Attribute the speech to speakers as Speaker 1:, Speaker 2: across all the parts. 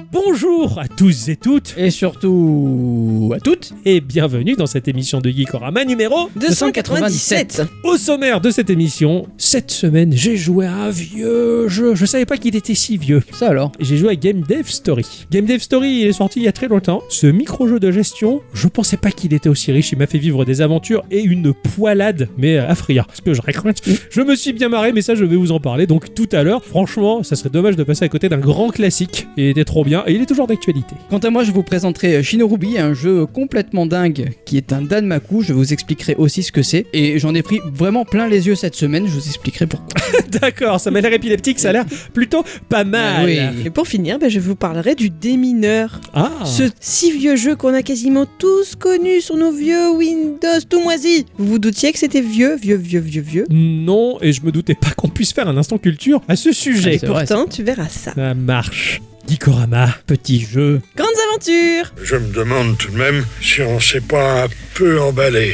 Speaker 1: Bonjour à tous et toutes,
Speaker 2: Et surtout à toutes,
Speaker 1: et bienvenue dans cette émission de Geekorama numéro
Speaker 2: 297.
Speaker 1: Au sommaire de cette émission, cette semaine, j'ai joué à un vieux jeu. Je savais pas qu'il était si vieux.
Speaker 2: Ça alors.
Speaker 1: J'ai joué à Game Dev Story. Game Dev Story, il est sorti il y a très longtemps. Ce micro-jeu de gestion, je pensais pas qu'il était aussi riche. Il m'a fait vivre des aventures et une poilade, mais à frire. Parce que je raconte, je me suis bien marré, mais ça, je vais vous en parler. Donc tout à l'heure, franchement, ça serait dommage de passer à côté d'un grand classique. Il était trop bien et il est toujours d'actualité.
Speaker 2: Quant à moi, je vous présenterai Shinorubi, un jeu complètement dingue qui est un Danmaku. Je vous expliquerai aussi ce que c'est. Et j'en ai pris vraiment plein les yeux cette semaine. Je vous expliquerai pourquoi.
Speaker 1: D'accord, ça m'a l'air épileptique, ça a l'air plutôt pas mal.
Speaker 2: Oui.
Speaker 3: Et pour finir, je vous parlerai du Démineur.
Speaker 1: Ah.
Speaker 3: Ce si vieux jeu qu'on a quasiment tous connu sur nos vieux Windows tout moisis. Vous vous doutiez que c'était vieux?
Speaker 1: Non, et je me doutais pas qu'on puisse faire un instant culture à ce sujet.
Speaker 2: Ah, c'est vrai,
Speaker 3: Pourtant, tu verras ça.
Speaker 1: Ça marche. Geekorama, petit jeu.
Speaker 3: Grandes aventures.
Speaker 4: Je me demande tout de même si on s'est pas un peu emballé.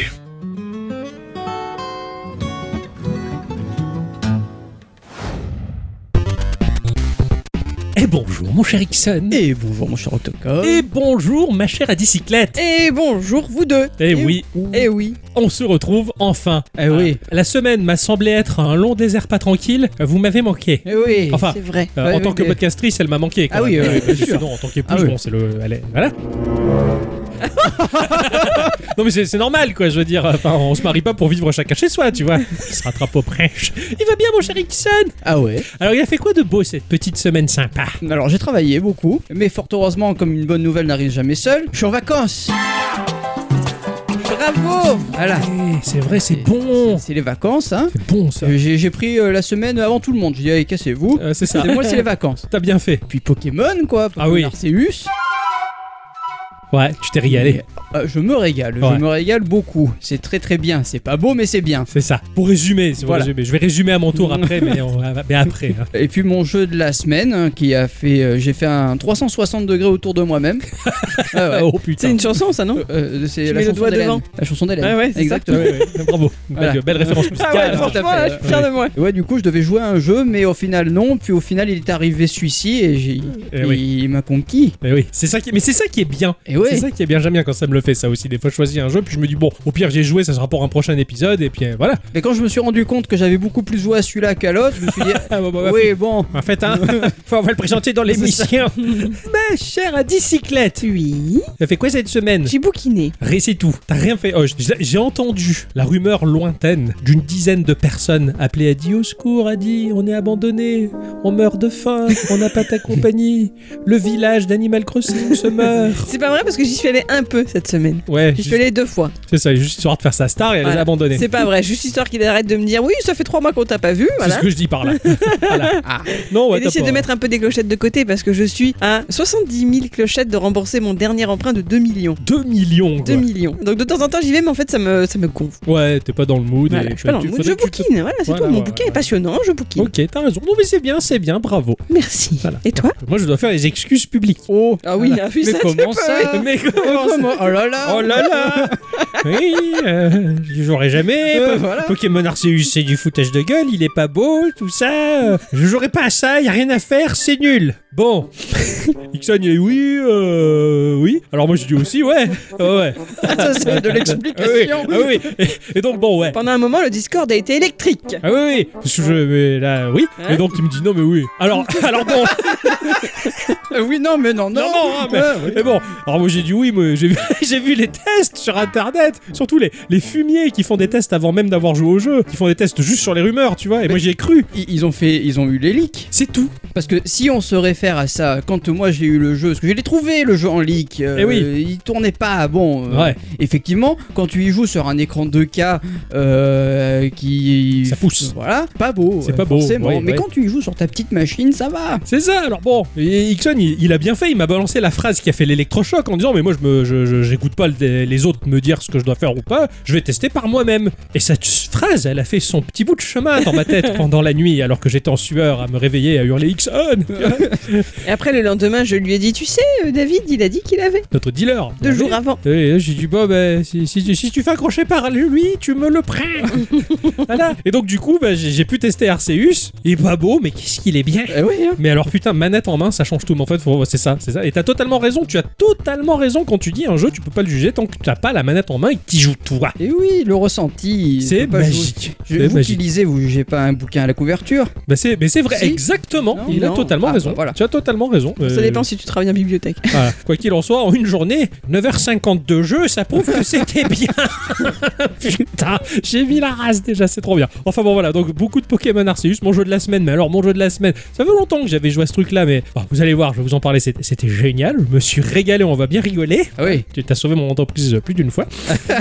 Speaker 1: Et bonjour mon cher Ixon.
Speaker 2: Et bonjour mon cher Octocom.
Speaker 1: Et bonjour ma chère Adicyclette.
Speaker 3: Et bonjour vous deux.
Speaker 1: Et oui,
Speaker 3: Et oui.
Speaker 1: on se retrouve enfin.
Speaker 2: Eh oui.
Speaker 1: La semaine m'a semblé être un long désert pas tranquille. Vous m'avez manqué.
Speaker 2: Eh oui.
Speaker 1: Enfin,
Speaker 3: C'est vrai.
Speaker 1: en tant que podcastrice, elle m'a manqué. Quand
Speaker 2: Ah oui,
Speaker 1: même.
Speaker 2: bien
Speaker 1: Parce que
Speaker 2: sûr.
Speaker 1: sinon, en tant qu'épouse,
Speaker 2: Ah oui.
Speaker 1: bon, c'est le. Voilà. Non mais c'est normal quoi, je veux dire, enfin, on se marie pas pour vivre chacun chez soi, tu vois. Il se rattrape aux prêches. Il va bien mon cher Ixon.
Speaker 2: Ah ouais.
Speaker 1: Alors il a fait quoi de beau cette petite semaine sympa?
Speaker 2: Alors j'ai travaillé beaucoup, mais fort heureusement, comme une bonne nouvelle n'arrive jamais seule, je suis en vacances.
Speaker 3: Bravo.
Speaker 2: Voilà.
Speaker 1: Eh, c'est vrai, c'est bon.
Speaker 2: C'est les vacances, hein.
Speaker 1: C'est bon ça.
Speaker 2: J'ai pris la semaine avant tout le monde. J'ai dit allez, cassez-vous.
Speaker 1: C'est ça.
Speaker 2: Moi c'est les vacances.
Speaker 1: T'as bien fait.
Speaker 2: Puis Pokémon quoi.
Speaker 1: Ah oui.
Speaker 2: Arceus.
Speaker 1: Ouais, tu t'es régalé.
Speaker 2: Je me régale,
Speaker 1: Ouais.
Speaker 2: je me régale beaucoup. C'est très très bien. C'est pas beau mais c'est bien.
Speaker 1: C'est ça. Pour résumer,
Speaker 2: Voilà.
Speaker 1: je vais résumer à mon tour après, mais après. Hein.
Speaker 2: Et puis mon jeu de la semaine hein, qui a fait, j'ai fait un 360 degrés autour de moi-même. Ah ouais.
Speaker 1: Oh
Speaker 3: C'est
Speaker 1: putain.
Speaker 3: une chanson ça, non?
Speaker 2: C'est
Speaker 3: Tu
Speaker 2: la
Speaker 3: mets le
Speaker 2: chanson
Speaker 3: doigt
Speaker 2: d'Hélène.
Speaker 3: devant.
Speaker 2: La chanson d'Hélène.
Speaker 3: Ouais, c'est ça.
Speaker 2: exactement.
Speaker 1: Ouais, bravo.
Speaker 2: Voilà.
Speaker 1: Belle référence musicale.
Speaker 3: Ah ouais,
Speaker 1: hein.
Speaker 3: franchement,
Speaker 2: à fait,
Speaker 3: là, je suis fier de moi.
Speaker 2: Ouais, du coup, je devais jouer à un jeu, mais au final, non. Puis au final, il est arrivé celui-ci et
Speaker 1: Eh oui.
Speaker 2: il m'a conquis.
Speaker 1: Eh oui, c'est ça mais c'est ça qui est bien.
Speaker 2: Et ouais.
Speaker 1: C'est ça qui est bien, j'aime bien quand ça me le fait ça aussi. Des fois je choisis un jeu puis je me dis bon, au pire j'ai joué, ça sera pour un prochain épisode et puis voilà.
Speaker 2: Mais quand je me suis rendu compte que j'avais beaucoup plus joué à celui-là qu'à l'autre, je me suis dit,
Speaker 1: Ah, bah,
Speaker 2: oui, bon.
Speaker 1: en fait hein, on va le présenter dans l'émission. Ma chère Adicyclette,
Speaker 3: Oui.
Speaker 1: ça fait quoi cette semaine?
Speaker 3: J'ai bouquiné.
Speaker 1: C'est tout, t'as rien fait. Oh, j'ai entendu la rumeur lointaine d'une dizaine de personnes appelées Adi au secours, Adi, on est abandonné, on meurt de faim, on n'a pas ta compagnie, le village d'Animal Crossing se meurt.
Speaker 3: C'est pas vrai parce que j'y suis allée un peu cette semaine.
Speaker 1: Ouais,
Speaker 3: J'y suis allée 2 fois.
Speaker 1: c'est ça, juste histoire de faire sa star et elle les a
Speaker 3: Voilà.
Speaker 1: abandonnés.
Speaker 3: C'est pas vrai, juste histoire qu'il arrête de me dire oui, ça fait 3 mois qu'on t'a pas vu.
Speaker 1: C'est
Speaker 3: Voilà.
Speaker 1: ce que je dis par là. Voilà. Non, ouais,
Speaker 3: Et
Speaker 1: t'as
Speaker 3: d'essayer
Speaker 1: pas-
Speaker 3: de mettre un peu des clochettes de côté parce que je suis à 70 000 clochettes de rembourser mon dernier emprunt de 2 millions.
Speaker 1: 2 millions, quoi.
Speaker 3: 2 millions. Donc de temps en temps j'y vais, mais en fait ça me gonfle.
Speaker 1: Ouais, t'es pas dans le mood.
Speaker 3: Voilà,
Speaker 1: et
Speaker 3: je suis pas dans le mood, je bouquine. Voilà, c'est
Speaker 1: Voilà,
Speaker 3: tout. Mon
Speaker 1: voilà.
Speaker 3: bouquin est passionnant, je bouquine.
Speaker 1: Ok, t'as raison. Non, mais c'est bien, bravo.
Speaker 3: Merci.
Speaker 1: Voilà.
Speaker 3: Et toi?
Speaker 1: Moi, je dois faire les excuses publiques.
Speaker 2: Oh.
Speaker 3: Ah oui,
Speaker 2: Voilà.
Speaker 3: ah oui,
Speaker 2: Mais
Speaker 3: ça,
Speaker 2: comment
Speaker 3: tu
Speaker 2: ça
Speaker 3: peux.
Speaker 1: Mais
Speaker 2: Oh, comment Oh là là.
Speaker 1: Oh là là. Oui, je jouerai jamais.
Speaker 2: Voilà.
Speaker 1: Pokémon Arceus, c'est du foutage de gueule, il est pas beau, tout ça. Je jouerai pas à ça, y a rien à faire, c'est nul. Bon. Ixon, il est oui. Alors moi, je dis aussi, ouais. Ouais.
Speaker 2: Ça, c'est de
Speaker 1: Ah oui,
Speaker 2: l'explication.
Speaker 1: ah oui. Et donc, bon, ouais.
Speaker 3: Pendant un moment, le Discord a été électrique.
Speaker 1: Ah oui. Parce que mais là, oui.
Speaker 3: Hein
Speaker 1: Et donc, tu me dis non, mais oui. Alors bon.
Speaker 2: Oui, non, mais non.
Speaker 1: Non, mais,
Speaker 2: Ouais,
Speaker 1: mais bon, alors moi j'ai dit oui, moi j'ai vu les tests sur internet, surtout les fumiers qui font des tests avant même d'avoir joué au jeu, qui font des tests juste sur les rumeurs, tu vois, et moi j'y ai cru.
Speaker 2: Ils ont eu les leaks.
Speaker 1: C'est tout.
Speaker 2: Parce que si on se réfère à ça, quand moi j'ai eu le jeu, parce que je l'ai trouvé le jeu en leak,
Speaker 1: Eh oui.
Speaker 2: il tournait pas, bon,
Speaker 1: Ouais.
Speaker 2: effectivement, quand tu y joues sur un écran 2K qui...
Speaker 1: Ça pousse.
Speaker 2: Voilà, pas beau.
Speaker 1: C'est pas beau,
Speaker 2: forcément,
Speaker 1: ouais,
Speaker 2: mais
Speaker 1: ouais.
Speaker 2: quand tu y joues sur ta petite machine, ça va.
Speaker 1: C'est ça, alors bon, et Ixon il a bien fait, il m'a balancé la phrase qui a fait l'électrochoc en disant mais moi j'écoute pas les autres me dire ce que je dois faire ou pas, je vais tester par moi-même. Et cette phrase, elle a fait son petit bout de chemin dans ma tête pendant la nuit, alors que j'étais en sueur à me réveiller, à hurler Ixon.
Speaker 3: Et après, le lendemain, je lui ai dit, tu sais, David, il a dit qu'il avait.
Speaker 1: Notre dealer.
Speaker 3: 2 jours avant.
Speaker 1: Et j'ai dit bon si tu fais accrocher par lui, tu me le prends. Voilà. Et donc du coup j'ai pu tester Arceus. Il est pas beau, mais qu'est-ce qu'il est bien.
Speaker 2: Oui, hein.
Speaker 1: Mais alors putain, manette en main, ça change tout. Mais en fait, c'est ça. Et t'as totalement raison. Tu as totalement raison quand tu dis un jeu, tu peux pas le juger tant que tu n'as pas la manette en main et que tu joues toi.
Speaker 2: Et oui, le ressenti.
Speaker 1: C'est magique.
Speaker 2: Vous qui lisez, vous jugez pas un bouquin à la couverture.
Speaker 1: Mais c'est vrai,
Speaker 2: Si.
Speaker 1: exactement.
Speaker 2: Non,
Speaker 1: Il a
Speaker 2: non.
Speaker 1: totalement raison.
Speaker 2: Voilà.
Speaker 1: Tu as totalement raison.
Speaker 3: Ça dépend si tu travailles en bibliothèque.
Speaker 1: Voilà. Quoi qu'il en soit, en une journée, 9h50 de jeu, ça prouve que c'était bien. Putain, j'ai mis la race déjà, c'est trop bien. Enfin bon voilà, donc beaucoup de Pokémon Arceus, mon jeu de la semaine. Mais alors mon jeu de la semaine, ça fait longtemps que j'avais joué à ce truc-là, mais bon, vous allez voir, je vais vous en parler. C'était génial. Je me suis régalé, on va bien rigoler.
Speaker 2: Ah oui.
Speaker 1: Tu t'as sauvé mon entreprise plus d'une fois.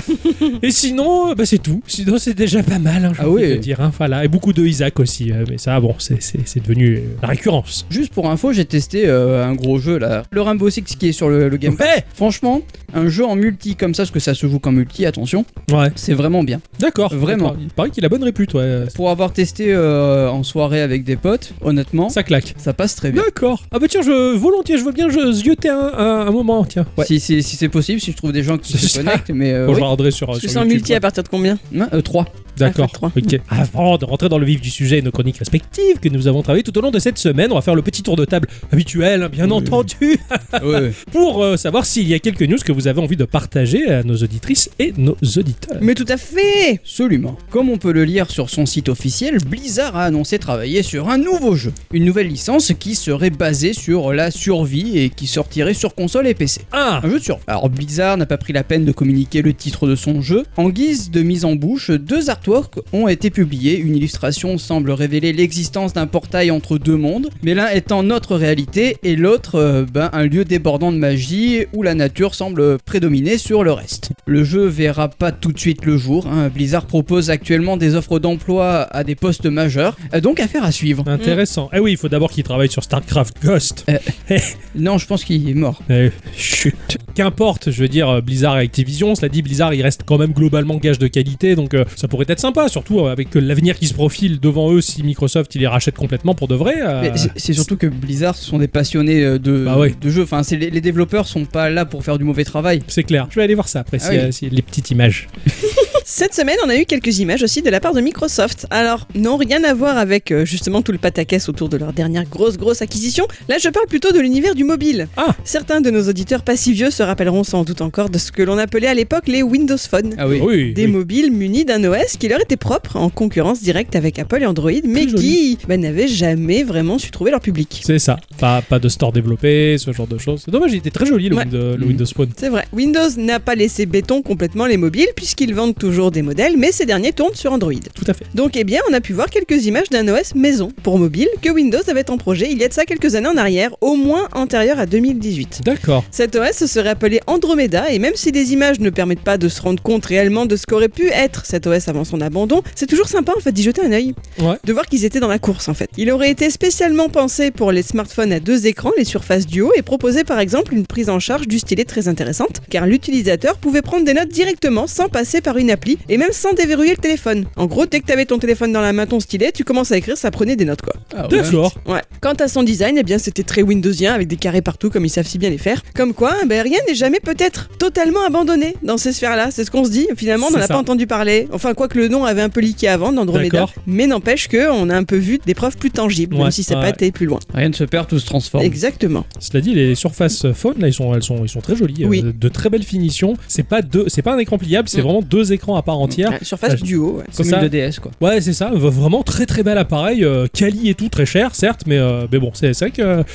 Speaker 1: Et sinon, c'est tout. Sinon, c'est déjà pas mal, hein, je
Speaker 2: Ah
Speaker 1: peux
Speaker 2: oui.
Speaker 1: te dire. Hein, voilà. Et beaucoup de Isaac aussi. Mais ça, bon, c'est devenu la récurrence.
Speaker 2: Juste pour info, j'ai testé un gros jeu là, le Rainbow Six qui est sur le Game Pass.
Speaker 1: Ouais.
Speaker 2: Franchement, un jeu en multi comme ça, parce que ça se joue qu'en multi, attention,
Speaker 1: Ouais.
Speaker 2: c'est vraiment bien.
Speaker 1: D'accord.
Speaker 2: Vraiment.
Speaker 1: D'accord. Il paraît qu'il a bonne répute, ouais.
Speaker 2: Pour avoir testé en soirée avec des potes, honnêtement,
Speaker 1: Ça claque.
Speaker 2: ça passe très bien.
Speaker 1: D'accord. Ah bah tiens, volontiers, je veux bien zioter un moment, tiens. Ouais.
Speaker 2: Si c'est possible, si je trouve des gens qui
Speaker 1: C'est
Speaker 2: se
Speaker 1: ça.
Speaker 2: connectent, mais
Speaker 1: Bon, je
Speaker 2: oui.
Speaker 1: regarderai sur
Speaker 3: Parce que
Speaker 1: sur
Speaker 3: c'est en
Speaker 1: YouTube,
Speaker 3: multi
Speaker 1: ouais.
Speaker 3: à partir de combien
Speaker 2: 3.
Speaker 1: D'accord.
Speaker 3: Ah, fait
Speaker 1: Ok. Avant de rentrer dans le vif du sujet et nos chroniques respectives que nous avons travaillées tout au long de cette semaine, on va faire le petit tour de table habituel, hein, bien entendu,
Speaker 2: Ouais.
Speaker 1: pour savoir s'il y a quelques news que vous avez envie de partager à nos auditrices et nos auditeurs.
Speaker 3: Mais tout à fait.
Speaker 2: Absolument. Comme on peut le lire sur son site officiel, Blizzard a annoncé travailler sur un nouveau jeu. Une nouvelle licence qui serait basée sur la survie et qui sortirait sur console et PC.
Speaker 1: Ah,
Speaker 2: Un jeu de survie. Alors Blizzard n'a pas pris la peine de communiquer le titre de son jeu. En guise de mise en bouche, 2 artworks ont été publiés. Une illustration semble révéler l'existence d'un portail entre 2 mondes, mais l'un étant notre réalité et l'autre un lieu débordant de magie où la nature semble prédominer sur le reste. Le jeu verra pas tout de suite le jour, hein. Blizzard propose actuellement des offres d'emploi à des postes majeurs, donc affaire à suivre.
Speaker 1: intéressant. Eh oui, il faut d'abord qu'il travaille sur StarCraft Ghost.
Speaker 2: Non, je pense qu'il est mort.
Speaker 1: Chut. Qu'importe, je veux dire, Blizzard et Activision, cela dit, Blizzard, il reste quand même globalement gage de qualité, donc ça pourrait être sympa, surtout avec l'avenir qui se profile devant eux si Microsoft il les rachète complètement pour de vrai.
Speaker 2: Mais c'est surtout que Blizzard ce sont des passionnés de jeux. Enfin, les développeurs sont pas là pour faire du mauvais travail.
Speaker 1: C'est clair. Je vais aller voir ça après,
Speaker 2: Ah oui.
Speaker 1: si les petites images.
Speaker 3: Cette semaine, on a eu quelques images aussi de la part de Microsoft. Alors, non, rien à voir avec justement tout le pataquès autour de leur dernière grosse acquisition. Là, je parle plutôt de l'univers du mobile.
Speaker 1: Ah.
Speaker 3: Certains de nos auditeurs pas si vieux se rappelleront sans doute encore de ce que l'on appelait à l'époque les Windows Phone.
Speaker 2: Ah oui.
Speaker 1: Oui.
Speaker 3: Des
Speaker 1: oui.
Speaker 3: mobiles munis d'un OS qui leur était propre, en concurrence directe avec Apple et Android, mais
Speaker 1: joli.
Speaker 3: qui n'avaient jamais vraiment su trouver leur public.
Speaker 1: C'est ça. Pas de store développé, ce genre de choses. C'est dommage, il était très joli le
Speaker 3: Ouais.
Speaker 1: Windows Phone.
Speaker 3: C'est vrai, Windows n'a pas laissé béton complètement les mobiles puisqu'ils vendent toujours des modèles, mais ces derniers tournent sur Android.
Speaker 1: Tout à fait.
Speaker 3: Donc eh bien, on a pu voir quelques images d'un OS maison pour mobile que Windows avait en projet il y a de ça quelques années en arrière, au moins antérieur à 2018.
Speaker 1: D'accord.
Speaker 3: Cet OS serait appelé Andromeda et même si des images ne permettent pas de se rendre compte réellement de ce qu'aurait pu être cet OS avant son abandon, c'est toujours sympa en fait d'y jeter un œil,
Speaker 1: Ouais.
Speaker 3: de voir qu'ils étaient dans la course en fait. Il aurait été spécialement pensé pour les smartphones à 2 écrans, les Surface Duo, et proposait par exemple une prise en charge du stylet très intéressante, car l'utilisateur pouvait prendre des notes directement sans passer par une appli et même sans déverrouiller le téléphone. En gros, dès que t'avais ton téléphone dans la main, ton stylet, tu commences à écrire, ça prenait des notes quoi.
Speaker 2: Ah ouais.
Speaker 1: D'accord.
Speaker 3: Ouais. Quant à son design, eh bien c'était très Windowsien avec des carrés partout comme ils savent si bien les faire. Comme quoi, rien n'est jamais peut-être totalement abandonné dans ces sphères-là. C'est ce qu'on se dit. Finalement, on n'en
Speaker 1: C'est
Speaker 3: a
Speaker 1: ça.
Speaker 3: pas entendu parler. Enfin, quoi que le nom avait un peu leaké avant d'Andromeda,
Speaker 1: D'accord.
Speaker 3: mais n'empêche que on a un peu vu des preuves plus tangibles,
Speaker 1: Ouais,
Speaker 3: même si ça n'a
Speaker 1: ouais.
Speaker 3: pas été plus loin.
Speaker 2: Rien ne se perd, tout se transforme.
Speaker 3: Exactement.
Speaker 1: Cela dit, les Surface Phone là, ils sont très jolis,
Speaker 3: Oui.
Speaker 1: de très belles finitions. C'est pas un écran pliable, c'est vraiment 2 écrans à part entière.
Speaker 3: Ouais, Surface
Speaker 1: Ah,
Speaker 3: Duo. Ouais.
Speaker 2: Comme
Speaker 1: c'est ça.
Speaker 2: une 2DS quoi.
Speaker 1: Ouais, c'est ça, vraiment très très bel appareil, quali et tout, très cher certes, mais bon, c'est vrai que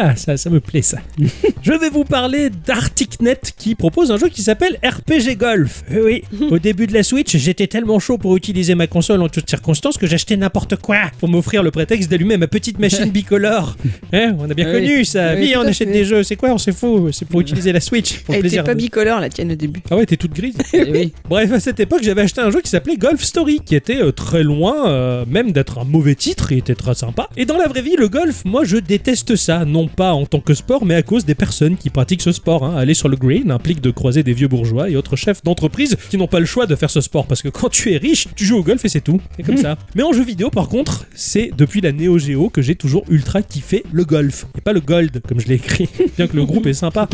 Speaker 1: ça me plaît ça. Je vais vous parler d'ArcticNet qui propose un jeu qui s'appelle RPG Golf. Oui, au début de la Switch, j'étais tellement chaud pour utiliser ma console en toutes circonstances que j'achetais n'importe quoi pour m'offrir le prétexte d'allumer ma petite machine bicolore. Hein, on a bien
Speaker 2: Oui.
Speaker 1: connu ça.
Speaker 2: Oui,
Speaker 1: Oui,
Speaker 2: tout
Speaker 1: on
Speaker 2: à
Speaker 1: achète
Speaker 2: fait.
Speaker 1: des jeux, c'est quoi, on s'est fou, c'est pour utiliser la Switch, pour le
Speaker 3: Elle était
Speaker 1: plaisir.
Speaker 3: pas bicolore la tienne au début.
Speaker 1: Ah ouais, t'es toute grise.
Speaker 2: Eh oui.
Speaker 1: Bref, à cette l'époque, j'avais acheté un jeu qui s'appelait Golf Story, qui était très loin, même d'être un mauvais titre, il était très sympa. Et dans la vraie vie, le golf, moi, je déteste ça, non pas en tant que sport, mais à cause des personnes qui pratiquent ce sport. Aller sur le green implique de croiser des vieux bourgeois et autres chefs d'entreprise qui n'ont pas le choix de faire ce sport, parce que quand tu es riche, tu joues au golf et c'est tout. C'est comme ça. Mais en jeu vidéo, par contre, c'est depuis la Neo Geo que j'ai toujours ultra kiffé le golf. Et pas le gold, comme je l'ai écrit. Bien que le groupe est sympa.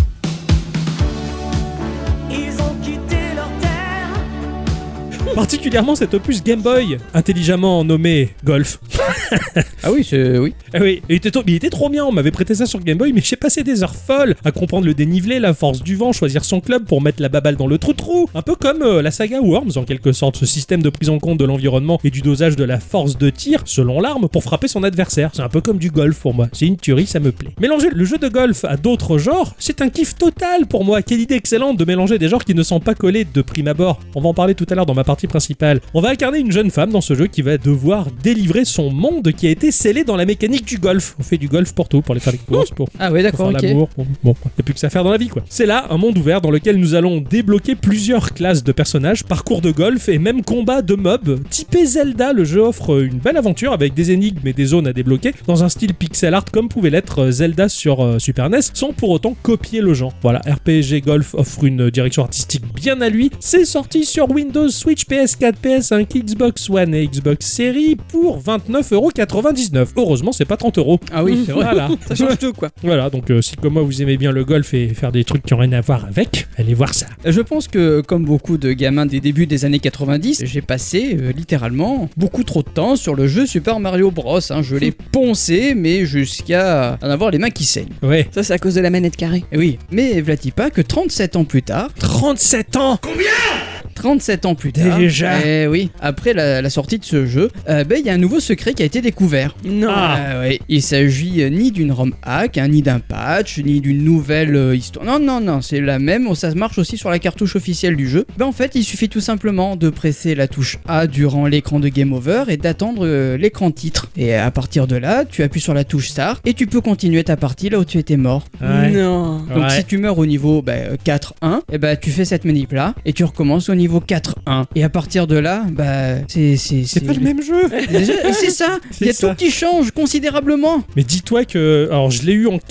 Speaker 1: Particulièrement cet opus Game Boy, intelligemment nommé Golf.
Speaker 2: Ah oui, oui.
Speaker 1: Ah oui, il était trop bien, on m'avait prêté ça sur Game Boy, mais j'ai passé des heures folles à comprendre le dénivelé, la force du vent, choisir son club pour mettre la baballe dans le trou-trou. Un peu comme la saga Worms, en quelque sorte, ce système de prise en compte de l'environnement et du dosage de la force de tir, selon l'arme, pour frapper son adversaire. C'est un peu comme du golf pour moi, c'est une tuerie, ça me plaît. Mélanger le jeu de golf à d'autres genres, c'est un kiff total pour moi. Quelle idée excellente de mélanger des genres qui ne sont pas collés de prime abord. On va en parler tout à l'heure dans ma partie principale. On va incarner une jeune femme dans ce jeu qui va devoir délivrer son monde qui a été scellé dans la mécanique du golf. On fait du golf pour tout, pour aller faire les courses, pour
Speaker 2: Ah ouais, d'accord,
Speaker 1: faire
Speaker 2: ok.
Speaker 1: l'amour. Bon, il n'y a plus que ça à faire dans la vie, quoi. C'est là un monde ouvert dans lequel nous allons débloquer plusieurs classes de personnages, parcours de golf et même combats de mobs. Typé Zelda, le jeu offre une belle aventure avec des énigmes et des zones à débloquer dans un style pixel art comme pouvait l'être Zelda sur Super NES, sans pour autant copier le genre. Voilà, RPG Golf offre une direction artistique bien à lui. C'est sorti sur Windows, Switch, PS4, PS5, Xbox One et Xbox Series pour 29,99€. Heureusement, c'est pas 30€.
Speaker 2: Ah oui, c'est vrai.
Speaker 1: Voilà.
Speaker 3: Ça change tout, quoi.
Speaker 1: Voilà, donc si comme moi vous aimez bien le golf et faire des trucs qui ont rien à voir avec, allez voir ça.
Speaker 2: Je pense que, comme beaucoup de gamins des débuts des années 90, j'ai passé littéralement beaucoup trop de temps sur le jeu Super Mario Bros. Je l'ai poncé, mais jusqu'à en avoir les mains qui saignent.
Speaker 1: Ouais.
Speaker 3: Ça, c'est à cause de la manette carrée.
Speaker 2: Et oui, mais vlati pas que 37 ans plus tard,
Speaker 1: 37 ans
Speaker 2: 37 ans plus tard,
Speaker 1: Déjà
Speaker 2: oui, après la sortie de ce jeu, il y a un nouveau secret qui a été découvert.
Speaker 3: Non.
Speaker 2: Ouais. Il s'agit ni d'une ROM hack, ni d'un patch, ni d'une nouvelle histoire. Non, c'est la même. Ça marche aussi sur la cartouche officielle du jeu. En fait, il suffit tout simplement de presser la touche A durant l'écran de Game Over et d'attendre l'écran titre. Et à partir de là, tu appuies sur la touche Start et tu peux continuer ta partie là où tu étais mort.
Speaker 1: Ouais.
Speaker 3: Non.
Speaker 2: Donc si tu meurs au niveau 4-1, tu fais cette manip là et tu recommences au niveau 4-1. Et à partir de là,
Speaker 1: C'est pas le même jeu.
Speaker 2: Déjà, c'est ça. Il y a
Speaker 1: C'est ça.
Speaker 2: tout qui change considérablement.
Speaker 1: Mais dis-toi que, alors je l'ai eu en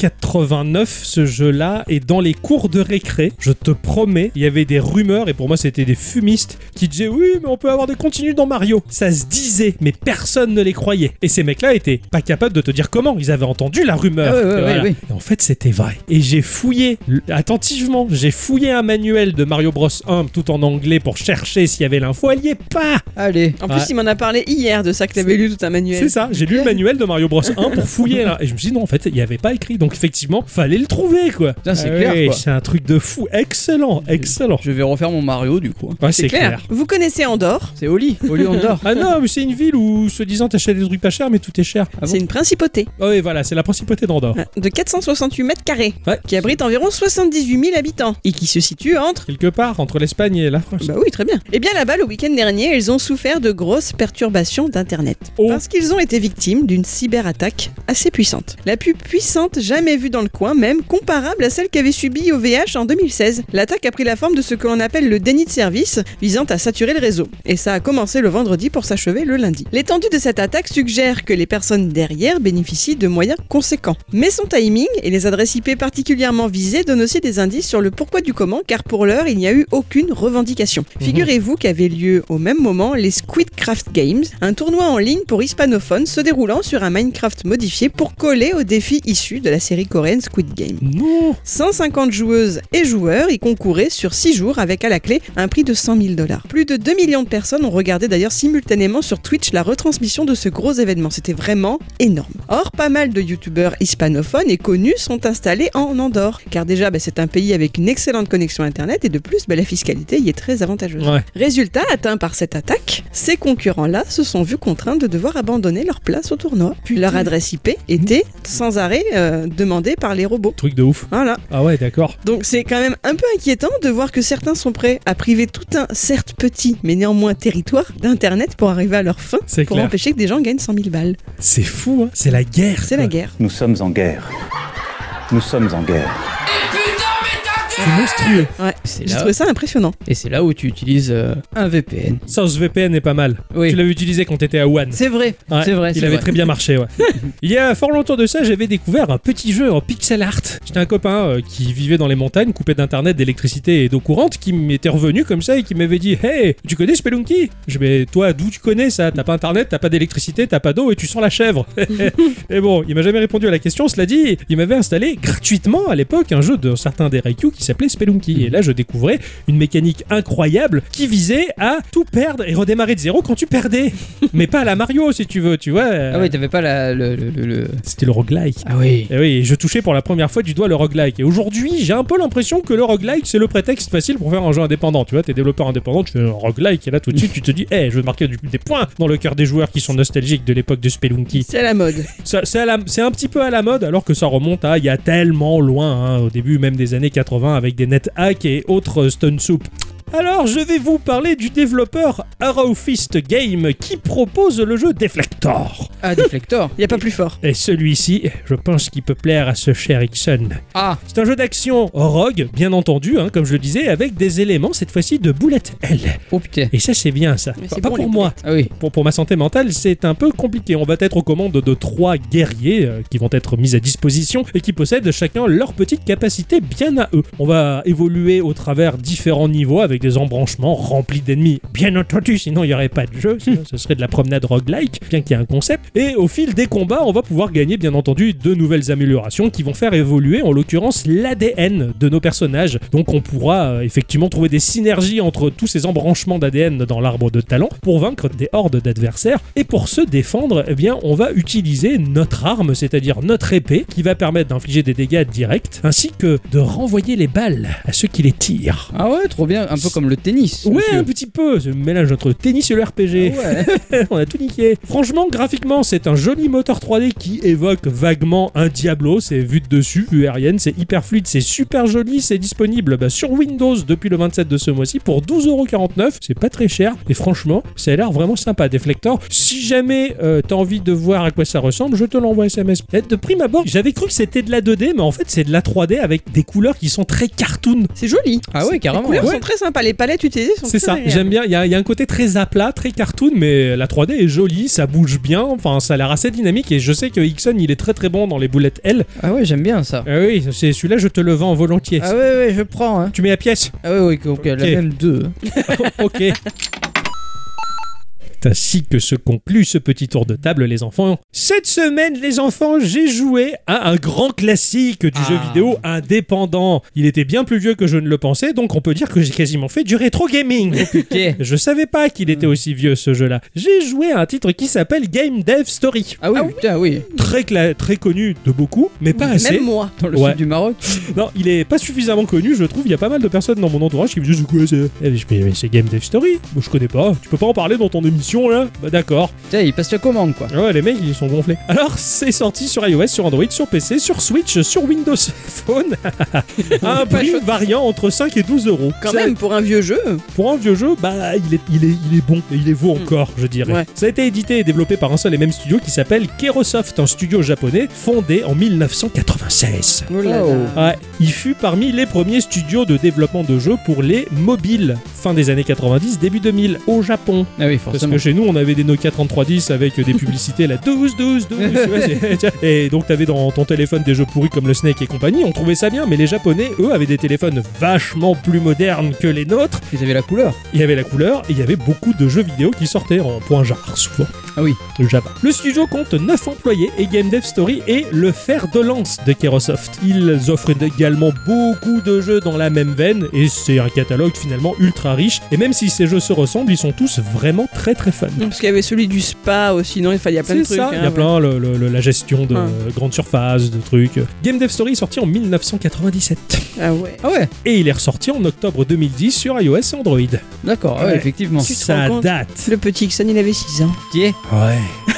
Speaker 1: 89 ce jeu-là, et dans les cours de récré, je te promets, il y avait des rumeurs, et pour moi c'était des fumistes, qui disaient oui mais on peut avoir des continues dans Mario. Ça se disait, mais personne ne les croyait. Et ces mecs-là étaient pas capables de te dire comment, ils avaient entendu la rumeur.
Speaker 2: Ah ouais,
Speaker 1: Voilà.
Speaker 2: ouais.
Speaker 1: Et en fait c'était vrai. Et j'ai fouillé, attentivement, j'ai fouillé un manuel de Mario Bros 1 tout en anglais pour chercher s'il y avait l'info, elle y est pas.
Speaker 2: Allez.
Speaker 3: En plus,
Speaker 1: Ouais.
Speaker 3: il m'en a parlé hier de ça que t'avais lu tout un manuel.
Speaker 1: C'est ça, j'ai lu le manuel de Mario Bros 1 pour fouiller là. Et je me suis dit non, en fait, il n'y avait pas écrit. Donc effectivement, fallait le trouver quoi.
Speaker 2: Putain, c'est
Speaker 1: Ah
Speaker 2: clair,
Speaker 1: ouais,
Speaker 2: quoi.
Speaker 1: c'est un truc de fou. Excellent, excellent.
Speaker 2: Je vais refaire mon Mario du coup.
Speaker 1: Ouais,
Speaker 3: C'est clair. Vous connaissez Andorre?
Speaker 2: C'est Oli Andorre.
Speaker 1: Ah non, mais c'est une ville où, se disant, t'achètes des trucs pas chers, mais tout est cher.
Speaker 2: Ah bon
Speaker 3: C'est une principauté
Speaker 1: Ah oui, voilà, c'est la principauté d'Andorre.
Speaker 3: de 468 mètres carrés
Speaker 1: Ouais.
Speaker 3: qui abrite environ 78 000 habitants et qui se situe entre...
Speaker 1: Quelque part, entre l'Espagne et la France.
Speaker 3: Bah oui, très bien. Et bien là-bas, le week-end dernier, ils ont souffert de grosses perturbations d'Internet.
Speaker 1: Oh.
Speaker 3: Parce qu'ils ont été victimes d'une cyberattaque assez puissante. La plus puissante jamais vue dans le coin, même comparable à celle qu'avait subie OVH en 2016. L'attaque a pris la forme de ce que l'on appelle le déni de service, visant à saturer le réseau. Et ça a commencé le vendredi pour s'achever le lundi. L'étendue de cette attaque suggère que les personnes derrière bénéficient de moyens conséquents. Mais son timing et les adresses IP particulièrement visées donnent aussi des indices sur le pourquoi du comment, car pour l'heure, il n'y a eu aucune revendication. Figurez-vous qu'avait lieu au même moment les Squidcraft Games, un tournoi en ligne pour hispanophones se déroulant sur un Minecraft modifié pour coller aux défis issus de la série coréenne Squid Game.
Speaker 1: Non.
Speaker 3: 150 joueuses et joueurs y concouraient sur 6 jours avec à la clé un prix de 100 000 $. Plus de 2 millions de personnes ont regardé d'ailleurs simultanément sur Twitch la retransmission de ce gros événement. C'était vraiment énorme. Or, pas mal de youtubeurs hispanophones et connus sont installés en Andorre. Car déjà, c'est un pays avec une excellente connexion internet et de plus, la fiscalité y est très avantageuse.
Speaker 1: Ouais.
Speaker 3: Résultat, atteint par cette attaque, ces concurrents-là se sont vus contraints de devoir abandonner leur place au tournoi. Puis leur adresse IP était sans arrêt demandée par les robots.
Speaker 1: Truc de ouf.
Speaker 3: Voilà.
Speaker 1: Ah ouais, d'accord.
Speaker 3: Donc c'est quand même un peu inquiétant de voir que certains sont prêts à priver tout un, certes petit, mais néanmoins territoire d'internet pour arriver à leur fin,
Speaker 1: C'est
Speaker 3: pour
Speaker 1: clair.
Speaker 3: empêcher que des gens gagnent 100 000 balles.
Speaker 1: C'est fou, hein. C'est la guerre.
Speaker 3: C'est
Speaker 1: quoi.
Speaker 3: la guerre.
Speaker 5: Nous sommes en guerre. Nous sommes en guerre.
Speaker 1: C'est monstrueux.
Speaker 3: Ouais,
Speaker 2: C'est
Speaker 3: j'ai
Speaker 2: là,
Speaker 3: trouvé ça impressionnant.
Speaker 2: et c'est là où tu utilises un VPN.
Speaker 1: Ça, ce VPN est pas mal.
Speaker 2: Oui.
Speaker 1: Tu l'avais utilisé quand t'étais à Wuhan.
Speaker 2: C'est vrai,
Speaker 1: Ouais,
Speaker 2: c'est vrai.
Speaker 1: il
Speaker 2: c'est
Speaker 1: avait
Speaker 2: vrai.
Speaker 1: très bien marché, ouais. Il y a fort longtemps de ça, j'avais découvert un petit jeu en pixel art. J'étais un copain qui vivait dans les montagnes, coupé d'internet, d'électricité et d'eau courante, qui m'était revenu comme ça et qui m'avait dit: Hey, tu connais Spelunky? Je dis: Mais toi, d'où tu connais ça? T'as pas internet, t'as pas d'électricité, t'as pas d'eau et tu sens la chèvre. Et bon, il m'a jamais répondu à la question. Cela dit, il m'avait installé gratuitement à l'époque un jeu d'un certain Dereikyu qui s'appelait Spelunky. Et là, je découvrais une mécanique incroyable qui visait à tout perdre et redémarrer de zéro quand tu perdais. Mais pas à la Mario, si tu veux, tu vois.
Speaker 2: Ah oui, t'avais pas le...
Speaker 1: C'était le roguelike.
Speaker 2: Ah oui.
Speaker 1: Et oui, je touchais pour la première fois du doigt le roguelike. Et aujourd'hui, j'ai un peu l'impression que le roguelike, c'est le prétexte facile pour faire un jeu indépendant. Tu vois, t'es développeur indépendant, tu fais un roguelike, et là, tout de suite, tu te dis: Hey, je veux marquer des points dans le cœur des joueurs qui sont nostalgiques de l'époque de Spelunky.
Speaker 3: C'est à la mode.
Speaker 1: C'est un petit peu à la mode, alors que ça remonte à il y a tellement loin, hein, au début même des années 80, avec des net hacks et autres stun soup. Alors, je vais vous parler du développeur Arrow Fist Game qui propose le jeu Deflector.
Speaker 2: Ah, Deflector.
Speaker 3: Il y a pas plus fort.
Speaker 1: Et celui-ci, je pense qu'il peut plaire à ce cher Ixon.
Speaker 2: Ah,
Speaker 1: C'est un jeu d'action rogue, bien entendu, hein, comme je le disais, avec des éléments, cette fois-ci, de bullet hell.
Speaker 2: oh putain.
Speaker 1: Et ça, c'est bien, ça.
Speaker 3: Mais
Speaker 1: Pas
Speaker 3: c'est
Speaker 1: pas
Speaker 3: bon,
Speaker 1: pour
Speaker 3: les
Speaker 1: moi.
Speaker 2: Ah oui.
Speaker 1: Pour ma santé mentale, c'est un peu compliqué. On va être aux commandes de 3 guerriers qui vont être mis à disposition et qui possèdent chacun leur petite capacité bien à eux. On va évoluer au travers différents niveaux avec des embranchements remplis d'ennemis. Bien entendu, sinon il n'y aurait pas de jeu. Sinon, ce serait de la promenade roguelike, bien qu'il y ait un concept. Et au fil des combats, on va pouvoir gagner, bien entendu, de nouvelles améliorations qui vont faire évoluer, en l'occurrence, l'ADN de nos personnages. Donc on pourra effectivement trouver des synergies entre tous ces embranchements d'ADN dans l'arbre de talent pour vaincre des hordes d'adversaires. Et pour se défendre, eh bien, on va utiliser notre arme, c'est-à-dire notre épée, qui va permettre d'infliger des dégâts directs, ainsi que de renvoyer les balles à ceux qui les tirent.
Speaker 2: Ah ouais, trop bien. Un peu comme le tennis.
Speaker 1: Ouais,
Speaker 2: monsieur.
Speaker 1: un petit peu, ce mélange entre tennis et le RPG.
Speaker 2: Ah ouais.
Speaker 1: On a tout niqué. Franchement, graphiquement, c'est un joli moteur 3D qui évoque vaguement un Diablo. C'est vu de dessus, vue aérienne, c'est hyper fluide, c'est super joli. C'est disponible sur Windows depuis le 27 de ce mois-ci pour 12,49€. C'est pas très cher. Et franchement, ça a l'air vraiment sympa. Deflector, si jamais t'as envie de voir à quoi ça ressemble, je te l'envoie SMS. De prime abord, j'avais cru que c'était de la 2D, mais en fait, c'est de la 3D avec des couleurs qui sont très cartoon.
Speaker 3: C'est joli.
Speaker 2: Ah ouais,
Speaker 3: Les
Speaker 2: carrément.
Speaker 3: couleurs
Speaker 1: Ouais.
Speaker 3: sont très sympas. Les palettes utilisées sont
Speaker 1: C'est
Speaker 3: très
Speaker 1: ça,
Speaker 3: agréables.
Speaker 1: j'aime bien. Il y a un côté très aplat, très cartoon, mais la 3D est jolie, ça bouge bien. Enfin, ça a l'air assez dynamique. Et je sais que Ixon, il est très très bon dans les bullet L.
Speaker 2: Ah ouais, j'aime bien ça.
Speaker 1: Ah oui, c'est celui-là, je te le vends volontiers.
Speaker 2: Ah ouais, je prends. Hein.
Speaker 1: Tu mets la pièce.
Speaker 2: Ah ouais, ok, la même deux.
Speaker 1: Ok. C'est ainsi que se conclut ce petit tour de table, les enfants. Cette semaine, les enfants, j'ai joué à un grand classique du jeu vidéo indépendant. Il était bien plus vieux que je ne le pensais, donc on peut dire que j'ai quasiment fait du rétro gaming.
Speaker 2: Putain.
Speaker 1: Je savais pas qu'il était aussi vieux, ce jeu-là. J'ai joué à un titre qui s'appelle Game Dev Story.
Speaker 2: Ah oui, putain, oui.
Speaker 1: Très connu de beaucoup, mais pas assez.
Speaker 3: Même moi.
Speaker 2: Dans le
Speaker 1: Ouais.
Speaker 2: sud du Maroc.
Speaker 1: Non, il est pas suffisamment connu, je trouve. Il y a pas mal de personnes dans mon entourage qui me disent: c'est quoi ça? Eh, je fais, mais c'est Game Dev Story. Moi, je connais pas. Tu peux pas en parler dans ton émission là? Bah d'accord.
Speaker 2: Putain, il passe la commande quoi.
Speaker 1: Ouais, les mecs ils sont gonflés. Alors, c'est sorti sur iOS, sur Android, sur PC, sur Switch, sur Windows Phone. À un prix variant entre 5 et 12€.
Speaker 3: Quand
Speaker 1: Ça,
Speaker 3: même, pour un vieux jeu.
Speaker 1: pour un vieux jeu, bah il est bon et il est vaut encore, je dirais.
Speaker 3: Ouais.
Speaker 1: Ça a été édité et développé par un seul et même studio qui s'appelle Kerosoft, un studio japonais fondé en 1996.
Speaker 3: Oh là là.
Speaker 2: Oh.
Speaker 1: Ouais, il fut parmi les premiers studios de développement de jeux pour les mobiles, fin des années 90, début 2000, au Japon.
Speaker 2: Ah oui,
Speaker 1: Parce
Speaker 2: forcément.
Speaker 1: que chez nous, on avait des Nokia 3310 avec des publicités, la 12, 12, 12. Et donc, t'avais dans ton téléphone des jeux pourris comme le Snake et compagnie. On trouvait ça bien, mais les Japonais, eux, avaient des téléphones vachement plus modernes que les nôtres.
Speaker 2: Ils avaient la couleur.
Speaker 1: Il y avait la couleur et il y avait beaucoup de jeux vidéo qui sortaient en point jar, souvent.
Speaker 2: Ah oui.
Speaker 1: De Java. Le studio compte 9 employés et Game Dev Story est le fer de lance de Kerosoft. Ils offrent également beaucoup de jeux dans la même veine et c'est un catalogue finalement ultra riche. Et même si ces jeux se ressemblent, ils sont tous vraiment très très fun.
Speaker 3: Parce qu'il y avait celui du spa aussi, non? Il y a plein de
Speaker 1: C'est
Speaker 3: trucs.
Speaker 1: ça,
Speaker 3: hein,
Speaker 1: il y a
Speaker 3: ouais.
Speaker 1: plein, la gestion de
Speaker 3: Ah.
Speaker 1: grandes surfaces, de trucs. Game Dev Story est sorti en 1997
Speaker 3: Ah ouais.
Speaker 2: Ah ouais,
Speaker 1: et il est ressorti en octobre 2010 sur iOS et Android.
Speaker 2: d'accord, ah ouais,
Speaker 1: Ouais.
Speaker 2: effectivement.
Speaker 3: Tu te
Speaker 1: Ça
Speaker 3: rends compte
Speaker 1: date.
Speaker 3: Le petit Ixon, il avait 6 ans.
Speaker 2: Qui est
Speaker 1: Ouais.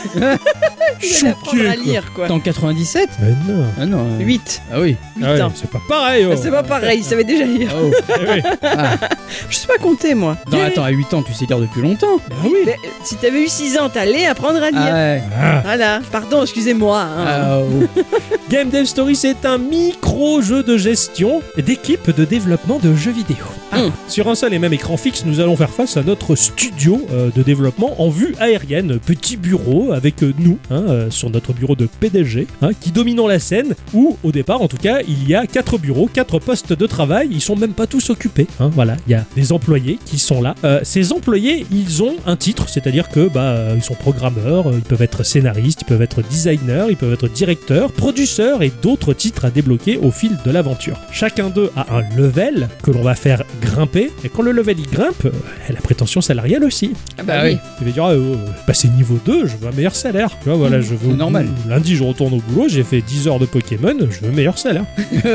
Speaker 3: Il allait apprendre à lire, quoi.
Speaker 2: T'es en 97?
Speaker 1: Mais non.
Speaker 2: Ah non.
Speaker 3: 8.
Speaker 2: Ah oui.
Speaker 3: 8
Speaker 1: Ah ouais,
Speaker 3: ans.
Speaker 1: c'est pas pareil. Oh.
Speaker 3: C'est pas pareil, il savait déjà lire.
Speaker 2: Oh.
Speaker 1: Eh oui.
Speaker 2: Ah.
Speaker 3: Je sais pas compter, moi.
Speaker 2: Non, attends, à 8 ans, tu sais lire depuis longtemps.
Speaker 1: Ah oui.
Speaker 3: Mais, si t'avais eu 6 ans, t'allais apprendre à lire.
Speaker 2: Ah ouais.
Speaker 1: Ah.
Speaker 3: Voilà. Pardon, excusez-moi. hein.
Speaker 2: Ah, oh.
Speaker 1: Game Dev Story, c'est un micro-jeu de gestion d'équipe de développement de jeux vidéo. Sur un seul et même écran fixe, nous allons faire face à notre studio de développement en vue aérienne. Petit bureau avec nous, sur notre bureau de PDG, qui dominons la scène, où au départ, en tout cas, il y a 4 bureaux, 4 postes de travail. Ils sont même pas tous occupés. Voilà, il y a des employés qui sont là. Ces employés, ils ont un titre, c'est-à-dire que ils sont programmeurs, ils peuvent être scénaristes, ils peuvent être designers, ils peuvent être directeurs, producteurs et d'autres titres à débloquer au fil de l'aventure. Chacun d'eux a un level que l'on va faire grimper, et quand le level il grimpe, la prétention salariale aussi.
Speaker 3: Ah bah
Speaker 2: Ah
Speaker 3: oui.
Speaker 1: Il va dire c'est niveau 2, je veux un meilleur salaire. Tu vois, voilà, je veux
Speaker 2: c'est normal.
Speaker 1: Lundi je retourne au boulot, j'ai fait 10 heures de Pokémon, je veux un meilleur salaire.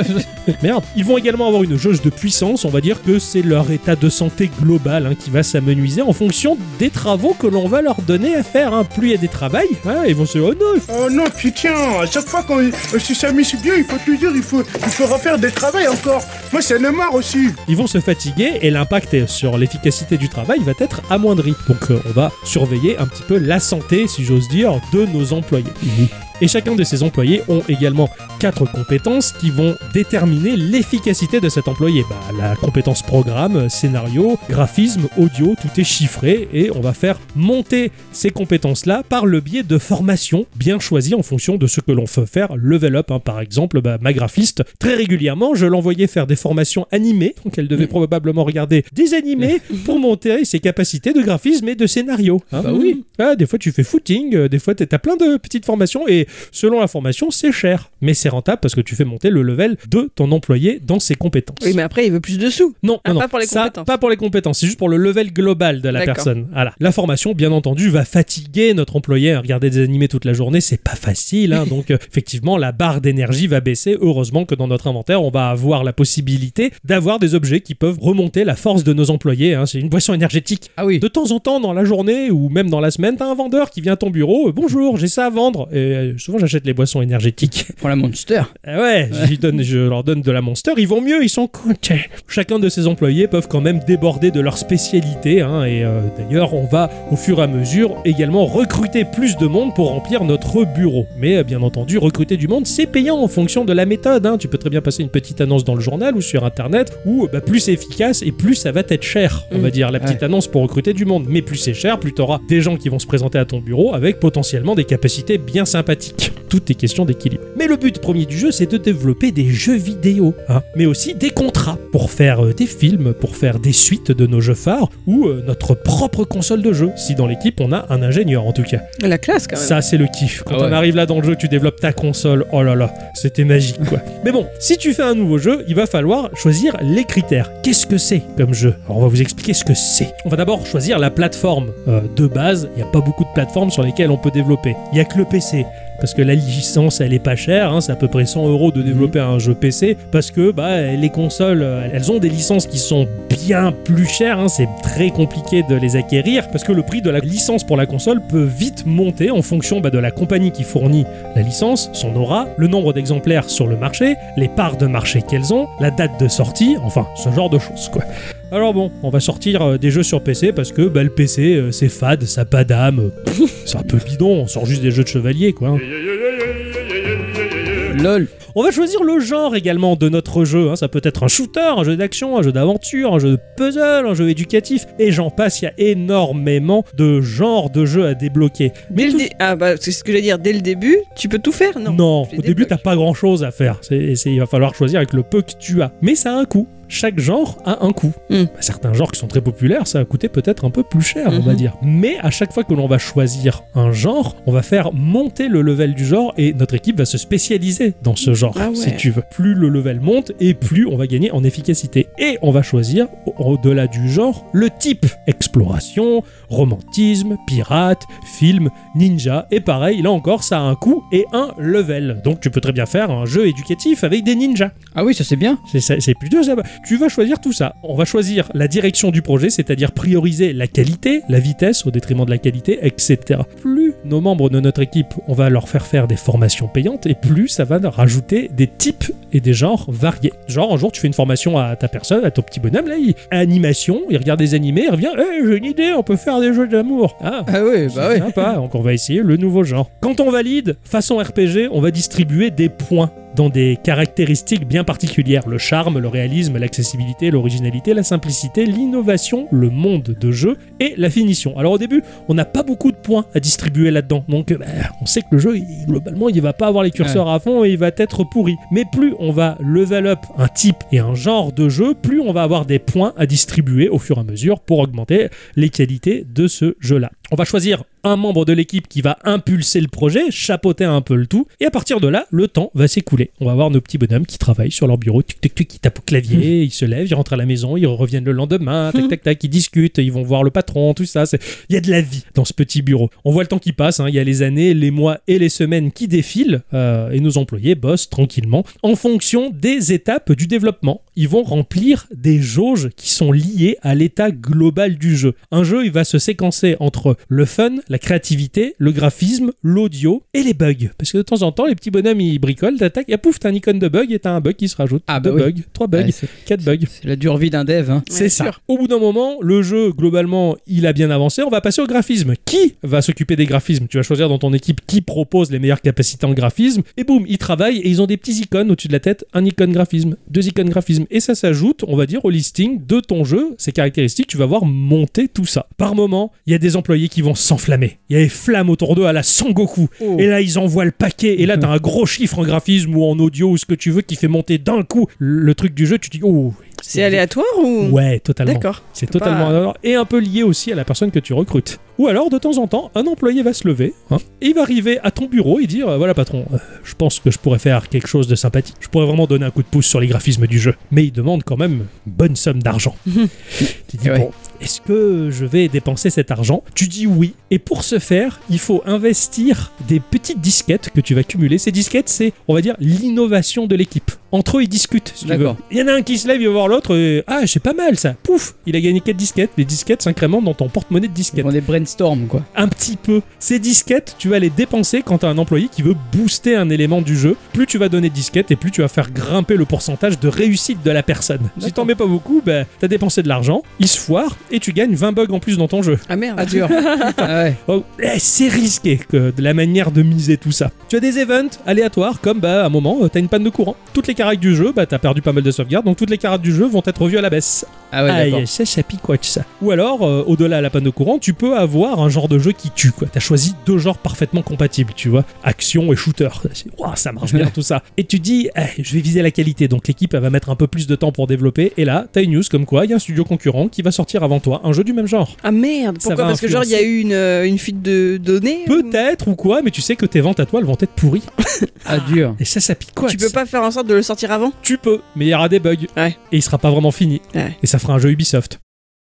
Speaker 1: Merde. Ils vont également avoir une jauge de puissance, on va dire que c'est leur état de santé global qui va s'amenuiser en fonction des travaux que l'on va leur donner à faire. Plus il y a des travails, ils vont se dire
Speaker 5: Oh non, puis tiens, à chaque fois quand si ça m'amuse bien, il faut te dire, il faut refaire des travails encore. Moi, ça en a marre aussi.
Speaker 1: ils vont se fatiguer et l'impact sur l'efficacité du travail va être amoindri. Donc on va surveiller un petit peu la santé, si j'ose dire, de nos employés. Et chacun de ces employés ont également 4 compétences qui vont déterminer l'efficacité de cet employé. La compétence programme, scénario, graphisme, audio, tout est chiffré et on va faire monter ces compétences-là par le biais de formations bien choisies en fonction de ce que l'on veut faire level up. Par exemple, ma graphiste, très régulièrement, je l'envoyais faire des formations animées, donc elle devait probablement regarder des animés pour monter ses capacités de graphisme et de scénario.
Speaker 2: Bah oui.
Speaker 1: Des fois tu fais footing, des fois t'as plein de petites formations et selon la formation, c'est cher, mais c'est rentable parce que tu fais monter le level de ton employé dans ses compétences.
Speaker 3: Oui, mais après, il veut plus de sous.
Speaker 1: Non,
Speaker 3: Ah,
Speaker 1: non,
Speaker 3: pas pour les
Speaker 1: ça,
Speaker 3: compétences.
Speaker 1: pas pour les compétences, c'est juste pour le level global de la
Speaker 3: D'accord.
Speaker 1: personne. Voilà. La formation, bien entendu, va fatiguer notre employé à regarder des animés toute la journée, c'est pas facile, donc effectivement, la barre d'énergie va baisser. Heureusement que dans notre inventaire, on va avoir la possibilité d'avoir des objets qui peuvent remonter la force de nos employés. C'est une boisson énergétique.
Speaker 2: Ah oui.
Speaker 1: De temps en temps, dans la journée ou même dans la semaine, t'as un vendeur qui vient à ton bureau. Bonjour, j'ai ça à vendre. Et souvent, j'achète les boissons énergétiques.
Speaker 2: Prends la Monster.
Speaker 1: Je leur donne de la Monster. Ils vont mieux, ils sont contents. Chacun de ces employés peuvent quand même déborder de leur spécialité. Et d'ailleurs, on va au fur et à mesure également recruter plus de monde pour remplir notre bureau. Mais bien entendu, recruter du monde, c'est payant en fonction de la méthode. Tu peux très bien passer une petite annonce dans le journal ou sur Internet où plus c'est efficace et plus ça va être cher. On va dire la petite annonce pour recruter du monde. Mais plus c'est cher, plus tu auras des gens qui vont se présenter à ton bureau avec potentiellement des capacités bien sympathiques. Tout est question d'équilibre. Mais le but premier du jeu, c'est de développer des jeux vidéo, mais aussi des contrats pour faire des films, pour faire des suites de nos jeux phares ou notre propre console de jeu. Si dans l'équipe, on a un ingénieur en tout cas.
Speaker 3: La classe, quand même.
Speaker 1: Ça, c'est le kiff. Quand
Speaker 2: Ah ouais.
Speaker 1: on arrive là dans le jeu, tu développes ta console. Oh là là, c'était magique quoi. Mais bon, si tu fais un nouveau jeu, il va falloir choisir les critères. Qu'est-ce que c'est comme jeu? Alors, on va vous expliquer ce que c'est. On va d'abord choisir la plateforme de base. Il n'y a pas beaucoup de plateformes sur lesquelles on peut développer. Il n'y a que le PC. Parce que la licence, elle est pas chère, c'est à peu près 100 € de développer un jeu PC, parce que les consoles, elles ont des licences qui sont bien plus chères, c'est très compliqué de les acquérir, parce que le prix de la licence pour la console peut vite monter en fonction de la compagnie qui fournit la licence, son aura, le nombre d'exemplaires sur le marché, les parts de marché qu'elles ont, la date de sortie, enfin, ce genre de choses, quoi. Alors bon, on va sortir des jeux sur PC parce que le PC c'est fade, ça a pas d'âme, c'est un peu bidon, on sort juste des jeux de chevalier quoi.
Speaker 2: LOL.
Speaker 1: On va choisir le genre également de notre jeu, ça peut être un shooter, un jeu d'action, un jeu d'aventure, un jeu de puzzle, un jeu éducatif, et j'en passe, il y a énormément de genres de jeux à débloquer. Mais
Speaker 3: C'est ce que j'allais dire. Dès le début, tu peux tout faire? Non.
Speaker 1: au début t'as pas grand chose à faire, il va falloir choisir avec le peu que tu as, mais ça a un coût. Chaque genre a un coût. Certains genres qui sont très populaires, ça va coûter peut-être un peu plus cher, on va dire. Mais à chaque fois que l'on va choisir un genre, on va faire monter le level du genre et notre équipe va se spécialiser dans ce genre, si tu veux. Plus le level monte et plus on va gagner en efficacité. Et on va choisir, au-delà du genre, le type. Exploration, romantisme, pirate, film, ninja. Et pareil, là encore, ça a un coût et un level. Donc tu peux très bien faire un jeu éducatif avec des ninjas.
Speaker 2: Ah oui, ça c'est bien.
Speaker 1: C'est plutôt ça. Tu vas choisir tout ça. On va choisir la direction du projet, c'est-à-dire prioriser la qualité, la vitesse au détriment de la qualité, etc. Plus nos membres de notre équipe, on va leur faire des formations payantes et plus ça va rajouter des types et des genres variés. Genre un jour tu fais une formation à ta personne, à ton petit bonhomme, là, animation, il regarde des animés, il revient, j'ai une idée, on peut faire des jeux d'amour. Ah oui, bah oui. Sympa, donc on va essayer le nouveau genre. Quand on valide, façon RPG, on va distribuer des points dans des caractéristiques bien particulières, le charme, le réalisme, l'accessibilité, l'originalité, la simplicité, l'innovation, le monde de jeu et la finition. Alors au début, on n'a pas beaucoup de points à distribuer là-dedans, donc on sait que le jeu, globalement, il va pas avoir les curseurs à fond et il va être pourri. Mais plus on va level up un type et un genre de jeu, plus on va avoir des points à distribuer au fur et à mesure pour augmenter les qualités de ce jeu-là. On va choisir un membre de l'équipe qui va impulser le projet, chapeauter un peu le tout, et à partir de là, le temps va s'écouler. On va avoir nos petits bonhommes qui travaillent sur leur bureau, qui tapent au clavier, ils se lèvent, ils rentrent à la maison, ils reviennent le lendemain, ils discutent, ils vont voir le patron, tout ça. Il y a de la vie dans ce petit bureau. On voit le temps qui passe, il y a les années, les mois et les semaines qui défilent, et nos employés bossent tranquillement en fonction des étapes du développement. Ils vont remplir des jauges qui sont liées à l'état global du jeu. Un jeu, il va se séquencer entre le fun, la créativité, le graphisme, l'audio et les bugs. Parce que de temps en temps, les petits bonhommes, ils bricolent, t'attaquent, et pouf, t'as un icône de bug et t'as un bug qui se rajoute. 2 bugs, 3 bugs, 4 bugs.
Speaker 2: C'est la dure vie d'un dev.
Speaker 1: C'est ça. Sûr. Au bout d'un moment, le jeu, globalement, il a bien avancé. On va passer au graphisme. Qui va s'occuper des graphismes ? Tu vas choisir dans ton équipe qui propose les meilleures capacités en graphisme. Et boum, ils travaillent et ils ont des petits icônes au-dessus de la tête. Un icône graphisme, 2 icônes graphisme. Et ça s'ajoute, on va dire, au listing de ton jeu. Ces caractéristiques, tu vas voir monter tout ça. Par moment, il y a des employés qui vont s'enflammer. Il y a des flammes autour d'eux à la Son Goku. Et là, ils envoient le paquet. Et là, t'as un gros chiffre en graphisme ou en audio ou ce que tu veux qui fait monter d'un coup le truc du jeu. Tu te dis, oh.
Speaker 3: C'est aléatoire ou...
Speaker 1: Ouais, totalement.
Speaker 3: D'accord.
Speaker 1: C'est totalement aléatoire. Et un peu lié aussi à la personne que tu recrutes. Ou alors, de temps en temps, un employé va se lever et il va arriver à ton bureau et dire voilà patron, je pense que je pourrais faire quelque chose de sympathique. Je pourrais vraiment donner un coup de pouce sur les graphismes du jeu. Mais il demande quand même une bonne somme d'argent. Tu dis bon, est-ce que je vais dépenser cet argent ? Tu dis oui. Et pour ce faire, il faut investir des petites disquettes que tu vas cumuler. Ces disquettes, c'est, on va dire, l'innovation de l'équipe. Entre eux, ils discutent, si tu veux. Il y en a un qui se lève, il va voir l'autre, et c'est pas mal ça. Pouf, il a gagné 4 disquettes. Les disquettes s'incrémentent dans ton porte-monnaie de disquettes.
Speaker 2: On est brainstorm, quoi.
Speaker 1: Un petit peu. Ces disquettes, tu vas les dépenser quand tu as un employé qui veut booster un élément du jeu. Plus tu vas donner de disquettes et plus tu vas faire grimper le pourcentage de réussite de la personne. D'accord. Si t'en mets pas beaucoup, t'as dépensé de l'argent, il se foire et tu gagnes 20 bugs en plus dans ton jeu.
Speaker 3: Ah merde.
Speaker 2: Ah dur.
Speaker 1: C'est risqué de la manière de miser tout ça. Tu as des events aléatoires comme à un moment, t'as une panne de courant. Toutes les caractères du jeu, t'as perdu pas mal de sauvegardes, donc toutes les caractères du jeu vont être revues à la baisse.
Speaker 2: Ah ouais, d'accord.
Speaker 1: Ça picote ça. Ou alors, au-delà de la panne de courant, tu peux avoir un genre de jeu qui tue, quoi. T'as choisi 2 genres parfaitement compatibles, tu vois. Action et shooter. Wow, ça marche bien tout ça. Et tu dis, je vais viser la qualité, donc l'équipe elle va mettre un peu plus de temps pour développer. Et là, t'as une news comme quoi il y a un studio concurrent qui va sortir avant toi un jeu du même genre.
Speaker 3: Ah merde, pourquoi ? Parce que genre il y a eu une fuite de données
Speaker 1: peut-être ou quoi, mais tu sais que tes ventes à toi elles vont être pourries.
Speaker 2: Dur.
Speaker 1: Et ça picote.
Speaker 3: Tu peux pas faire en sorte de le sortir avant ?
Speaker 1: Tu peux, mais il y aura des bugs.
Speaker 3: Ouais.
Speaker 1: Et il sera pas vraiment fini.
Speaker 3: Ouais.
Speaker 1: Et ça fera un jeu Ubisoft.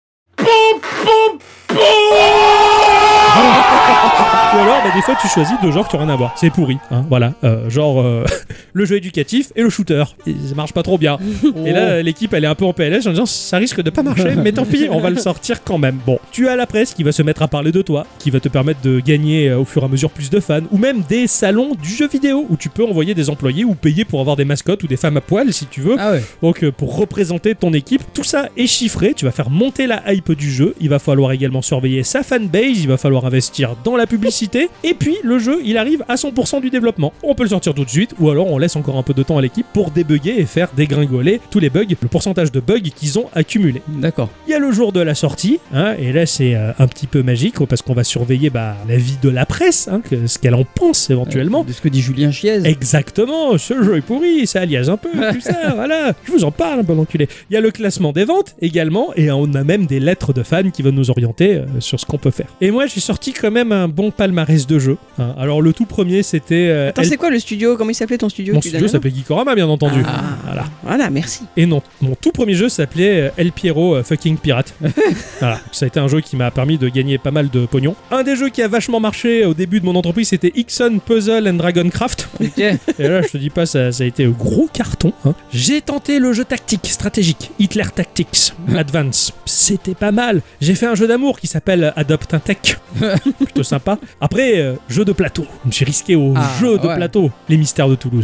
Speaker 1: Ou alors, des fois, tu choisis 2 genres qui n'ont rien à voir. C'est pourri. Voilà. Le jeu éducatif et le shooter. Et ça marche pas trop bien. Et là, l'équipe, elle est un peu en PLS en disant ça risque de pas marcher, mais tant pis, on va le sortir quand même. Bon. Tu as la presse qui va se mettre à parler de toi, qui va te permettre de gagner au fur et à mesure plus de fans, ou même des salons du jeu vidéo où tu peux envoyer des employés ou payer pour avoir des mascottes ou des femmes à poil si tu veux.
Speaker 2: Ah ouais.
Speaker 1: Donc, pour représenter ton équipe. Tout ça est chiffré. Tu vas faire monter la hype du jeu. Il va falloir également surveiller sa fanbase. Il va falloir investir dans la publicité. Et puis le jeu il arrive à 100% du développement. On peut le sortir tout de suite ou alors on laisse encore un peu de temps à l'équipe pour débugger et faire dégringoler tous les bugs, le pourcentage de bugs qu'ils ont accumulé.
Speaker 2: D'accord.
Speaker 1: Il y a le jour de la sortie et là c'est un petit peu magique parce qu'on va surveiller la vie de la presse, ce qu'elle en pense éventuellement.
Speaker 2: De ce que dit Julien Chiez.
Speaker 1: Exactement, ce jeu est pourri, ça aliase un peu, tout ça, voilà. Je vous en parle un peu l'enculé. Il y a le classement des ventes également et on a même des lettres de fans qui vont nous orienter sur ce qu'on peut faire. Et moi j'ai sorti quand même un bon palmarès de jeux. Alors le tout premier c'était...
Speaker 3: Attends, c'est quoi le studio ? Comment il s'appelait ton studio ?
Speaker 1: Mon studio s'appelait Geekorama bien entendu. Voilà.
Speaker 3: Voilà, merci.
Speaker 1: Et non, mon tout premier jeu s'appelait El Piero Fucking Pirate. Voilà, ça a été un jeu qui m'a permis de gagner pas mal de pognon. Un des jeux qui a vachement marché au début de mon entreprise, c'était Ixon Puzzle and Dragoncraft.
Speaker 2: Ok.
Speaker 1: Et là, je te dis pas, ça a été un gros carton. Hein. J'ai tenté le jeu tactique, stratégique, Hitler Tactics Advance. C'était pas mal. J'ai fait un jeu d'amour qui s'appelle Adopt un Tech. Plutôt sympa. Après, jeu de plateau. Je me suis risqué au jeu de plateau. Les Mystères de Toulouse.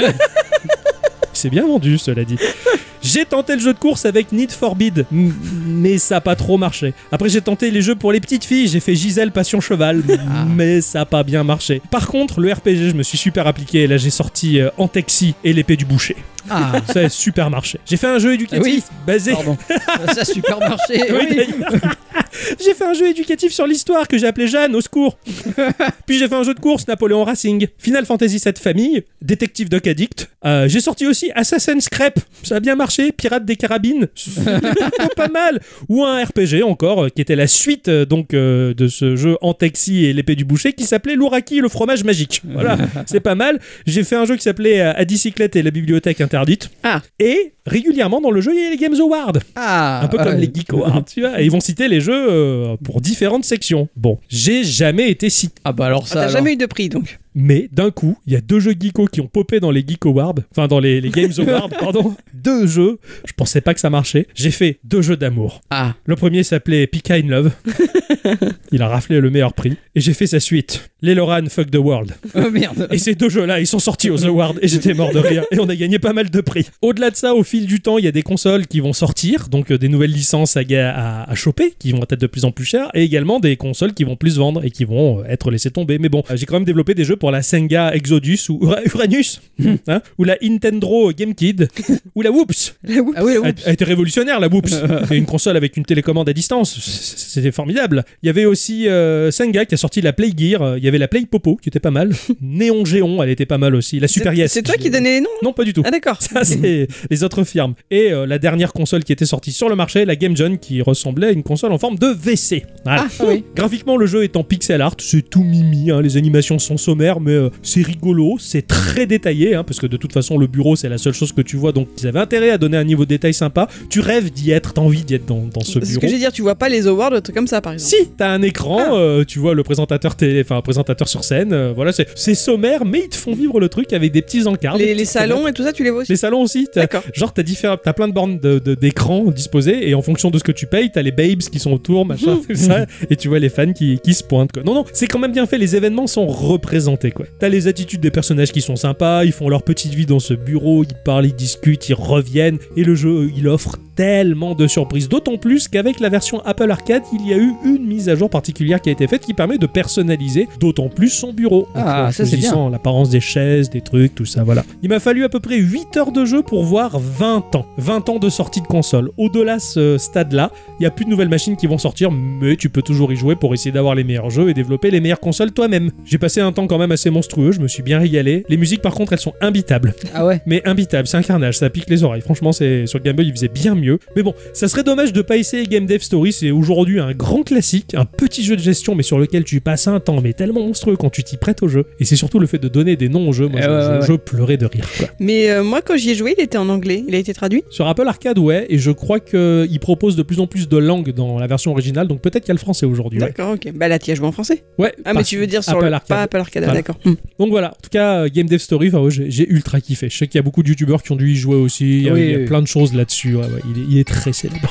Speaker 1: C'est bien vendu, cela dit. J'ai tenté le jeu de course avec Need for Speed, mais ça n'a pas trop marché. Après, j'ai tenté les jeux pour les petites filles, j'ai fait Gisèle Passion Cheval, mais ça n'a pas bien marché. Par contre, le RPG, je me suis super appliqué, et là j'ai sorti Antexi et l'épée du boucher. Ça a super marché. J'ai fait un jeu éducatif basé...
Speaker 2: Pardon. Ça a super marché.
Speaker 1: J'ai fait un jeu éducatif sur l'histoire que j'ai appelé Jeanne, au secours. Puis j'ai fait un jeu de course, Napoléon Racing, Final Fantasy VII Famille, Détective Duck Addict. J'ai sorti aussi Assassin's Creed, ça a bien marché, Pirates des Carabines, c'est pas mal. Ou un RPG encore, qui était la suite de ce jeu Antexi et l'épée du boucher, qui s'appelait L'Ouraki, le fromage magique. Voilà, c'est pas mal. J'ai fait un jeu qui s'appelait À bicyclette et la bibliothèque interdite. Et régulièrement dans le jeu, il y a les Games Awards. Un peu comme les Geek Awards, tu vois. Et ils vont citer les jeux pour différentes sections. Bon, j'ai jamais été cité.
Speaker 2: Bah alors ça.
Speaker 3: T'as jamais eu de prix donc.
Speaker 1: Mais d'un coup, il y a 2 jeux geeko qui ont popé dans les Geek Awards, enfin dans les Games Awards, pardon. 2 jeux, je pensais pas que ça marchait. J'ai fait 2 jeux d'amour. Le premier s'appelait Pika in Love. Il a raflé le meilleur prix. Et j'ai fait sa suite, Leloran Fuck the World.
Speaker 2: Oh merde.
Speaker 1: Et ces 2 jeux-là, ils sont sortis aux Awards et j'étais mort de rire. Et on a gagné pas mal de prix. Au-delà de ça, au fil du temps, il y a des consoles qui vont sortir, donc des nouvelles licences à choper, qui vont être de plus en plus chères, et également des consoles qui vont plus vendre et qui vont être laissées tomber. Mais bon, j'ai quand même développé des jeux pour la Senga Exodus ou Uranus, hein, ou la Nintendo GameKid, ou la Whoops. A été révolutionnaire, la Whoops. C'est une console avec une télécommande à distance. C'était formidable. Il y avait aussi Senga qui a sorti la Play Gear. Il y avait la Play Popo qui était pas mal. Néon Géon, elle était pas mal aussi. La Super Yes.
Speaker 3: C'est toi qui donnais les noms?
Speaker 1: Non, pas du tout.
Speaker 3: Ah d'accord.
Speaker 1: Ça, c'est les autres firmes. Et la dernière console qui était sortie sur le marché, la Game John, qui ressemblait à une console en forme de WC. Voilà. Graphiquement, le jeu est en pixel art. C'est tout mimi. Hein. Les animations sont sommaires, mais c'est rigolo. C'est très détaillé, hein, parce que de toute façon, le bureau, c'est la seule chose que tu vois. Donc, ils avaient intérêt à donner un niveau de détail sympa. Tu rêves d'y être. T'as envie d'y être dans ce bureau.
Speaker 3: C'est ce que j'ai dire. Tu vois pas les awards, des trucs comme ça, par exemple.
Speaker 1: Si, t'as un écran. Tu vois le présentateur présentateur sur scène. Voilà, c'est sommaire, mais ils te font vivre le truc avec des petits encarts.
Speaker 3: Les salons et tout ça, tu les vois aussi.
Speaker 1: Les salons aussi.
Speaker 3: D'accord.
Speaker 1: Genre, t'as plein de bornes d'écran disposées, et en fonction de ce que tu payes, t'as les babes qui sont autour, machin, tout ça, et tu vois les fans qui se pointent, quoi. Non, c'est quand même bien fait. Les événements sont représentés, quoi. T'as les attitudes des personnages qui sont sympas, ils font leur petite vie dans ce bureau, ils parlent, ils discutent, ils reviennent, et le jeu, il offre tellement de surprises. D'autant plus qu'avec la version Apple Arcade, il y a eu une mise à jour particulière qui a été faite qui permet de personnaliser d'autant plus son bureau.
Speaker 2: Ça c'est bien.
Speaker 1: L'apparence des chaises, des trucs, tout ça, voilà. Il m'a fallu à peu près 8 heures de jeu pour voir 20 ans. 20 ans de sortie de console. Au-delà de ce stade-là, il n'y a plus de nouvelles machines qui vont sortir, mais tu peux toujours y jouer pour essayer d'avoir les meilleurs jeux et développer les meilleures consoles toi-même. J'ai passé un temps quand même assez monstrueux, je me suis bien régalé. Les musiques par contre, elles sont imbitables. Mais imbitables, c'est un carnage, ça pique les oreilles. Franchement, sur le Game Boy, il faisait bien mieux. Mais bon, ça serait dommage de pas essayer Game Dev Story, c'est aujourd'hui un grand classique, un petit jeu de gestion, mais sur lequel tu passes un temps mais tellement monstrueux quand tu t'y prêtes au jeu. Et c'est surtout le fait de donner des noms au jeu. Moi, je pleurais de rire, quoi.
Speaker 3: Mais moi, quand j'y ai joué, il était en anglais. Il a été traduit
Speaker 1: sur Apple Arcade, ouais. Et je crois qu'il propose de plus en plus de langues dans la version originale, donc peut-être qu'il y a le français aujourd'hui.
Speaker 3: D'accord, ok. Bah là, tu as joué en français.
Speaker 1: Ouais.
Speaker 3: Mais tu veux dire sur
Speaker 1: Apple Arcade.
Speaker 3: Pas Apple Arcade,
Speaker 1: voilà.
Speaker 3: D'accord.
Speaker 1: Donc voilà. En tout cas, Game Dev Story, j'ai ultra kiffé. Je sais qu'il y a beaucoup de youtubeurs qui ont dû y jouer aussi. Il y a plein de choses là-dessus. Ouais, il est très célèbre.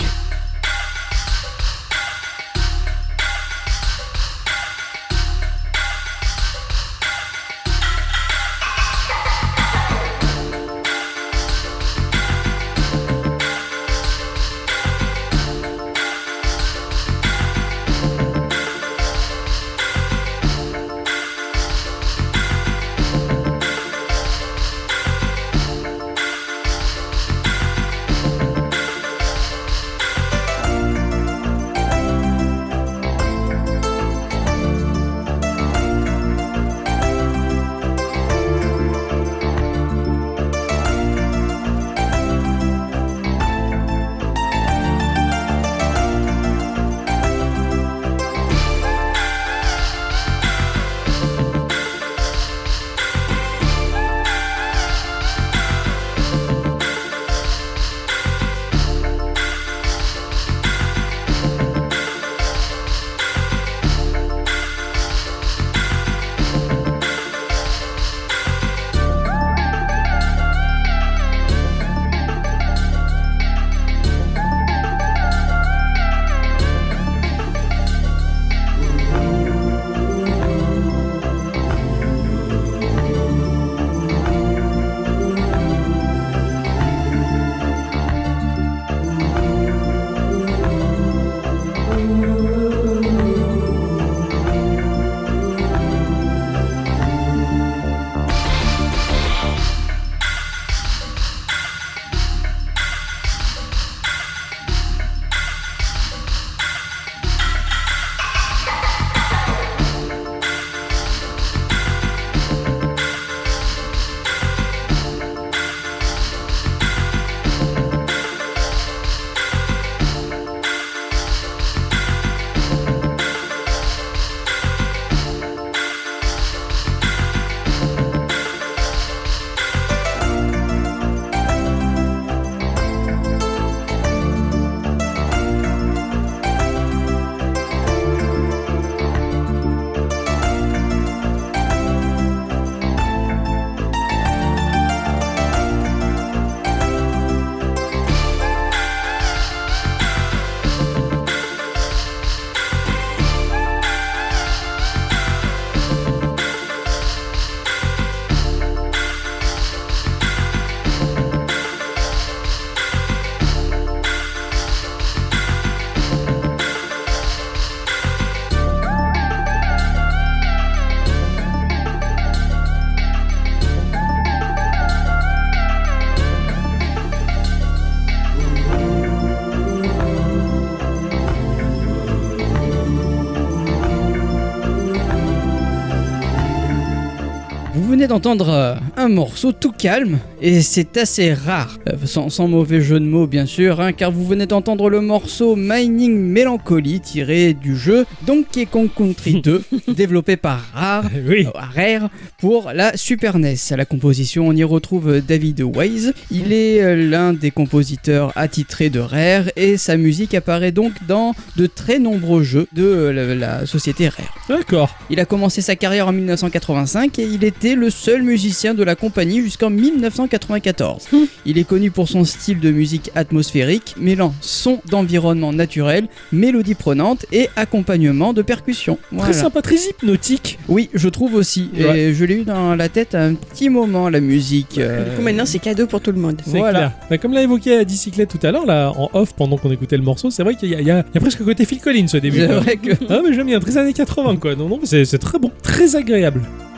Speaker 2: Vous venez d'entendre un morceau tout calme et c'est assez rare, sans mauvais jeu de mots bien sûr, hein, car vous venez d'entendre le morceau Mining Melancholy tiré du jeu Donkey Kong Country 2, développé par Rare pour la Super NES. À la composition, on y retrouve David Wise. Il est l'un des compositeurs attitrés de Rare et sa musique apparaît donc dans de très nombreux jeux de la société Rare.
Speaker 1: D'accord.
Speaker 2: Il a commencé sa carrière en 1985 et il était le seul musicien de la compagnie jusqu'en 1994. Il est connu pour son style de musique atmosphérique, mêlant son d'environnement naturel, mélodie prenante et accompagnement de percussions.
Speaker 1: Très sympa, très hypnotique.
Speaker 2: Oui, je trouve aussi.
Speaker 1: Ouais.
Speaker 2: Et je l'ai eu dans la tête un petit moment, la musique.
Speaker 3: Du coup, maintenant, c'est cadeau pour tout le monde.
Speaker 1: C'est
Speaker 2: Voilà.
Speaker 1: clair. Bah, comme l'a évoqué à Dicyclette tout à l'heure, là, en off, pendant qu'on écoutait le morceau, c'est vrai qu'il y a presque côté Phil Collins au début.
Speaker 2: C'est
Speaker 1: quoi.
Speaker 2: vrai que...
Speaker 1: Ah, mais j'aime bien, très années 80, quoi. Non, c'est très bon, très agréable.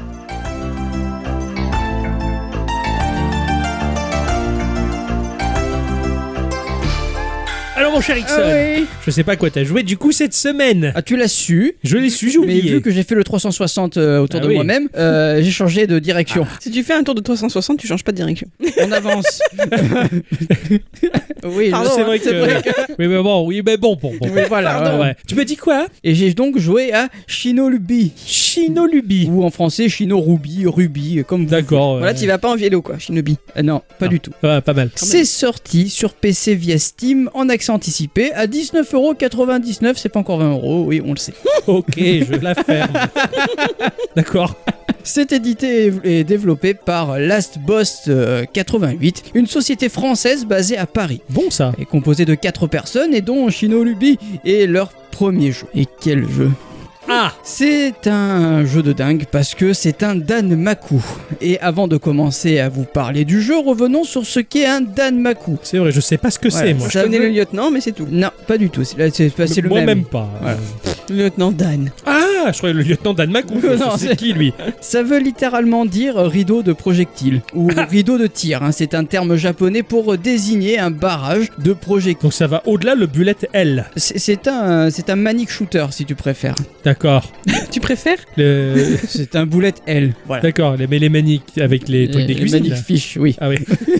Speaker 1: Alors mon cher Ixon, je sais pas à quoi t'as joué du coup cette semaine.
Speaker 2: Ah, tu l'as su.
Speaker 1: Je l'ai su, j'ai
Speaker 2: Mais
Speaker 1: oublié.
Speaker 2: vu que j'ai fait le 360 autour de
Speaker 1: oui.
Speaker 2: moi-même, j'ai changé de direction.
Speaker 3: Si tu fais un tour de 360, tu changes pas de direction.
Speaker 2: On avance. Oui,
Speaker 3: Pardon,
Speaker 1: c'est vrai
Speaker 3: c'est
Speaker 1: que...
Speaker 3: vrai
Speaker 1: Oui, mais bon.
Speaker 2: Oui, voilà.
Speaker 1: Ouais. Tu me dis quoi?
Speaker 2: Et j'ai donc joué à Shinolubi.
Speaker 1: Shinolubi.
Speaker 2: Ou en français Shinorubi, Ruby, comme vous.
Speaker 1: D'accord.
Speaker 3: Voilà, tu vas pas en vélo, quoi, Shinobi.
Speaker 2: Non, pas
Speaker 1: Non.
Speaker 2: du tout.
Speaker 1: Ouais, pas mal.
Speaker 2: C'est sorti sur PC via Steam en accès anticipé à 19,99€. C'est pas encore 20€, oui, on le sait.
Speaker 1: Ok, je la ferme. D'accord.
Speaker 2: C'est édité et développé par Last Boss 88, une société française basée à Paris.
Speaker 1: Bon ça.
Speaker 2: Et composée de 4 personnes et dont Shinolubi est leur premier jeu. Et quel jeu!
Speaker 1: Ah.
Speaker 2: C'est un jeu de dingue parce que c'est un Danmaku. Et avant de commencer à vous parler du jeu, revenons sur ce qu'est un Danmaku.
Speaker 1: C'est vrai, je sais pas ce que
Speaker 2: Voilà,
Speaker 1: c'est moi.
Speaker 3: Je connais le lieutenant, mais c'est tout.
Speaker 2: Non, pas du tout. C'est le
Speaker 1: Moi
Speaker 2: même.
Speaker 1: même pas.
Speaker 2: Voilà.
Speaker 3: Le lieutenant Dan.
Speaker 1: Ah, je croyais le lieutenant Danmaku.
Speaker 2: Non,
Speaker 1: c'est
Speaker 2: c'est-
Speaker 1: qui lui?
Speaker 2: Ça veut littéralement dire rideau de projectile ou rideau de tir. Hein. C'est un terme japonais pour désigner un barrage de projectiles.
Speaker 1: Donc ça va au-delà le bullet L.
Speaker 2: C'est un manic shooter si tu préfères.
Speaker 1: D'accord.
Speaker 3: Tu préfères
Speaker 1: Le...
Speaker 2: C'est un bullet L. Voilà.
Speaker 1: D'accord, mais les maniques avec les trucs des
Speaker 2: Les
Speaker 1: cuisines.
Speaker 2: manic
Speaker 1: là.
Speaker 2: fish, oui.
Speaker 1: Ah oui.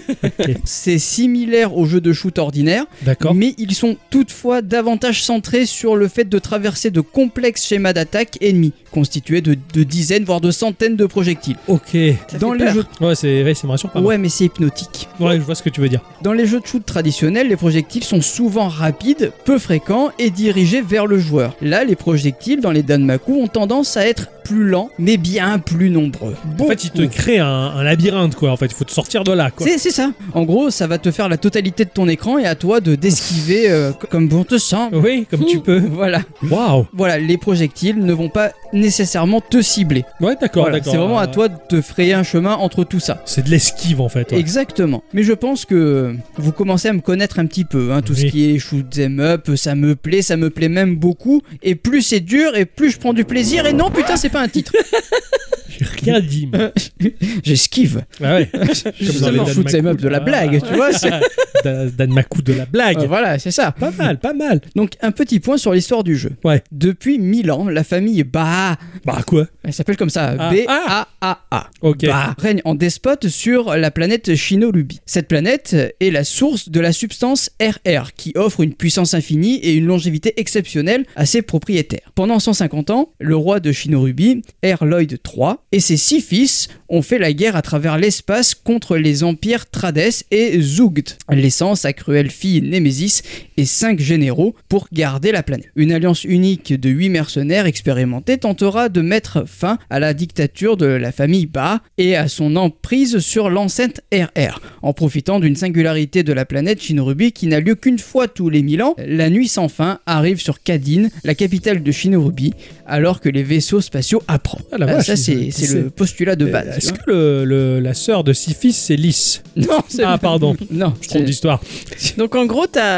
Speaker 2: C'est similaire aux jeux de shoot ordinaires,
Speaker 1: D'accord.
Speaker 2: mais ils sont toutefois davantage centrés sur le fait de traverser de complexes schémas d'attaque ennemis, constitués de dizaines voire de centaines de projectiles.
Speaker 1: Ok.
Speaker 3: Ça
Speaker 2: Dans
Speaker 3: fait
Speaker 2: les
Speaker 3: peur.
Speaker 2: jeux,
Speaker 1: Ouais, ça me rassure pas mal.
Speaker 2: ouais, mais c'est hypnotique.
Speaker 1: Ouais, je vois ce que tu veux dire.
Speaker 2: Dans les jeux de shoot traditionnels, les projectiles sont souvent rapides, peu fréquents et dirigés vers le joueur. Là, les projectiles dans les Danmaku ont tendance à être plus lents, mais bien plus nombreux.
Speaker 1: En fait, il te crée un labyrinthe, quoi. En fait, il faut te sortir de là, quoi.
Speaker 2: C'est ça. En gros, ça va te faire la totalité de ton écran et à toi de d'esquiver comme bon te semble.
Speaker 1: Oui, comme tu peux.
Speaker 2: Voilà.
Speaker 1: Waouh.
Speaker 2: Voilà, les projectiles ne vont pas nécessairement te cibler.
Speaker 1: Ouais, d'accord,
Speaker 2: Voilà,
Speaker 1: d'accord.
Speaker 2: c'est vraiment à toi de te frayer un chemin entre tout ça.
Speaker 1: C'est de l'esquive, en fait. Ouais.
Speaker 2: Exactement. Mais je pense que vous commencez à me connaître un petit peu. Hein, tout ce
Speaker 1: Oui.
Speaker 2: qui est shoot 'em up, ça me plaît même beaucoup. Et plus c'est dur, et plus je prends du plaisir. Et non, putain, c'est pas un titre.
Speaker 1: J'ai rien dit, moi.
Speaker 2: J'esquive.
Speaker 1: Ah ouais.
Speaker 2: Justement, shoot 'em up de la blague, tu vois. c'est-
Speaker 1: Danmaku de la blague.
Speaker 2: Voilà, c'est ça.
Speaker 1: Pas mal, pas mal.
Speaker 2: Donc, un petit point sur l'histoire du jeu.
Speaker 1: Ouais.
Speaker 2: Depuis 1000 ans, la famille Ba,
Speaker 1: Bah, quoi?
Speaker 2: elle s'appelle comme ça,
Speaker 1: Ah.
Speaker 2: B-A-A-A.
Speaker 1: Ok.
Speaker 2: Ba, règne en despote sur la planète Shinolubi. Cette planète est la source de la substance RR, qui offre une puissance infinie et une longévité exceptionnelle à ses propriétaires. Pendant 150 ans, le roi de Shinorubi, Lloyd III, et ses 6 fils ont fait la guerre à travers l'espace contre les empires Trades et Zugt, laissant sa cruelle fille Némésis et 5 généraux pour garder la planète. Une alliance unique de 8 mercenaires expérimentés tentera de mettre fin à la dictature de la famille Ba et à son emprise sur l'enceinte RR, en profitant d'une singularité de la planète Shinorubi qui n'a lieu qu'une fois tous les 1000 ans. La nuit sans fin arrive sur Kadin, la capitale de Shinorubi, alors que les vaisseaux spatiaux apprennent.
Speaker 1: Ah, la vache,
Speaker 2: Ça, c'est le postulat de base. tu
Speaker 1: Est-ce
Speaker 2: vois.
Speaker 1: que la sœur de Six Fils, c'est Lys?
Speaker 2: Non, c'est
Speaker 1: Ah, pardon.
Speaker 2: non,
Speaker 1: Je trompe d'histoire.
Speaker 3: Donc en gros, t'as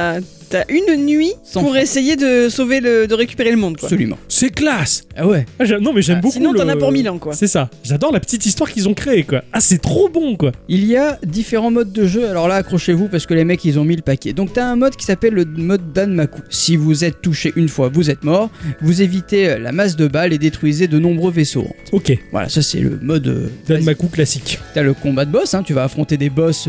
Speaker 3: T'as une nuit
Speaker 2: Sans
Speaker 3: pour
Speaker 2: fin.
Speaker 3: essayer de récupérer le monde, quoi.
Speaker 2: Absolument.
Speaker 1: C'est classe.
Speaker 2: Ah ouais.
Speaker 1: Ah, non, mais j'aime beaucoup.
Speaker 3: Sinon, t'en as pour 1000 ans, quoi.
Speaker 1: C'est ça. J'adore la petite histoire qu'ils ont créée, quoi. Ah, c'est trop bon, quoi.
Speaker 2: Il y a différents modes de jeu, alors là accrochez-vous parce que les mecs ils ont mis le paquet. Donc t'as un mode qui s'appelle le mode Danmaku. Si vous êtes touché une fois, vous êtes mort, vous évitez la masse de balles et détruisez de nombreux vaisseaux.
Speaker 1: Ok.
Speaker 2: Voilà, ça c'est le mode...
Speaker 1: Danmaku classique.
Speaker 2: T'as le combat de boss, hein, tu vas affronter des boss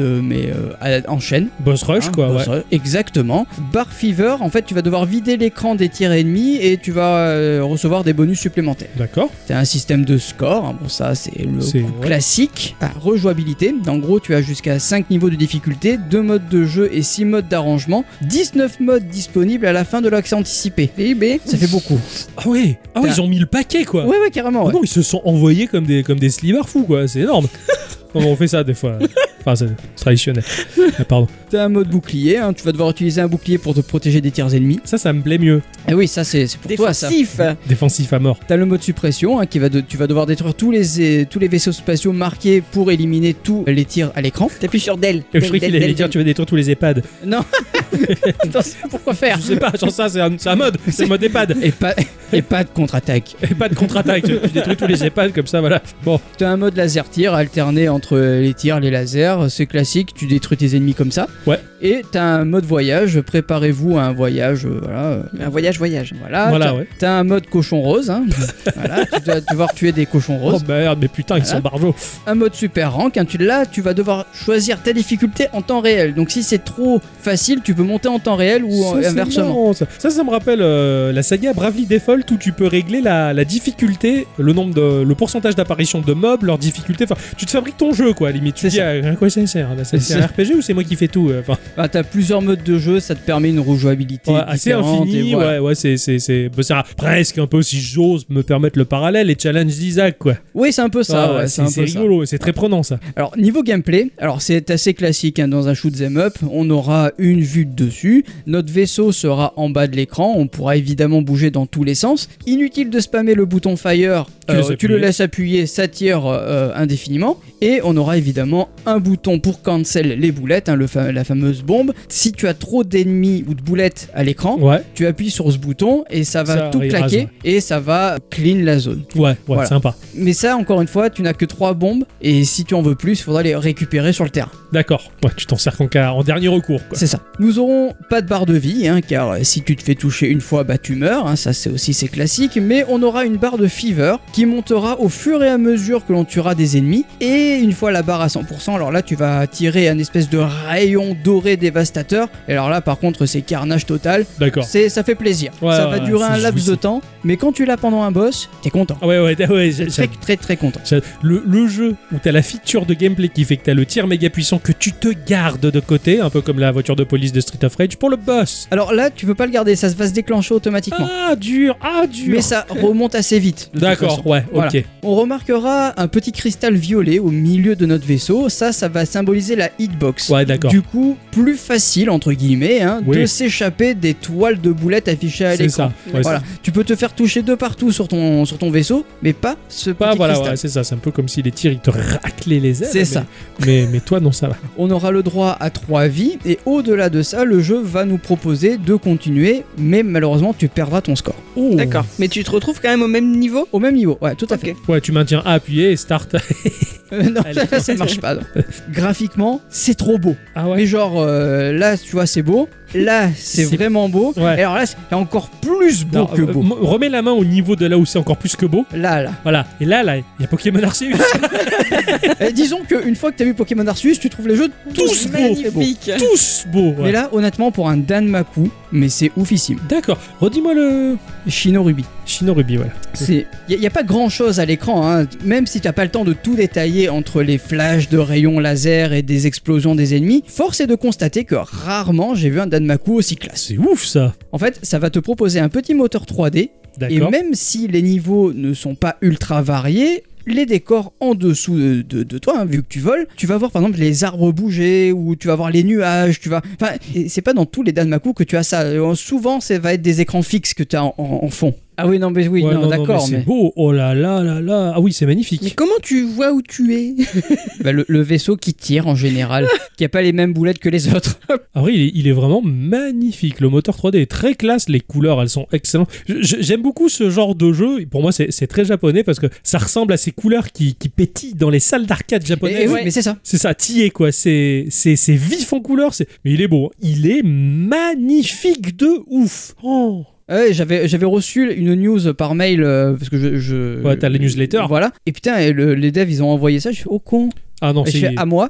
Speaker 2: en chaîne.
Speaker 1: Boss rush,
Speaker 2: Hein,
Speaker 1: quoi,
Speaker 2: boss
Speaker 1: ouais.
Speaker 2: rush, exactement. Bar Fever, en fait tu vas devoir vider l'écran des tirs ennemis et tu vas recevoir des bonus supplémentaires.
Speaker 1: D'accord.
Speaker 2: T'as un système de score, hein, bon ça c'est le
Speaker 1: C'est-
Speaker 2: coup
Speaker 1: ouais.
Speaker 2: classique. Rejouabilité, en gros tu as jusqu'à 5 niveaux de difficulté, 2 modes de jeu et 6 modes d'arrangement, 19 modes disponibles à la fin de l'accès anticipé. Ça fait beaucoup.
Speaker 1: Ah ouais. Ah ouais,
Speaker 2: T'as-
Speaker 1: ils ont mis le paquet, quoi.
Speaker 2: Ouais carrément.
Speaker 1: Ah
Speaker 2: Ouais.
Speaker 1: non, ils se sont envoyés comme des slivards fous, quoi. C'est énorme. Comment on fait ça, des fois? Enfin, c'est traditionnel. Ah, pardon.
Speaker 2: T'as un mode bouclier, hein, tu vas devoir utiliser un bouclier pour te protéger des tirs ennemis.
Speaker 1: Ça me plaît mieux.
Speaker 2: Et oui, ça c'est pour toi ça.
Speaker 3: Défensif.
Speaker 1: Défensif à mort.
Speaker 2: T'as le mode suppression, hein, tu vas devoir détruire tous les vaisseaux spatiaux marqués pour éliminer tous les tirs à l'écran.
Speaker 3: T'appuies sur Del.
Speaker 1: Je croyais qu'il allait dire tu vas détruire tous les EHPAD.
Speaker 2: Non. Attention, pourquoi faire?
Speaker 1: Je sais pas, genre ça, c'est un mode. C'est le mode EHPAD.
Speaker 2: Et pas de contre-attaque.
Speaker 1: EHPAD contre-attaque. Tu détruis tous les EHPAD comme ça, voilà. Bon.
Speaker 2: T'as un mode laser tir alterné entre les tirs, les lasers, c'est classique, tu détruis tes ennemis comme ça.
Speaker 1: Ouais.
Speaker 2: Et t'as un mode voyage, préparez-vous à un voyage, voilà.
Speaker 3: Un voyage.
Speaker 1: Voilà, ouais.
Speaker 2: T'as un mode cochon rose, hein. Voilà, tu dois devoir tuer des cochons
Speaker 1: Oh
Speaker 2: roses.
Speaker 1: merde, mais putain, ils
Speaker 2: Voilà.
Speaker 1: sont barjots.
Speaker 2: Un mode super rank, hein. Tu vas devoir choisir ta difficulté en temps réel. Donc si c'est trop facile, tu peux monter en temps réel ou
Speaker 1: Ça, c'est
Speaker 2: inversement.
Speaker 1: marrant, ça me rappelle la saga Bravely Default où tu peux régler la difficulté, le pourcentage d'apparition de mobs, leur difficulté. Enfin, tu te fabriques ton jeu, quoi, limite. Tu
Speaker 2: C'est
Speaker 1: dis à quoi ça sert là, c'est
Speaker 2: C'est
Speaker 1: un
Speaker 2: ça.
Speaker 1: RPG ou c'est moi qui fais tout enfin,
Speaker 2: Bah, t'as plusieurs modes de jeu, ça te permet une rejouabilité
Speaker 1: ouais, assez
Speaker 2: différente,
Speaker 1: infini,
Speaker 2: et voilà.
Speaker 1: ouais, c'est presque un peu, si j'ose me permettre le parallèle, les challenges d'Isaac, quoi.
Speaker 2: Oui, c'est un peu ça, ouais, c'est un
Speaker 1: c'est
Speaker 2: peu ça.
Speaker 1: rigolo, c'est très prenant, ça.
Speaker 2: Alors niveau gameplay, alors c'est assez classique hein, dans un shoot 'em up, on aura une vue de dessus, notre vaisseau sera en bas de l'écran, on pourra évidemment bouger dans tous les sens. Inutile de spammer le bouton fire, tu le laisses appuyer, ça tire indéfiniment. Et on aura évidemment un bouton pour cancel les boulettes, hein, la fameuse bombe. Si tu as trop d'ennemis ou de boulettes à l'écran,
Speaker 1: Ouais,
Speaker 2: tu appuies sur ce bouton et ça va
Speaker 1: Ça
Speaker 2: tout
Speaker 1: rase,
Speaker 2: claquer
Speaker 1: ouais.
Speaker 2: et ça va clean la zone.
Speaker 1: ouais,
Speaker 2: Voilà.
Speaker 1: sympa.
Speaker 2: Mais ça, encore une fois, tu n'as que 3 bombes et si tu en veux plus, il faudra les récupérer sur le terrain.
Speaker 1: D'accord. Ouais, tu t'en sers en dernier recours, quoi.
Speaker 2: C'est ça. Nous aurons pas de barre de vie, hein, car si tu te fais toucher une fois, bah tu meurs. Hein, ça, c'est classique. Mais on aura une barre de fever qui montera au fur et à mesure que l'on tuera des ennemis. Et une fois la barre à 100%, alors là, tu vas tirer un espèce de rayon doré dévastateur. Et alors là, par contre, c'est carnage total.
Speaker 1: D'accord.
Speaker 2: Ça fait plaisir.
Speaker 1: Ouais,
Speaker 2: ça
Speaker 1: ouais,
Speaker 2: va durer
Speaker 1: c'est
Speaker 2: un laps de
Speaker 1: jouissif.
Speaker 2: temps. Mais quand tu l'as pendant un boss, t'es content.
Speaker 1: Ah ouais,
Speaker 2: Très, très, très content.
Speaker 1: Le jeu où t'as la feature de gameplay qui fait que t'as le tir méga puissant que tu te gardes de côté, un peu comme la voiture de police de Street of Rage pour le boss.
Speaker 2: Alors là, tu peux pas le garder, ça va se déclencher automatiquement.
Speaker 1: Ah dur.
Speaker 2: Mais ça remonte assez vite. de toute
Speaker 1: D'accord,
Speaker 2: façon.
Speaker 1: ouais,
Speaker 2: Voilà.
Speaker 1: ok.
Speaker 2: On remarquera un petit cristal violet au milieu de notre vaisseau. Ça va symboliser la hitbox.
Speaker 1: Ouais, d'accord.
Speaker 2: Du coup, plus facile, entre guillemets, hein,
Speaker 1: Oui.
Speaker 2: de s'échapper des toiles de boulettes affichées à
Speaker 1: C'est
Speaker 2: l'écran.
Speaker 1: ça. Ouais,
Speaker 2: Voilà. Tu peux te faire toucher de partout sur ton vaisseau, mais pas ce
Speaker 1: Pas,
Speaker 2: petit
Speaker 1: voilà,
Speaker 2: cristal.
Speaker 1: ouais, c'est ça. C'est un peu comme si les tirs ils te raclaient les ailes.
Speaker 2: C'est
Speaker 1: mais-
Speaker 2: ça.
Speaker 1: Mais toi, non, ça va.
Speaker 2: On aura le droit à 3 vies, et au-delà de ça, le jeu va nous proposer de continuer, mais malheureusement, tu perdras ton score.
Speaker 1: Oh.
Speaker 3: D'accord. Mais tu te retrouves quand même au même niveau.
Speaker 2: Au même niveau, ouais, tout à fait.
Speaker 3: Ok.
Speaker 1: Ouais, tu maintiens A appuyé et start.
Speaker 2: Non,
Speaker 1: Allez.
Speaker 2: ça marche pas. non. Graphiquement, c'est trop beau.
Speaker 1: Ah ouais.
Speaker 2: Mais genre, là, tu vois, c'est beau. Là, c'est
Speaker 1: C'est-
Speaker 2: vraiment beau.
Speaker 1: Ouais.
Speaker 2: Et alors là, c'est encore plus beau
Speaker 1: Non,
Speaker 2: que beau.
Speaker 1: remets la main au niveau de là où c'est encore plus que beau.
Speaker 2: Là.
Speaker 1: Voilà. Et là, il y a Pokémon Arceus.
Speaker 2: Et disons qu'une fois que t'as vu Pokémon Arceus, tu trouves les jeux tous beaux.
Speaker 3: Magnifique.
Speaker 1: Tous beaux. Ouais.
Speaker 2: Mais là, honnêtement, pour un Danmaku, mais c'est oufissime.
Speaker 1: D'accord. Redis-moi le
Speaker 2: Shino Ruby.
Speaker 1: Shino Ruby, voilà.
Speaker 2: Il n'y a pas grand chose à l'écran, hein. Même si t'as pas le temps de tout détailler entre les flashs de rayons laser et des explosions des ennemis, force est de constater que rarement j'ai vu un Danmaku aussi classe.
Speaker 1: C'est ouf ça.
Speaker 2: En fait, ça va te proposer un petit moteur 3D, et
Speaker 1: D'accord.
Speaker 2: même si les niveaux ne sont pas ultra variés, les décors en dessous de toi, hein, vu que tu voles, tu vas voir par exemple les arbres bouger, ou tu vas voir les nuages, et c'est pas dans tous les Danmaku que tu as ça. Souvent, ça va être des écrans fixes que tu as en fond. Ah oui, non, mais oui,
Speaker 1: Ouais,
Speaker 2: non, d'accord.
Speaker 1: c'est
Speaker 2: Mais
Speaker 1: beau. Oh là là là là. Ah oui, c'est
Speaker 3: Mais
Speaker 1: magnifique.
Speaker 3: comment tu vois où tu es?
Speaker 2: Bah, le vaisseau qui tire en général, qui a pas les mêmes boulettes que les autres.
Speaker 1: Ah oui, il est vraiment magnifique. Le moteur 3D est très classe. Les couleurs, elles sont excellentes. J'aime beaucoup ce genre de jeu. Pour moi, c'est très japonais parce que ça ressemble à ces couleurs qui pétillent dans les salles d'arcade japonaises.
Speaker 2: Et oui, mais c'est ça.
Speaker 1: C'est ça, tillé quoi. C'est vif en couleurs. Mais il est beau. Il est magnifique de ouf. Oh.
Speaker 2: Ouais, j'avais reçu une news par mail parce que je
Speaker 1: Ouais, t'as les newsletters.
Speaker 2: Voilà. Et putain, les devs ils ont envoyé ça. Je fais oh con.
Speaker 1: Ah non,
Speaker 2: Et je
Speaker 1: c'est.
Speaker 2: fais à moi.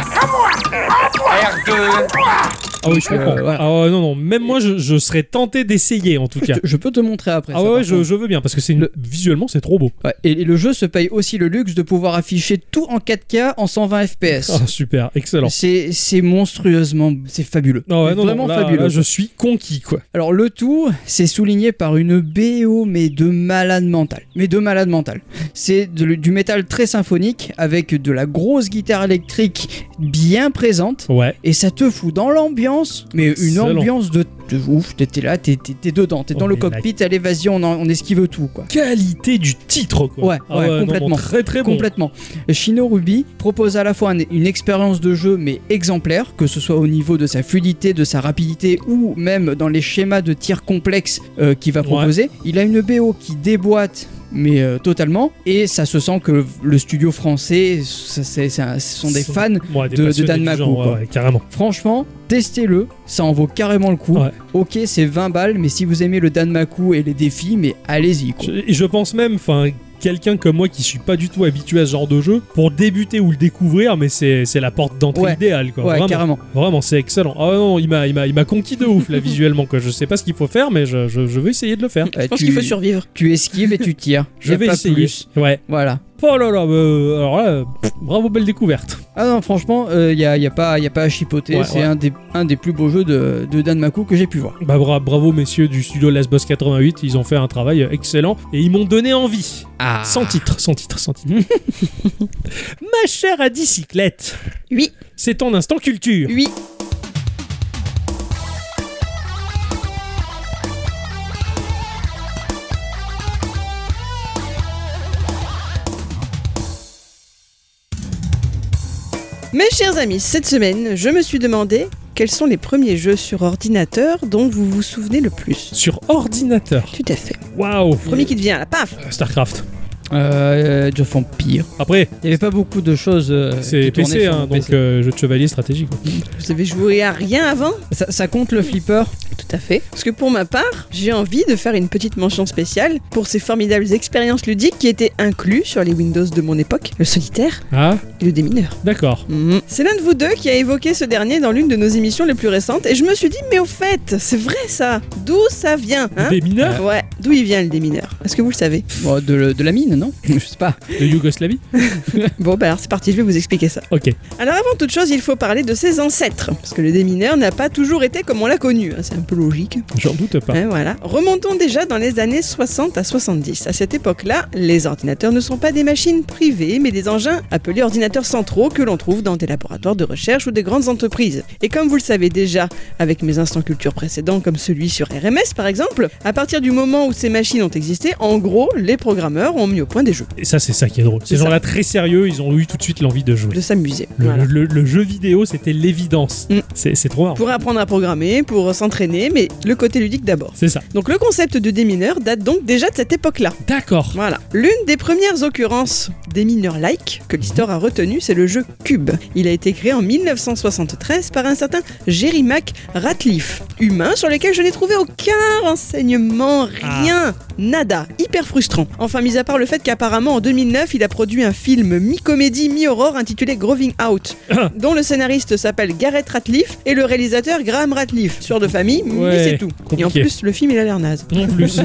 Speaker 1: Ah oui, je comprends.
Speaker 2: voilà.
Speaker 1: Ah ouais, non, même moi, je serais tenté d'essayer en tout cas.
Speaker 2: Je peux te montrer après.
Speaker 1: Ah
Speaker 2: ça,
Speaker 1: ouais,
Speaker 2: par contre.
Speaker 1: je veux bien parce que visuellement, c'est trop beau.
Speaker 2: Ouais, et le jeu se paye aussi le luxe de pouvoir afficher tout en 4K en 120 FPS.
Speaker 1: Ah, super, excellent.
Speaker 2: C'est monstrueusement, c'est fabuleux.
Speaker 1: Ah ouais, non,
Speaker 2: Vraiment
Speaker 1: là,
Speaker 2: fabuleux.
Speaker 1: là, je suis conquis quoi.
Speaker 2: Alors le tout, c'est souligné par une BO mais de malade mental. C'est du métal très symphonique avec de la grosse guitare électrique bien présente
Speaker 1: Ouais.
Speaker 2: et ça te fout dans l'ambiance, mais une
Speaker 1: Excellent.
Speaker 2: ambiance de ouf. T'es là, t'es dedans, t'es
Speaker 1: Oh,
Speaker 2: dans le
Speaker 1: mais
Speaker 2: cockpit, allez vas-y, on esquive tout quoi.
Speaker 1: Qualité du titre quoi.
Speaker 2: Ouais,
Speaker 1: Ah
Speaker 2: ouais,
Speaker 1: non,
Speaker 2: complètement.
Speaker 1: non, très très bon.
Speaker 2: Complètement. Shinorubi propose à la fois une expérience de jeu mais exemplaire, que ce soit au niveau de sa fluidité, de sa rapidité ou même dans les schémas de tir complexes qu'il va proposer. Il a une BO qui déboîte mais totalement, et ça se sent que le studio français ce sont des fans
Speaker 1: Ouais, des
Speaker 2: de
Speaker 1: passionnés du
Speaker 2: Danmaku,
Speaker 1: genre,
Speaker 2: quoi.
Speaker 1: ouais, carrément.
Speaker 2: Franchement, testez-le, ça en vaut carrément le coup.
Speaker 1: Ouais.
Speaker 2: Ok, c'est 20 balles, mais si vous aimez le Danmaku et les défis, mais allez-y quoi.
Speaker 1: Je pense même, enfin, quelqu'un comme moi qui suis pas du tout habitué à ce genre de jeu, pour débuter ou le découvrir, mais c'est la porte d'entrée
Speaker 2: Ouais.
Speaker 1: idéale quoi.
Speaker 2: Ouais,
Speaker 1: Vraiment.
Speaker 2: carrément.
Speaker 1: Vraiment, c'est excellent. Ah non, il m'a conquis de ouf là visuellement quoi. Je sais pas ce qu'il faut faire, mais je veux essayer de le faire.
Speaker 3: Je pense qu'il faut survivre.
Speaker 2: Tu esquives et tu tires.
Speaker 1: Je
Speaker 2: Y a
Speaker 1: vais
Speaker 2: pas
Speaker 1: essayer.
Speaker 2: plus.
Speaker 1: Ouais.
Speaker 2: Voilà.
Speaker 1: Oh là là, alors là, bravo, belle découverte.
Speaker 2: Ah non, franchement, y a pas à chipoter.
Speaker 1: Ouais,
Speaker 2: c'est
Speaker 1: ouais.
Speaker 2: un des plus beaux jeux de Danmaku que j'ai pu voir.
Speaker 1: Bah bravo messieurs du studio Last Boss 88, ils ont fait un travail excellent et ils m'ont donné envie.
Speaker 2: Ah.
Speaker 1: Sans titre. Ma chère à bicyclette,
Speaker 3: Oui,
Speaker 1: c'est ton instant culture.
Speaker 3: oui. Mes chers amis, cette semaine, je me suis demandé quels sont les premiers jeux sur ordinateur dont vous vous souvenez le plus.
Speaker 1: Sur ordinateur.
Speaker 3: Tout à fait.
Speaker 1: Waouh.
Speaker 3: Premier qui te vient là, paf.
Speaker 1: Starcraft.
Speaker 2: Age of Empires.
Speaker 1: Après,
Speaker 2: Il y avait pas beaucoup de choses.
Speaker 1: c'est
Speaker 2: qui tournaient
Speaker 1: PC,
Speaker 2: sur
Speaker 1: hein,
Speaker 2: mon
Speaker 1: donc
Speaker 2: PC.
Speaker 1: jeu de chevalier stratégique. quoi.
Speaker 3: Vous avez joué à rien avant?
Speaker 2: Ça compte le flipper.
Speaker 3: Tout à fait. Parce que pour ma part, j'ai envie de faire une petite mention spéciale pour ces formidables expériences ludiques qui étaient inclus sur les Windows de mon époque, le solitaire
Speaker 1: Ah,
Speaker 3: et le démineur.
Speaker 1: d'accord.
Speaker 3: C'est l'un de vous deux qui a évoqué ce dernier dans l'une de nos émissions les plus récentes et je me suis dit, mais au fait, c'est vrai ça. D'où ça vient, hein?
Speaker 1: Des mineurs
Speaker 3: Ouais, d'où il vient le démineur? Est-ce que vous le savez?
Speaker 2: Bon, de la mine, non? Je sais pas.
Speaker 1: de Yougoslavie.
Speaker 3: Bon, bah alors c'est parti, je vais vous expliquer ça.
Speaker 1: Ok.
Speaker 3: Alors avant toute chose, il faut parler de ses ancêtres, parce que le démineur n'a pas toujours été comme on l'a connu, hein, c'est un peu logique.
Speaker 1: J'en doute pas.
Speaker 3: Hein, voilà. Remontons déjà dans les années 60 à 70. À cette époque-là, les ordinateurs ne sont pas des machines privées, mais des engins appelés ordinateurs centraux que l'on trouve dans des laboratoires de recherche ou des grandes entreprises. Et comme vous le savez déjà, avec mes instants culture précédents, comme celui sur RMS par exemple, à partir du moment où ces machines ont existé, en gros, les programmeurs ont mis au point des jeux.
Speaker 1: Et ça, c'est ça qui est drôle. Ces
Speaker 3: C'est ça.
Speaker 1: gens-là très sérieux, ils ont eu tout de suite l'envie de jouer.
Speaker 3: De s'amuser.
Speaker 1: Le,
Speaker 3: Voilà.
Speaker 1: le jeu vidéo, c'était l'évidence.
Speaker 3: Mm.
Speaker 1: C'est trop marrant.
Speaker 3: Pour apprendre à programmer, pour s'entraîner, mais le côté ludique d'abord.
Speaker 1: C'est ça.
Speaker 3: Donc le concept de démineur date donc déjà de cette époque-là.
Speaker 1: D'accord.
Speaker 3: Voilà. L'une des premières occurrences des mineurs-like que l'histoire a retenu, c'est le jeu Cube. Il a été créé en 1973 par un certain Jerry McRatliff, humain sur lequel je n'ai trouvé aucun renseignement, rien, nada, hyper frustrant. Enfin, mis à part le fait qu'apparemment en 2009, il a produit un film mi-comédie, mi-horror intitulé Groving Out, dont le scénariste s'appelle Garrett Ratliff et le réalisateur Graham Ratliff. Sueur de famille, mais
Speaker 1: Ouais,
Speaker 3: c'est tout. Et en
Speaker 1: compliqué.
Speaker 3: plus, le film il a l'air naze.
Speaker 1: En plus.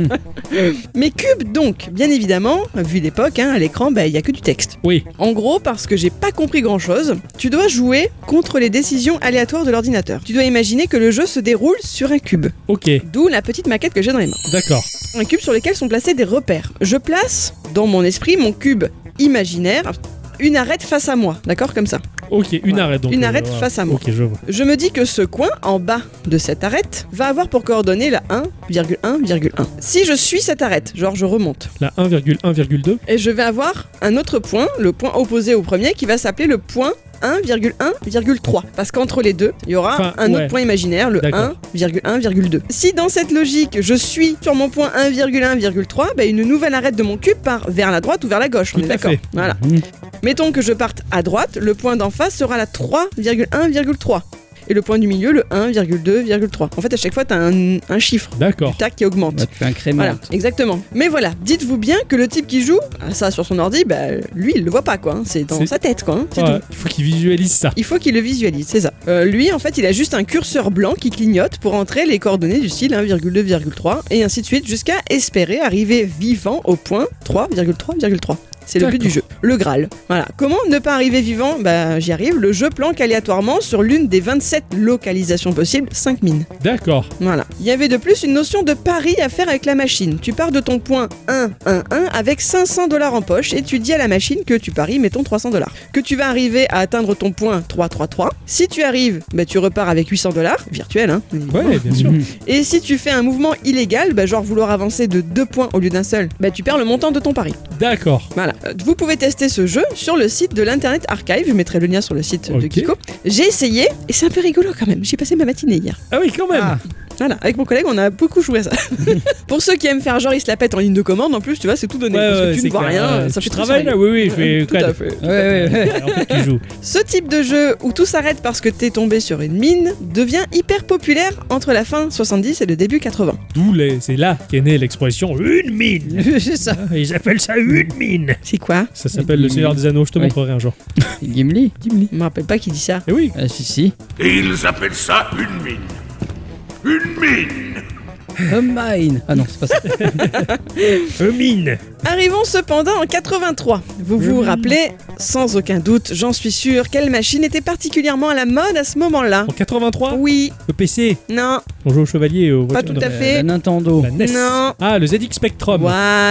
Speaker 3: Mais Cube donc, bien évidemment, vu l'époque, hein, à l'écran, il y a que du texte.
Speaker 1: Oui.
Speaker 3: En gros, parce que j'ai pas compris grand chose, tu dois jouer contre les décisions aléatoires de l'ordinateur. Tu dois imaginer que le jeu se déroule sur un cube.
Speaker 1: Ok.
Speaker 3: D'où la petite maquette que j'ai dans les mains.
Speaker 1: D'accord.
Speaker 3: Un cube sur lequel sont placés des repères. Je place, dans mon esprit, mon cube imaginaire une arête face à moi, d'accord, comme ça.
Speaker 1: Ok, une
Speaker 3: Voilà.
Speaker 1: arête donc.
Speaker 3: Une arête face à moi.
Speaker 1: Ok, je vois.
Speaker 3: Je me dis que ce coin en bas de cette arête va avoir pour coordonnée la 1,1,1. Si je suis cette arête, genre je remonte,
Speaker 1: La 1,1,2.
Speaker 3: et je vais avoir un autre point, le point opposé au premier, qui va s'appeler le point 1,1,3 parce qu'entre les deux il y aura
Speaker 1: Enfin,
Speaker 3: un
Speaker 1: ouais.
Speaker 3: autre point imaginaire, le
Speaker 1: D'accord.
Speaker 3: 1,1,2. Si dans cette logique je suis sur mon point 1,1,3, bah, une nouvelle arête de mon cube part vers la droite ou vers la gauche, on
Speaker 1: Tout
Speaker 3: est
Speaker 1: à
Speaker 3: d'accord.
Speaker 1: fait.
Speaker 3: Voilà. Mettons que je parte à droite, le point d'en face sera la 3,1,3 et le point du milieu le 1,2,3. En fait à chaque fois tu as un chiffre
Speaker 1: D'accord.
Speaker 3: du tac qui augmente.
Speaker 2: Bah, tu fais incrément.
Speaker 3: Voilà, exactement. Mais voilà, dites-vous bien que le type qui joue à ça sur son ordi, bah, lui, il le voit pas, quoi. Hein. C'est dans
Speaker 1: C'est-
Speaker 3: sa tête, quoi. Hein. C'est
Speaker 1: Ouais,
Speaker 3: tout.
Speaker 1: il faut qu'il visualise ça.
Speaker 3: Il faut qu'il le visualise, c'est ça. Lui, en fait, il a juste un curseur blanc qui clignote pour entrer les coordonnées du style 1,2,3 et ainsi de suite jusqu'à espérer arriver vivant au point 3,3,3. C'est le but
Speaker 1: D'accord.
Speaker 3: du jeu. Le Graal. Voilà. Comment ne pas arriver vivant? Bah, j'y arrive. Le jeu planque aléatoirement sur l'une des 27 localisations possibles, 5 mines.
Speaker 1: D'accord.
Speaker 3: Voilà. Il y avait de plus une notion de pari à faire avec la machine. Tu pars de ton point 1,1,1 avec 500 $ en poche et tu dis à la machine que tu paries, mettons 300 $. Que tu vas arriver à atteindre ton point 3,3,3. Si tu arrives, bah, tu repars avec 800 $, virtuel, hein.
Speaker 1: Ouais, bien sûr.
Speaker 3: Et si tu fais un mouvement illégal, bah, genre vouloir avancer de 2 points au lieu d'un seul, bah, tu perds le montant de ton pari.
Speaker 1: D'accord.
Speaker 3: Voilà. Vous pouvez tester ce jeu sur le site de l'Internet Archive. Je mettrai le lien sur le site de
Speaker 1: Ok.
Speaker 3: Kiko. J'ai essayé et c'est un peu rigolo quand même. J'ai passé ma matinée hier.
Speaker 1: Ah oui, quand même.
Speaker 2: Ah.
Speaker 3: Voilà, avec mon collègue, on a beaucoup joué à ça. Pour ceux qui aiment faire genre, ils se la pètent en ligne de commande, en plus, tu vois, c'est tout donné.
Speaker 1: Ouais,
Speaker 3: parce que
Speaker 1: ouais,
Speaker 3: tu
Speaker 1: c'est
Speaker 3: ne vois
Speaker 1: clair.
Speaker 3: rien,
Speaker 1: Ouais,
Speaker 3: ça
Speaker 1: tu
Speaker 3: fait très
Speaker 1: travailles là,
Speaker 3: sérieux.
Speaker 1: oui, je fais
Speaker 3: Tout à
Speaker 1: code.
Speaker 3: fait.
Speaker 2: Ouais.
Speaker 1: En fait, tu joues.
Speaker 3: Ce type de jeu où tout s'arrête parce que t'es tombé sur une mine devient hyper populaire entre la fin 70 et le début 80.
Speaker 1: C'est là qu'est née l'expression une mine.
Speaker 2: C'est ça.
Speaker 1: Ah, ils appellent ça une mine.
Speaker 3: C'est quoi?
Speaker 1: Ça s'appelle le Seigneur des Anneaux, je te
Speaker 2: Ouais.
Speaker 1: montrerai un jour.
Speaker 2: Gimli.
Speaker 3: Je me rappelle pas qui dit ça.
Speaker 1: Et oui,
Speaker 2: Ah, si.
Speaker 4: Et ils appellent ça une mine. Une mine.
Speaker 2: A mine. Ah non, c'est pas ça.
Speaker 1: mine.
Speaker 3: Arrivons cependant en 83. Vous vous rappelez, sans aucun doute, j'en suis sûr, quelle machine était particulièrement à la mode à ce moment-là?
Speaker 1: En 83,
Speaker 3: Oui,
Speaker 1: le PC.
Speaker 3: non,
Speaker 1: On joue au chevalier et au
Speaker 3: Pas
Speaker 1: voiture.
Speaker 3: tout à
Speaker 1: Non,
Speaker 3: fait.
Speaker 2: La Nintendo.
Speaker 1: La NES.
Speaker 3: Non.
Speaker 1: Ah, le ZX Spectrum.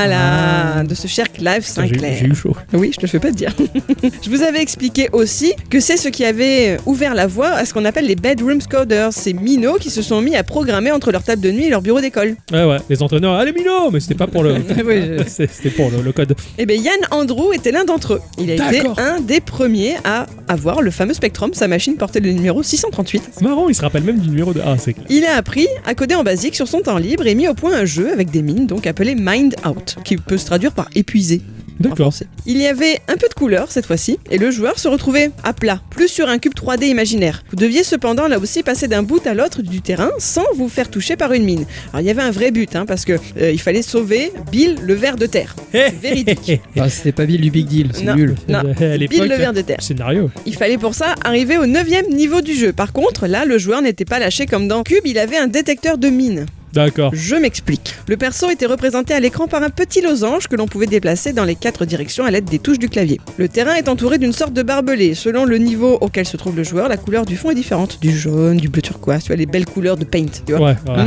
Speaker 3: Voilà,
Speaker 1: Ah.
Speaker 3: de ce cher Clive
Speaker 1: Putain, j'ai
Speaker 3: Sinclair.
Speaker 1: eu chaud.
Speaker 3: Oui, je te le fais pas te dire. Je vous avais expliqué aussi que c'est ce qui avait ouvert la voie à ce qu'on appelle les bedroom coders, ces minots qui se sont mis à programmer entre leur table de nuit et leur bureau d'école.
Speaker 1: Ouais, les entraîneurs, allez Mino, mais c'était pas pour le.
Speaker 2: Oui,
Speaker 1: C'était pour le code.
Speaker 3: Et bien Yann Andrew était l'un d'entre eux. Il a été
Speaker 1: D'accord.
Speaker 3: un des premiers à avoir le fameux Spectrum. Sa machine portait le numéro 638.
Speaker 1: C'est marrant, il se rappelle même du numéro de. Ah, c'est clair.
Speaker 3: Il a appris à coder en basique sur son temps libre et mis au point un jeu avec des mines, donc appelé Mined Out, qui peut se traduire par épuisé. en
Speaker 1: D'accord.
Speaker 3: français. Il y avait un peu de couleur cette fois-ci, et le joueur se retrouvait à plat, plus sur un cube 3D imaginaire. Vous deviez cependant là aussi passer d'un bout à l'autre du terrain sans vous faire toucher par une mine. Alors il y avait un vrai but, hein, parce que il fallait sauver Bill le ver de terre. C'est véridique.
Speaker 2: Ah, c'était pas Bill du Big Deal, c'est
Speaker 3: Non.
Speaker 2: nul.
Speaker 3: Non,
Speaker 1: À l'époque,
Speaker 3: Bill le ver de terre.
Speaker 1: scénario.
Speaker 3: Il fallait pour ça arriver au 9e niveau du jeu. Par contre, là, le joueur n'était pas lâché comme dans Cube, il avait un détecteur de mines.
Speaker 1: D'accord.
Speaker 3: Je m'explique. Le perso était représenté à l'écran par un petit losange que l'on pouvait déplacer dans les 4 directions à l'aide des touches du clavier. Le terrain est entouré d'une sorte de barbelé. Selon le niveau auquel se trouve le joueur, la couleur du fond est différente. Du jaune, du bleu turquoise, tu vois, les belles couleurs de paint, tu vois.
Speaker 1: Ouais, voilà.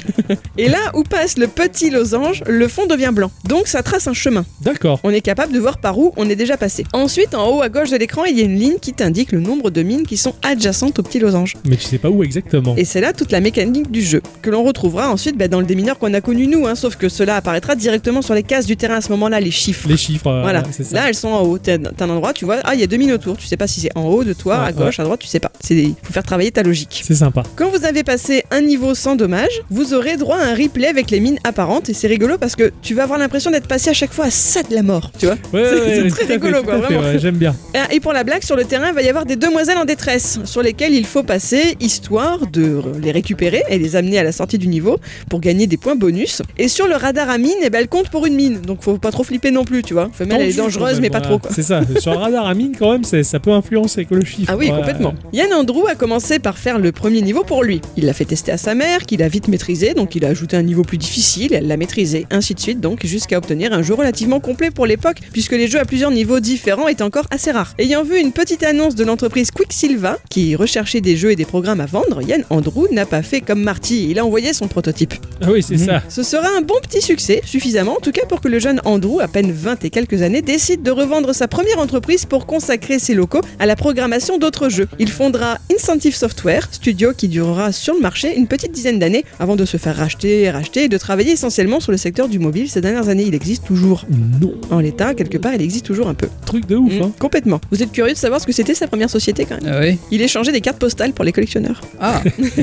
Speaker 3: Et là où passe le petit losange, le fond devient blanc. Donc ça trace un chemin.
Speaker 1: D'accord.
Speaker 3: On est capable de voir par où on est déjà passé. Ensuite, en haut à gauche de l'écran, il y a une ligne qui t'indique le nombre de mines qui sont adjacentes au petit losange.
Speaker 1: Mais tu sais pas où exactement.
Speaker 3: Et c'est là toute la mécanique du jeu, que l'on retrouvera ensuite dans le démineur qu'on a connu nous, hein, sauf que cela apparaîtra directement sur les cases du terrain à ce moment-là, les chiffres.
Speaker 1: Les chiffres,
Speaker 3: Voilà,
Speaker 1: c'est ça.
Speaker 3: là elles sont en haut. T'as un endroit, tu vois, il y a 2 mines autour, tu sais pas si c'est en haut de toi,
Speaker 1: Ouais,
Speaker 3: à gauche, à droite, tu sais pas. Il faut faire travailler ta logique.
Speaker 1: C'est sympa.
Speaker 3: Quand vous avez passé un niveau sans dommage, vous aurez droit à un replay avec les mines apparentes, et c'est rigolo parce que tu vas avoir l'impression d'être passé à chaque fois à ça de la mort, tu vois.
Speaker 1: Ouais,
Speaker 3: C'est très
Speaker 1: tout à fait,
Speaker 3: rigolo,
Speaker 1: tout
Speaker 3: quoi,
Speaker 1: à fait,
Speaker 3: vraiment.
Speaker 1: ouais, j'aime bien.
Speaker 3: Et pour la blague, sur le terrain, il va y avoir des demoiselles en détresse sur lesquelles il faut passer, histoire de les récupérer et les amener à la sortie du niveau pour gagner des points bonus. Et sur le radar à mine, elle compte pour une mine, donc faut pas trop flipper non plus, tu vois. Faut elle est
Speaker 1: Tendu,
Speaker 3: dangereuse,
Speaker 1: quand
Speaker 3: mais
Speaker 1: même,
Speaker 3: pas
Speaker 1: voilà.
Speaker 3: trop, quoi.
Speaker 1: C'est ça. Sur le radar à mine, quand même, ça peut influencer avec le chiffre.
Speaker 3: Ah oui,
Speaker 1: Ouais.
Speaker 3: complètement. Yann Andrew a commencé par faire le premier niveau pour lui. Il l'a fait tester à sa mère, qu'il a vite maîtrisé, donc il a ajouté un niveau plus difficile, elle l'a maîtrisé, ainsi de suite, donc jusqu'à obtenir un jeu relativement complet pour l'époque, puisque les jeux à plusieurs niveaux différents étaient encore assez rares. Ayant vu une petite annonce de l'entreprise Quicksilva, qui recherchait des jeux et des programmes à vendre, Yann Andrew n'a pas fait comme Marty, il a envoyé son prototype prototype.
Speaker 1: Ah oui, c'est ça.
Speaker 3: Ce sera un bon petit succès, suffisamment en tout cas pour que le jeune Andrew, à peine 20 et quelques années, décide de revendre sa première entreprise pour consacrer ses locaux à la programmation d'autres jeux. Il fondera Incentive Software, studio qui durera sur le marché une petite dizaine d'années avant de se faire racheter et de travailler essentiellement sur le secteur du mobile. Ces dernières années, il existe toujours.
Speaker 1: Non.
Speaker 3: En l'état, quelque part, il existe toujours un peu.
Speaker 1: Truc de ouf, hein.
Speaker 3: Complètement. Vous êtes curieux de savoir ce que c'était sa première société quand même?
Speaker 2: Ah oui.
Speaker 3: Il échangeait des cartes postales pour les collectionneurs.
Speaker 2: Ah,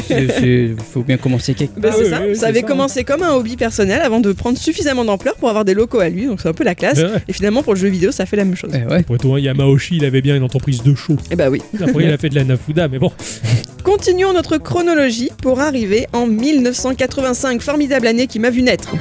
Speaker 2: faut bien commencer quelque
Speaker 3: Bah,
Speaker 1: Ah
Speaker 3: c'est
Speaker 1: oui,
Speaker 3: ça.
Speaker 1: oui,
Speaker 3: Ça
Speaker 1: c'est
Speaker 3: avait
Speaker 1: ça.
Speaker 3: commencé comme un hobby personnel avant de prendre suffisamment d'ampleur pour avoir des locaux à lui, donc c'est un peu la classe.
Speaker 1: Ouais.
Speaker 3: Et finalement, pour le jeu vidéo, ça fait la même chose.
Speaker 2: Eh ouais.
Speaker 1: Pour toi, Yamauchi, il avait bien une entreprise de show.
Speaker 3: Et bah oui.
Speaker 1: Après, il a fait de la Nafuda, mais bon.
Speaker 3: Continuons notre chronologie pour arriver en 1985, formidable année qui m'a vu naître.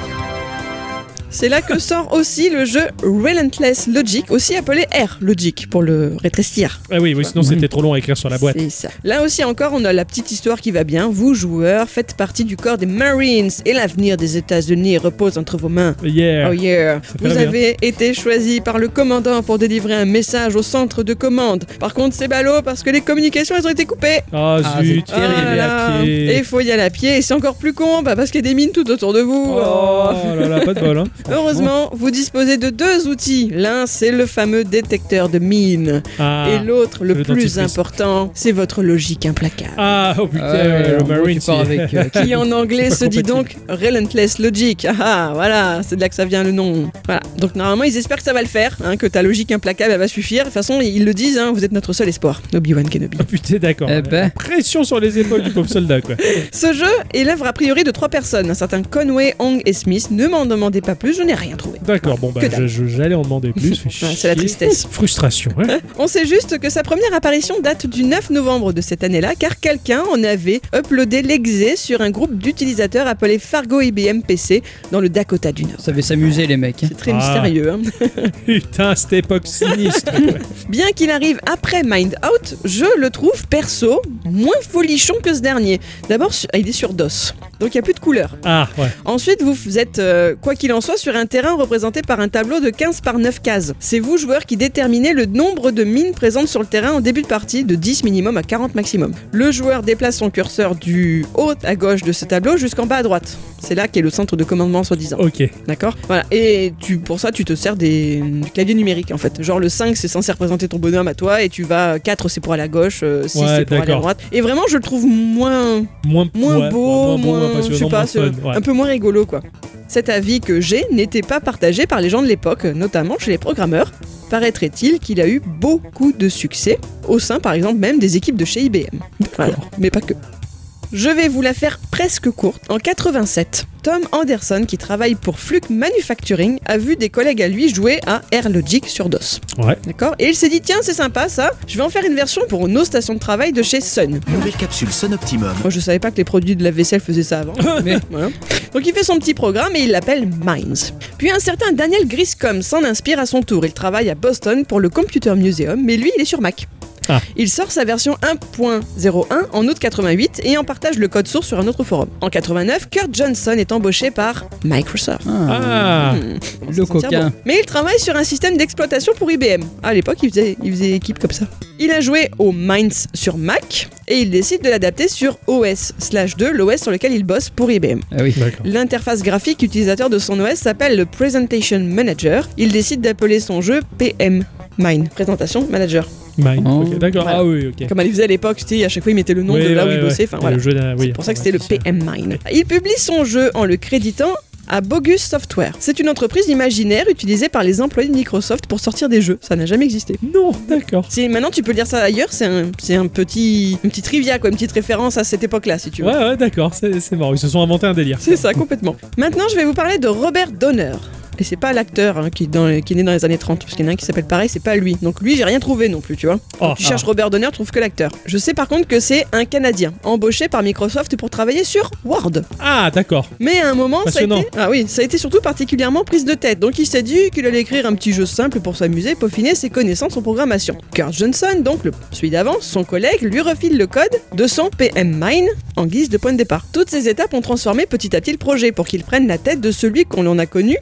Speaker 3: C'est là que sort aussi le jeu Relentless Logic, aussi appelé R Logic pour le rétrécir.
Speaker 1: Ah oui, sinon c'était trop long à écrire sur la boîte.
Speaker 3: C'est ça. Là aussi encore, on a la petite histoire qui va bien. Vous, joueurs, faites partie du corps des Marines et l'avenir des États-Unis repose entre vos mains.
Speaker 1: Yeah.
Speaker 3: Oh yeah.
Speaker 1: fait
Speaker 3: Vous
Speaker 1: bien.
Speaker 3: avez été choisi par le commandant pour délivrer un message au centre de commande. Par contre, c'est ballot parce que les communications elles ont été coupées.
Speaker 1: Ah zut,
Speaker 2: c'est terrible.
Speaker 1: il est à pied.
Speaker 3: Et il faut y aller à pied et c'est encore plus con parce qu'il y a des mines tout autour de vous.
Speaker 1: Oh là là, pas de bol, hein.
Speaker 3: Heureusement, vous disposez de deux outils. L'un, c'est le fameux détecteur de mines.
Speaker 1: Ah.
Speaker 3: Et l'autre, le
Speaker 1: le
Speaker 3: plus
Speaker 1: dentifrice.
Speaker 3: important, c'est votre logique implacable.
Speaker 1: Ah, oh putain,
Speaker 2: Ouais,
Speaker 1: le
Speaker 2: en gros,
Speaker 1: Marine,
Speaker 2: tu pars avec,
Speaker 3: Qui en anglais
Speaker 1: pas
Speaker 3: se dit
Speaker 1: compatible.
Speaker 3: donc Relentless Logic. Ah, voilà, c'est de là que ça vient le nom. Voilà. Donc normalement, ils espèrent que ça va le faire, hein, que ta logique implacable, elle va suffire. De toute façon, ils le disent, hein, vous êtes notre seul espoir. Obi-Wan Kenobi.
Speaker 1: Oh putain, d'accord.
Speaker 2: Eh ben.
Speaker 1: Pression sur les épaules du pauvre soldat, quoi.
Speaker 3: Ce jeu est l'œuvre a priori de 3 personnes. Un certain Conway, Hong et Smith. Ne m'en demandez pas plus, je n'ai rien trouvé.
Speaker 1: D'accord, bon, bah,
Speaker 3: Que dalle.
Speaker 1: j'allais en demander plus. Fait
Speaker 3: Ouais, c'est la
Speaker 1: chier.
Speaker 3: tristesse.
Speaker 1: Frustration, hein.
Speaker 3: On sait juste que sa première apparition date du 9 novembre de cette année-là, car quelqu'un en avait uploadé l'exé sur un groupe d'utilisateurs appelé Fargo IBM PC dans le Dakota du Nord.
Speaker 2: Ça va s'amuser les mecs.
Speaker 3: C'est très
Speaker 1: Ah.
Speaker 3: mystérieux. Hein.
Speaker 1: Putain, cette époque sinistre. quoi.
Speaker 3: Bien qu'il arrive après Mind Out, je le trouve perso moins folichon que ce dernier. D'abord, il est sur DOS, donc il n'y a plus de couleurs.
Speaker 1: Ah, ouais.
Speaker 3: Ensuite, vous êtes, quoi qu'il en soit, sur un terrain représenté par un tableau de 15 par 9 cases. C'est vous, joueurs, qui déterminez le nombre de mines présentes sur le terrain en début de partie, de 10 minimum à 40 maximum. Le joueur déplace son curseur du haut à gauche de ce tableau jusqu'en bas à droite. C'est là qu'est le centre de commandement soi-disant.
Speaker 1: Ok.
Speaker 3: D'accord. Voilà. Et pour ça, tu te sers du clavier numérique en fait. Genre le 5, c'est censé représenter ton bonhomme à toi, et tu vas 4, c'est pour aller à gauche, 6,
Speaker 1: Ouais,
Speaker 3: c'est pour aller à
Speaker 1: d'accord.
Speaker 3: droite. Et vraiment, je le trouve moins
Speaker 1: Moins
Speaker 3: ouais,
Speaker 1: moins
Speaker 3: beau, moins,
Speaker 1: passionnant,
Speaker 3: je sais pas,
Speaker 1: moins
Speaker 3: c'est
Speaker 1: fun, ouais.
Speaker 3: un peu moins rigolo quoi. Cet avis que j'ai n'était pas partagé par les gens de l'époque, notamment chez les programmeurs. Paraîtrait-il qu'il a eu beaucoup de succès au sein par exemple même des équipes de chez IBM. Voilà, mais pas que. Je vais vous la faire presque courte. En 87, Tom Anderson, qui travaille pour Fluke Manufacturing, a vu des collègues à lui jouer à R Logic sur DOS.
Speaker 1: Ouais.
Speaker 3: D'accord. Et il s'est dit, tiens, c'est sympa ça, je vais en faire une version pour nos stations de travail de chez Sun.
Speaker 6: Nouvelle capsule Sun Optimum.
Speaker 3: Moi, je savais pas que les produits de la vaisselle faisaient ça avant.
Speaker 2: Mais
Speaker 3: Voilà. Donc il fait son petit programme et il l'appelle Minds. Puis un certain Daniel Griscom s'en inspire à son tour. Il travaille à Boston pour le Computer Museum, mais lui, il est sur Mac.
Speaker 1: Ah.
Speaker 3: Il sort sa version 1.01 en août 88 et en partage le code source sur un autre forum. En 89, Kurt Johnson est embauché par Microsoft.
Speaker 1: Ah.
Speaker 3: On
Speaker 2: le
Speaker 3: s'en tire
Speaker 2: coquin.
Speaker 3: bon. Mais il travaille sur un système d'exploitation pour IBM. À l'époque, il faisait équipe comme ça. Il a joué au Minds sur Mac et il décide de l'adapter sur OS/2, l'OS sur lequel il bosse pour IBM.
Speaker 2: Ah oui.
Speaker 1: D'accord.
Speaker 3: L'interface graphique utilisateur de son OS s'appelle le Presentation Manager. Il décide d'appeler son jeu PM Mine, Présentation Manager.
Speaker 1: Mine.
Speaker 2: Oh.
Speaker 1: Ok, d'accord.
Speaker 3: Voilà.
Speaker 1: Ah oui, ok.
Speaker 3: Comme elle faisait à l'époque, tu sais, à chaque fois il mettait le nom
Speaker 1: Oui,
Speaker 3: de là où
Speaker 1: ouais,
Speaker 3: il bossait.
Speaker 1: ouais.
Speaker 3: Enfin
Speaker 1: Et
Speaker 3: voilà.
Speaker 1: le jeu d'un- oui,
Speaker 3: C'est pour ça que c'était le
Speaker 1: c'est-
Speaker 3: PM Mine. Il publie son jeu en le créditant à Bogus Software. C'est une entreprise imaginaire utilisée par les employés de Microsoft pour sortir des jeux. Ça n'a jamais existé.
Speaker 1: Non, d'accord.
Speaker 3: Maintenant tu peux lire ça ailleurs, c'est un petit trivia, quoi, une petite référence à cette époque-là si tu veux.
Speaker 1: Ouais, d'accord, c'est marrant. Ils se sont inventés un délire.
Speaker 3: C'est ça, complètement. Maintenant, je vais vous parler de Robert Donner. Et c'est pas l'acteur hein, qui est né dans les années 30, parce qu'il y en a un qui s'appelle pareil, c'est pas lui. Donc lui, j'ai rien trouvé non plus, tu vois.
Speaker 1: Oh,
Speaker 3: Donc, tu cherches Robert Donner, tu trouves que l'acteur. Je sais par contre que c'est un Canadien, embauché par Microsoft pour travailler sur Word.
Speaker 1: Ah, d'accord.
Speaker 3: Mais à un moment, ça a
Speaker 1: Passionnant.
Speaker 3: été... Ah oui, ça a été surtout particulièrement prise de tête. Donc il s'est dit qu'il allait écrire un petit jeu simple pour s'amuser, peaufiner ses connaissances en programmation. Kurt Johnson, donc celui d'avant, son collègue, lui refile le code de son PM Mine en guise de point de départ. Toutes ces étapes ont transformé petit à petit le projet pour qu'il prenne la tête de celui qu'on en a connu intégrer un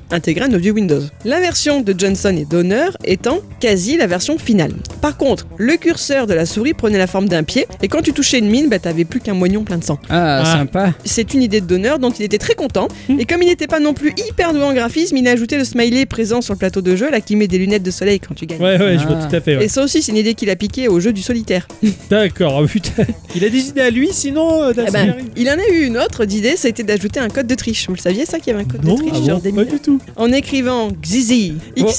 Speaker 3: fans du Windows. La version de Johnson et Donner étant quasi la version finale. Par contre, le curseur de la souris prenait la forme d'un pied et quand tu touchais une mine, t'avais plus qu'un moignon plein de sang.
Speaker 2: Ah, sympa.
Speaker 3: C'est une idée de Donner dont il était très content et comme il n'était pas non plus hyper doué en graphisme, il a ajouté le smiley présent sur le plateau de jeu là qui met des lunettes de soleil quand tu gagnes.
Speaker 1: Ouais, je vois tout à fait. Ouais.
Speaker 3: Et ça aussi, c'est une idée qu'il a piquée au jeu du solitaire.
Speaker 1: D'accord, oh, putain. Il a des idées à lui, sinon
Speaker 3: Il en a eu une autre d'idée, ça a été d'ajouter un code de triche. Vous le saviez ça qu'il y avait un code
Speaker 1: non,
Speaker 3: de triche
Speaker 1: ah
Speaker 3: sur
Speaker 1: bon,
Speaker 3: des
Speaker 1: pas du tout.
Speaker 3: En écrivant XYZ,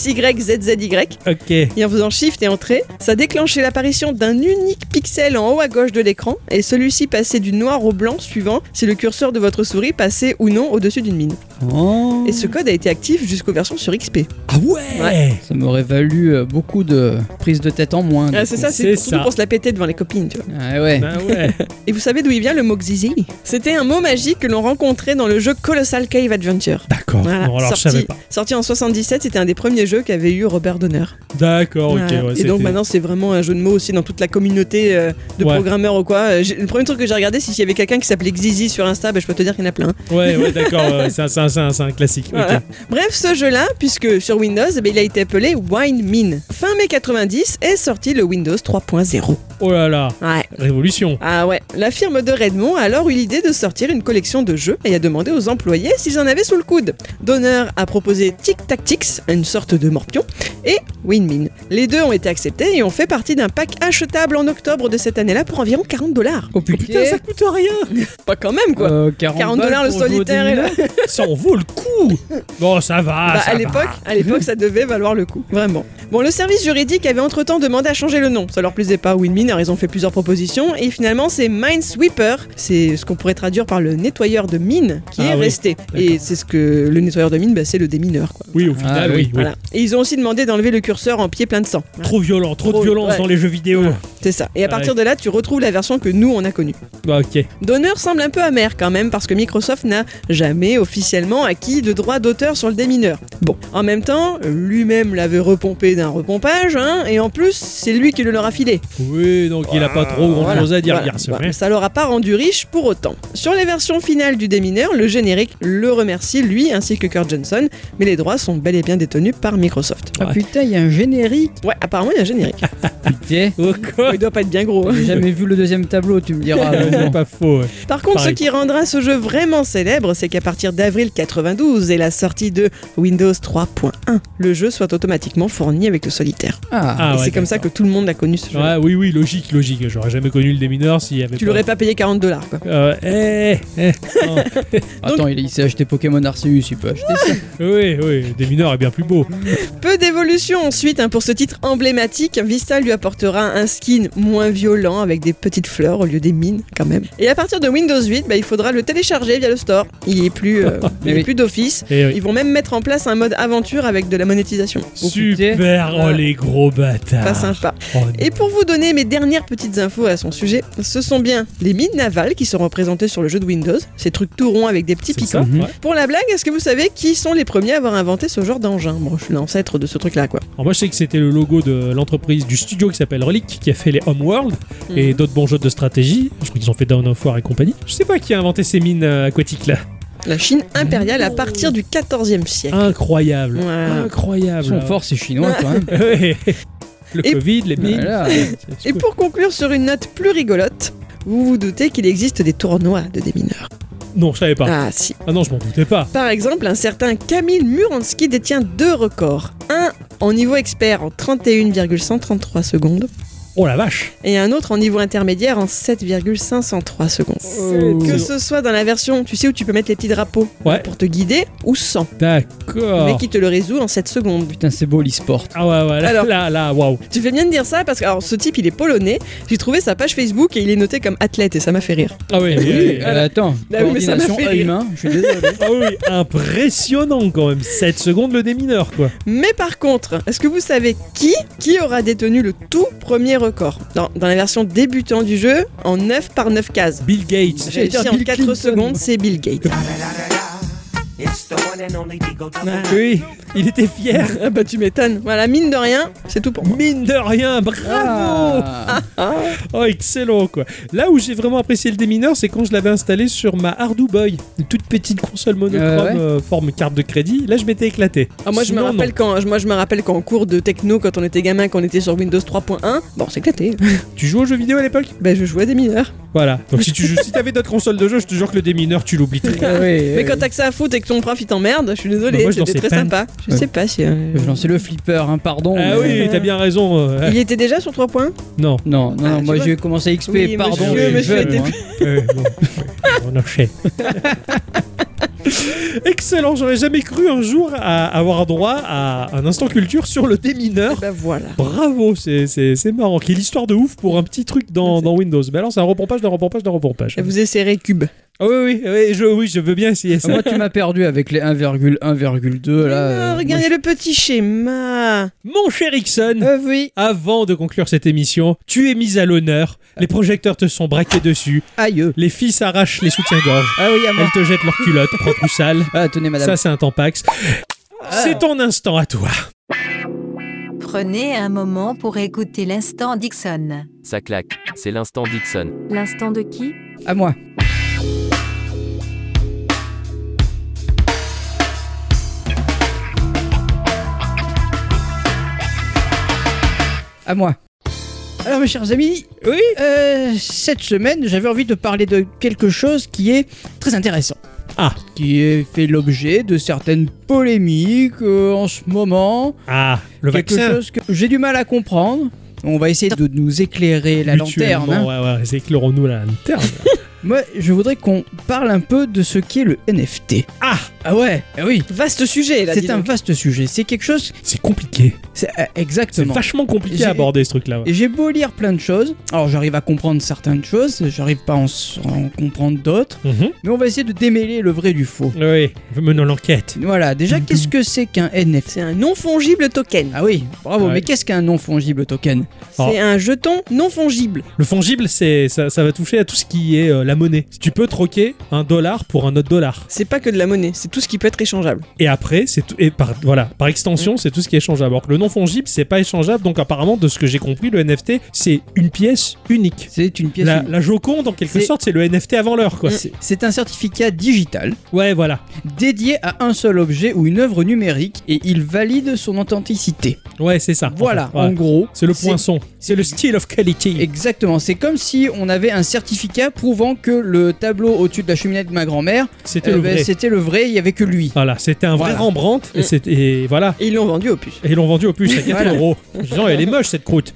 Speaker 3: XYZZY,
Speaker 1: Ok.
Speaker 3: et en faisant Shift et Entrée, ça déclenchait l'apparition d'un unique pixel en haut à gauche de l'écran, et celui-ci passait du noir au blanc suivant si le curseur de votre souris passait ou non au-dessus d'une mine.
Speaker 2: Oh.
Speaker 3: Et ce code a été actif jusqu'aux versions sur XP.
Speaker 1: Ah ouais.
Speaker 2: Ça m'aurait valu beaucoup de prises de tête en moins.
Speaker 3: Ah, c'est ça, c'est surtout pour se la péter devant les copines, tu vois.
Speaker 2: Ah ouais.
Speaker 1: Bah ouais.
Speaker 3: Et vous savez d'où il vient le mot Xizi? C'était un mot magique que l'on rencontrait dans le jeu Colossal Cave Adventure.
Speaker 1: D'accord.
Speaker 3: Voilà,
Speaker 1: Non, alors je savais pas.
Speaker 3: sorti en 77, c'était un des premiers jeux qu'avait eu Robert Donner.
Speaker 1: D'accord,
Speaker 3: Voilà.
Speaker 1: ok. Ouais,
Speaker 3: Et donc maintenant c'est vraiment un jeu de mots aussi dans toute la communauté de
Speaker 1: Ouais.
Speaker 3: programmeurs ou quoi. Le premier truc que j'ai regardé, c'est s'il y avait quelqu'un qui s'appelait Xizi sur Insta, je peux te dire qu'il y en a plein.
Speaker 1: Ouais, d'accord. C'est un classique.
Speaker 3: Voilà.
Speaker 1: Ok.
Speaker 3: Bref, ce jeu-là, puisque sur Windows, il a été appelé Wine Mine. Fin mai 90 est sorti le Windows 3.0.
Speaker 1: Oh là là.
Speaker 3: Ouais.
Speaker 1: Révolution.
Speaker 3: Ah ouais, la firme de Redmond a alors eu l'idée de sortir une collection de jeux et a demandé aux employés s'ils en avaient sous le coude. Donner a proposé Tic Tactics, une sorte de morpion, et WinMin. Les deux ont été acceptés et ont fait partie d'un pack achetable en octobre de cette année-là pour environ $40.
Speaker 2: Oh
Speaker 1: Oh, putain, ça coûte rien.
Speaker 3: Pas quand même quoi.
Speaker 2: 40
Speaker 3: $40 le solitaire et là.
Speaker 1: Ça en vaut le coup. Bon, ça va.
Speaker 3: Bah,
Speaker 1: ça
Speaker 3: à l'époque, ça devait valoir le coup, vraiment. Bon, le service juridique avait entre-temps demandé à changer le nom. Ça leur plaisait pas, WinMin, alors ils ont fait plusieurs propositions et finalement c'est Minesweeper, c'est ce qu'on pourrait traduire par le nettoyeur de mines qui est
Speaker 1: oui.
Speaker 3: resté. Et c'est ce que le nettoyeur de mines, c'est le démineur quoi.
Speaker 1: Oui, au final,
Speaker 2: Ah,
Speaker 1: oui.
Speaker 3: Voilà. Et ils ont aussi demandé d'enlever le curseur en pied plein de sang. Voilà.
Speaker 1: Trop violent, trop de
Speaker 3: Trop-
Speaker 1: violence
Speaker 3: ouais.
Speaker 1: dans les jeux vidéo.
Speaker 3: C'est ça. Et à partir de là, tu retrouves la version que nous on a connue.
Speaker 1: Bah, ok.
Speaker 3: Donner semble un peu amer quand même parce que Microsoft n'a jamais officiellement acquis de droit d'auteur sur le démineur. Bon, en même temps, lui-même l'avait repompé d'un repompage, hein, et en plus, c'est lui qui le leur a filé.
Speaker 1: Oui, donc il a pas trop grand chose à dire.
Speaker 3: Voilà.
Speaker 1: Regarde, c'est
Speaker 3: Voilà.
Speaker 1: vrai.
Speaker 3: Ça leur a pas rendu riche pour autant. Sur les versions finales du démineur, le générique le remercie lui ainsi que Kurt Johnson, mais les droits sont bel et bien détenus par Microsoft.
Speaker 2: Ah putain, il y a un générique.
Speaker 3: Ouais, apparemment il y a un générique.
Speaker 2: Putain.
Speaker 1: Oh, quoi.
Speaker 3: Il doit pas être bien gros. hein.
Speaker 2: J'ai jamais vu le deuxième tableau, tu me diras. mais
Speaker 1: C'est
Speaker 2: bon.
Speaker 1: pas faux. Ouais.
Speaker 3: Par contre,
Speaker 1: Pareil.
Speaker 3: ce qui rendra ce jeu vraiment célèbre, c'est qu'à partir d'avril 92 et la sortie de Windows 3.1, le jeu soit automatiquement fourni avec le solitaire.
Speaker 2: Ah,
Speaker 3: Et
Speaker 1: ouais,
Speaker 3: c'est comme ça que
Speaker 1: d'accord.
Speaker 3: tout le monde l'a connu ce jeu.
Speaker 1: Ouais, oui, logique. J'aurais jamais connu le démineur s'il y avait.
Speaker 3: Tu
Speaker 1: pas...
Speaker 3: l'aurais pas payé $40 quoi.
Speaker 1: Non.
Speaker 2: attends, il s'est acheté Pokémon Arceus, il peut acheter ça.
Speaker 1: Oui, le démineur est bien plus beau.
Speaker 3: Peu d'évolution ensuite hein, pour ce titre emblématique. Vista lui apportera un skin moins violent avec des petites fleurs au lieu des mines quand même. Et à partir de Windows 8, il faudra le télécharger via le store. Il est plus, il est
Speaker 2: oui.
Speaker 3: plus d'office.
Speaker 1: Et oui.
Speaker 3: Ils vont même mettre en place un mode aventure avec de la monétisation.
Speaker 1: Super, oh
Speaker 3: Ouais.
Speaker 1: les gros bâtards.
Speaker 3: Pas sympa.
Speaker 1: Oh,
Speaker 3: Et pour vous donner mes dernières petites infos à son sujet, ce sont bien les mines navales qui seront représentées sur le jeu de Windows, ces trucs tout ronds avec des petits
Speaker 1: c'est ça,
Speaker 3: piquants.
Speaker 1: ouais.
Speaker 3: Pour la blague, est-ce que vous savez qui sont les premiers à avoir inventé ce genre d'engin? Bon, je suis l'ancêtre de ce truc-là, quoi.
Speaker 1: Alors moi je sais que c'était le logo de l'entreprise du studio qui s'appelle Relic qui a fait les Homeworld et d'autres bons jeux de stratégie. Je crois qu'ils ont fait Dawn of War et compagnie. Je sais pas qui a inventé ces mines aquatiques là.
Speaker 3: La Chine impériale à partir du 14e siècle.
Speaker 1: Incroyable.
Speaker 3: Voilà.
Speaker 1: Incroyable.
Speaker 2: Ils sont forts, ces Chinois, quand même.
Speaker 1: Ouais. Le
Speaker 3: Et-
Speaker 1: Covid, les mines.
Speaker 2: Voilà.
Speaker 3: Et pour conclure sur une note plus rigolote, vous vous doutez qu'il existe des tournois de démineurs.
Speaker 1: Non, je savais pas.
Speaker 3: Ah si.
Speaker 1: Ah non, je m'en doutais pas.
Speaker 3: Par exemple, un certain Kamil Muransky détient 2 records. Un en niveau expert en 31,133 secondes
Speaker 1: Oh la vache.
Speaker 3: et un autre en niveau intermédiaire en 7,503 secondes.
Speaker 1: Oh.
Speaker 3: Que ce soit dans la version, tu sais, où tu peux mettre les petits drapeaux
Speaker 1: Ouais.
Speaker 3: pour te guider, ou sans.
Speaker 1: D'accord.
Speaker 3: Mais qui te le résout en 7 secondes.
Speaker 2: Putain, c'est beau l'e-sport.
Speaker 1: Ah ouais, là,
Speaker 3: Alors-
Speaker 1: là, waouh.
Speaker 3: Tu fais bien de dire ça parce que alors, ce type il est polonais. J'ai trouvé sa page Facebook et il est noté comme athlète et ça m'a fait rire.
Speaker 1: Ah oui,
Speaker 2: Attends,
Speaker 3: Bah oui, mais ça m'a
Speaker 2: coordination
Speaker 3: fait rire.
Speaker 2: œil-main, je suis désolé.
Speaker 1: ah oui, impressionnant quand même. 7 secondes le démineur quoi.
Speaker 3: Mais par contre, est-ce que vous savez qui aura détenu le tout premier record dans la version débutant du jeu en 9 par 9 cases?
Speaker 1: Bill Gates.
Speaker 3: J'ai dit en
Speaker 2: Bill
Speaker 3: 4
Speaker 2: Clinton.
Speaker 3: secondes, c'est Bill Gates.
Speaker 6: It's
Speaker 1: Oui, il était fier.
Speaker 3: Ah bah tu m'étonnes. Voilà, mine de rien, c'est tout pour moi.
Speaker 1: Mine de rien, bravo. Oh, excellent quoi. Là où j'ai vraiment apprécié le démineur, c'est quand je l'avais installé sur ma Hardoo Boy, une toute petite console monochrome forme carte de crédit. Là, je m'étais éclaté.
Speaker 3: Ah, moi, je me rappelle qu'en cours de techno, quand on était gamin, qu'on était sur Windows 3.1, bon, c'est éclaté.
Speaker 1: Tu jouais aux jeux vidéo à l'époque?
Speaker 3: Ben, je jouais à des mineurs.
Speaker 1: Voilà. Donc si t'avais d'autres consoles de jeu, je te jure que le démineur, tu l'oublies très vite.
Speaker 3: Mais quand t'as que ça à foutre et que ton prof il t'emmerde, je suis désolé,
Speaker 1: Bah, moi, je
Speaker 3: c'était
Speaker 1: dansais
Speaker 3: très
Speaker 1: pas.
Speaker 3: sympa. Je sais pas si.
Speaker 2: Je lançais le flipper, hein, pardon.
Speaker 1: Ah oui, t'as bien raison.
Speaker 3: Il était déjà sur 3 points.
Speaker 1: Non.
Speaker 2: Non,
Speaker 3: Ah, tu
Speaker 2: moi
Speaker 3: vois.
Speaker 2: j'ai commencé à XP,
Speaker 3: Oui,
Speaker 2: pardon.
Speaker 3: monsieur
Speaker 2: je suis
Speaker 3: était
Speaker 2: jeune, moi.
Speaker 1: On enchaîne. Excellent, j'aurais jamais cru un jour à avoir droit à un instant culture sur le démineur.
Speaker 3: Ben voilà.
Speaker 1: Bravo, c'est marrant. Quelle histoire de ouf pour un petit truc dans Windows. Mais alors, c'est un repompage d'un repompage d'un repompage.
Speaker 3: Et vous essayerez Cube.
Speaker 1: Ah oui, je veux bien essayer ça.
Speaker 2: Moi, tu m'as perdu avec les 1,1,2 là.
Speaker 3: Regardez le petit schéma.
Speaker 1: Mon cher Ixon,
Speaker 3: Oui.
Speaker 1: avant de conclure cette émission, tu es mis à l'honneur. Les projecteurs te sont braqués dessus.
Speaker 2: Aïe.
Speaker 1: Les filles s'arrachent les soutiens-gorge.
Speaker 2: Ah oui, à moi.
Speaker 1: Elles te jettent leurs culottes, propres ou sales.
Speaker 2: Ah, tenez, madame.
Speaker 1: Ça, c'est un tampax. C'est ton instant à toi.
Speaker 6: Prenez un moment pour écouter l'instant Dixon.
Speaker 7: Ça claque, c'est l'instant Dixon.
Speaker 6: L'instant de qui?
Speaker 2: À moi. À moi. Alors mes chers amis,
Speaker 1: Oui.
Speaker 2: cette semaine j'avais envie de parler de quelque chose qui est très intéressant.
Speaker 1: Ah.
Speaker 2: Qui est fait l'objet de certaines polémiques en ce moment.
Speaker 1: Ah, le
Speaker 2: Quelque
Speaker 1: vaccin.
Speaker 2: chose que j'ai du mal à comprendre. On va essayer de nous éclairer la lanterne.
Speaker 1: Mutuellement,
Speaker 2: Hein.
Speaker 1: ouais, éclairons-nous la lanterne.
Speaker 2: Moi, je voudrais qu'on parle un peu de ce qu'est le NFT.
Speaker 1: Ah,
Speaker 2: Ah ouais, oui.
Speaker 3: Vaste sujet là.
Speaker 2: C'est
Speaker 3: dis
Speaker 2: un
Speaker 3: donc.
Speaker 2: vaste sujet. C'est quelque chose.
Speaker 1: c'est compliqué.
Speaker 2: C'est
Speaker 1: C'est
Speaker 2: exactement.
Speaker 1: vachement compliqué
Speaker 2: J'ai-
Speaker 1: à aborder ce truc-là. Ouais.
Speaker 2: Et j'ai beau lire plein de choses. Alors j'arrive à comprendre certaines choses. J'arrive pas à en comprendre d'autres.
Speaker 1: Mhm.
Speaker 2: Mais on va essayer de démêler le vrai du faux.
Speaker 1: Oui, menons l'enquête.
Speaker 2: Voilà. Déjà, qu'est-ce que c'est qu'un NFT?
Speaker 3: C'est un non fongible token.
Speaker 2: Ah oui, bravo.
Speaker 1: Ouais.
Speaker 2: Mais qu'est-ce qu'un non fongible token?
Speaker 3: C'est un jeton non fongible.
Speaker 1: Le fongible, ça va toucher à tout ce qui est la monnaie. Tu peux troquer $1 pour un autre dollar.
Speaker 3: C'est pas que de la monnaie, c'est tout ce qui peut être échangeable.
Speaker 1: Et après, c'est tout, et par extension, c'est tout ce qui est échangeable. Alors que le non fongible, c'est pas échangeable. Donc apparemment, de ce que j'ai compris, le NFT, c'est une pièce unique.
Speaker 2: C'est une pièce.
Speaker 1: La Joconde, en quelque
Speaker 2: C'est-
Speaker 1: sorte, c'est le NFT avant l'heure, quoi.
Speaker 2: C'est un certificat digital
Speaker 1: Ouais, voilà.
Speaker 2: dédié à un seul objet ou une œuvre numérique et il valide son authenticité.
Speaker 1: Ouais, c'est ça.
Speaker 2: Voilà,
Speaker 1: Ouais.
Speaker 2: en gros.
Speaker 1: C'est le poinçon. C'est le style of quality.
Speaker 2: Exactement, c'est comme si on avait un certificat prouvant que le tableau au-dessus de la cheminée de ma grand-mère,
Speaker 1: C'était le vrai.
Speaker 2: c'était le vrai, il y avait que lui.
Speaker 1: Voilà, c'était un vrai
Speaker 2: Voilà.
Speaker 1: Rembrandt. Et voilà.
Speaker 3: Et ils l'ont vendu au puce.
Speaker 1: Et ils l'ont vendu au plus à 4
Speaker 2: Voilà.
Speaker 1: euros. Disant, elle est moche cette croûte.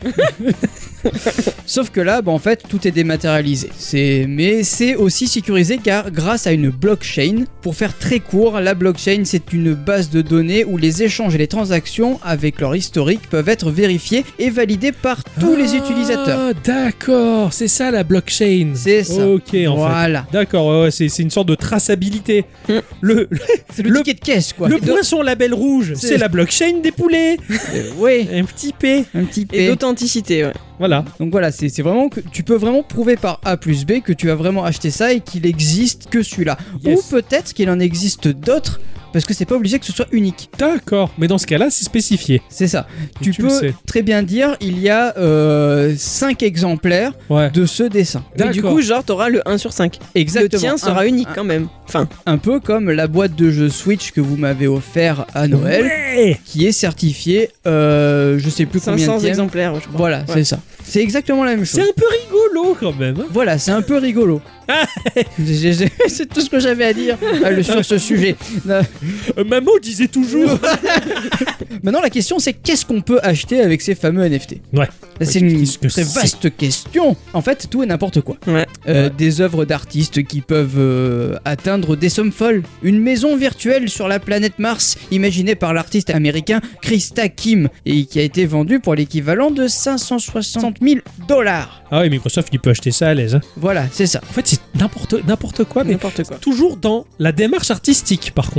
Speaker 2: Sauf que là, en fait, tout est dématérialisé. Mais c'est aussi sécurisé car grâce à une blockchain, pour faire très court, la blockchain c'est une base de données où les échanges et les transactions avec leur historique peuvent être vérifiés et validés par tous les utilisateurs.
Speaker 1: Ah, d'accord. C'est ça la blockchain.
Speaker 2: C'est ça.
Speaker 1: Ok, en fait.
Speaker 2: Voilà.
Speaker 1: D'accord, ouais, c'est une sorte de traçabilité. Le
Speaker 2: C'est le ticket de caisse quoi.
Speaker 1: le poisson label rouge, c'est la blockchain des poulets.
Speaker 2: Oui,
Speaker 1: Un petit P.
Speaker 2: un petit
Speaker 3: Et
Speaker 2: P.
Speaker 3: d'authenticité, ouais.
Speaker 1: Voilà.
Speaker 2: Donc voilà, c'est vraiment que tu peux vraiment prouver par A plus B que tu as vraiment acheté ça et qu'il existe que celui-là.
Speaker 1: Yes.
Speaker 2: Ou peut-être qu'il en existe d'autres parce que c'est pas obligé que ce soit unique.
Speaker 1: D'accord. Mais dans ce cas-là, c'est spécifié.
Speaker 2: C'est ça. Tu
Speaker 1: Tu le
Speaker 2: peux
Speaker 1: sais.
Speaker 2: très bien dire il y a 5 exemplaires
Speaker 1: Ouais.
Speaker 2: de ce dessin.
Speaker 3: Mais du
Speaker 1: D'accord.
Speaker 3: coup, genre, t'auras le 1 sur 5.
Speaker 2: Exactement.
Speaker 3: Le tien sera unique quand même. Enfin,
Speaker 2: Un peu comme la boîte de jeux Switch que vous m'avez offert à Noël,
Speaker 1: Ouais.
Speaker 2: qui est certifiée, je sais plus combien
Speaker 3: 500
Speaker 2: de
Speaker 3: exemplaires, je crois.
Speaker 2: Voilà,
Speaker 3: Ouais.
Speaker 2: c'est ça. C'est exactement la même chose.
Speaker 1: C'est un peu rigolo quand même. hein.
Speaker 2: Voilà, c'est un peu rigolo. C'est tout ce que j'avais à dire sur ce sujet.
Speaker 1: Maman disait toujours.
Speaker 2: Maintenant, la question c'est qu'est-ce qu'on peut acheter avec ces fameux NFT?
Speaker 1: Ouais.
Speaker 2: Là, c'est
Speaker 1: Ouais,
Speaker 2: une
Speaker 1: qu'est-ce que
Speaker 2: très
Speaker 1: c'est
Speaker 2: vaste question. En fait, tout et n'importe quoi.
Speaker 3: Ouais.
Speaker 2: Des œuvres d'artistes qui peuvent atteindre des sommes folles. Une maison virtuelle sur la planète Mars, imaginée par l'artiste américain Krista Kim, et qui a été vendue pour l'équivalent de 560 000 $.
Speaker 1: Ah oui, Microsoft, il peut acheter ça à l'aise. hein.
Speaker 2: Voilà, c'est ça.
Speaker 1: En fait, c'est n'importe quoi, mais
Speaker 3: N'importe quoi.
Speaker 1: toujours dans la démarche artistique, par contre.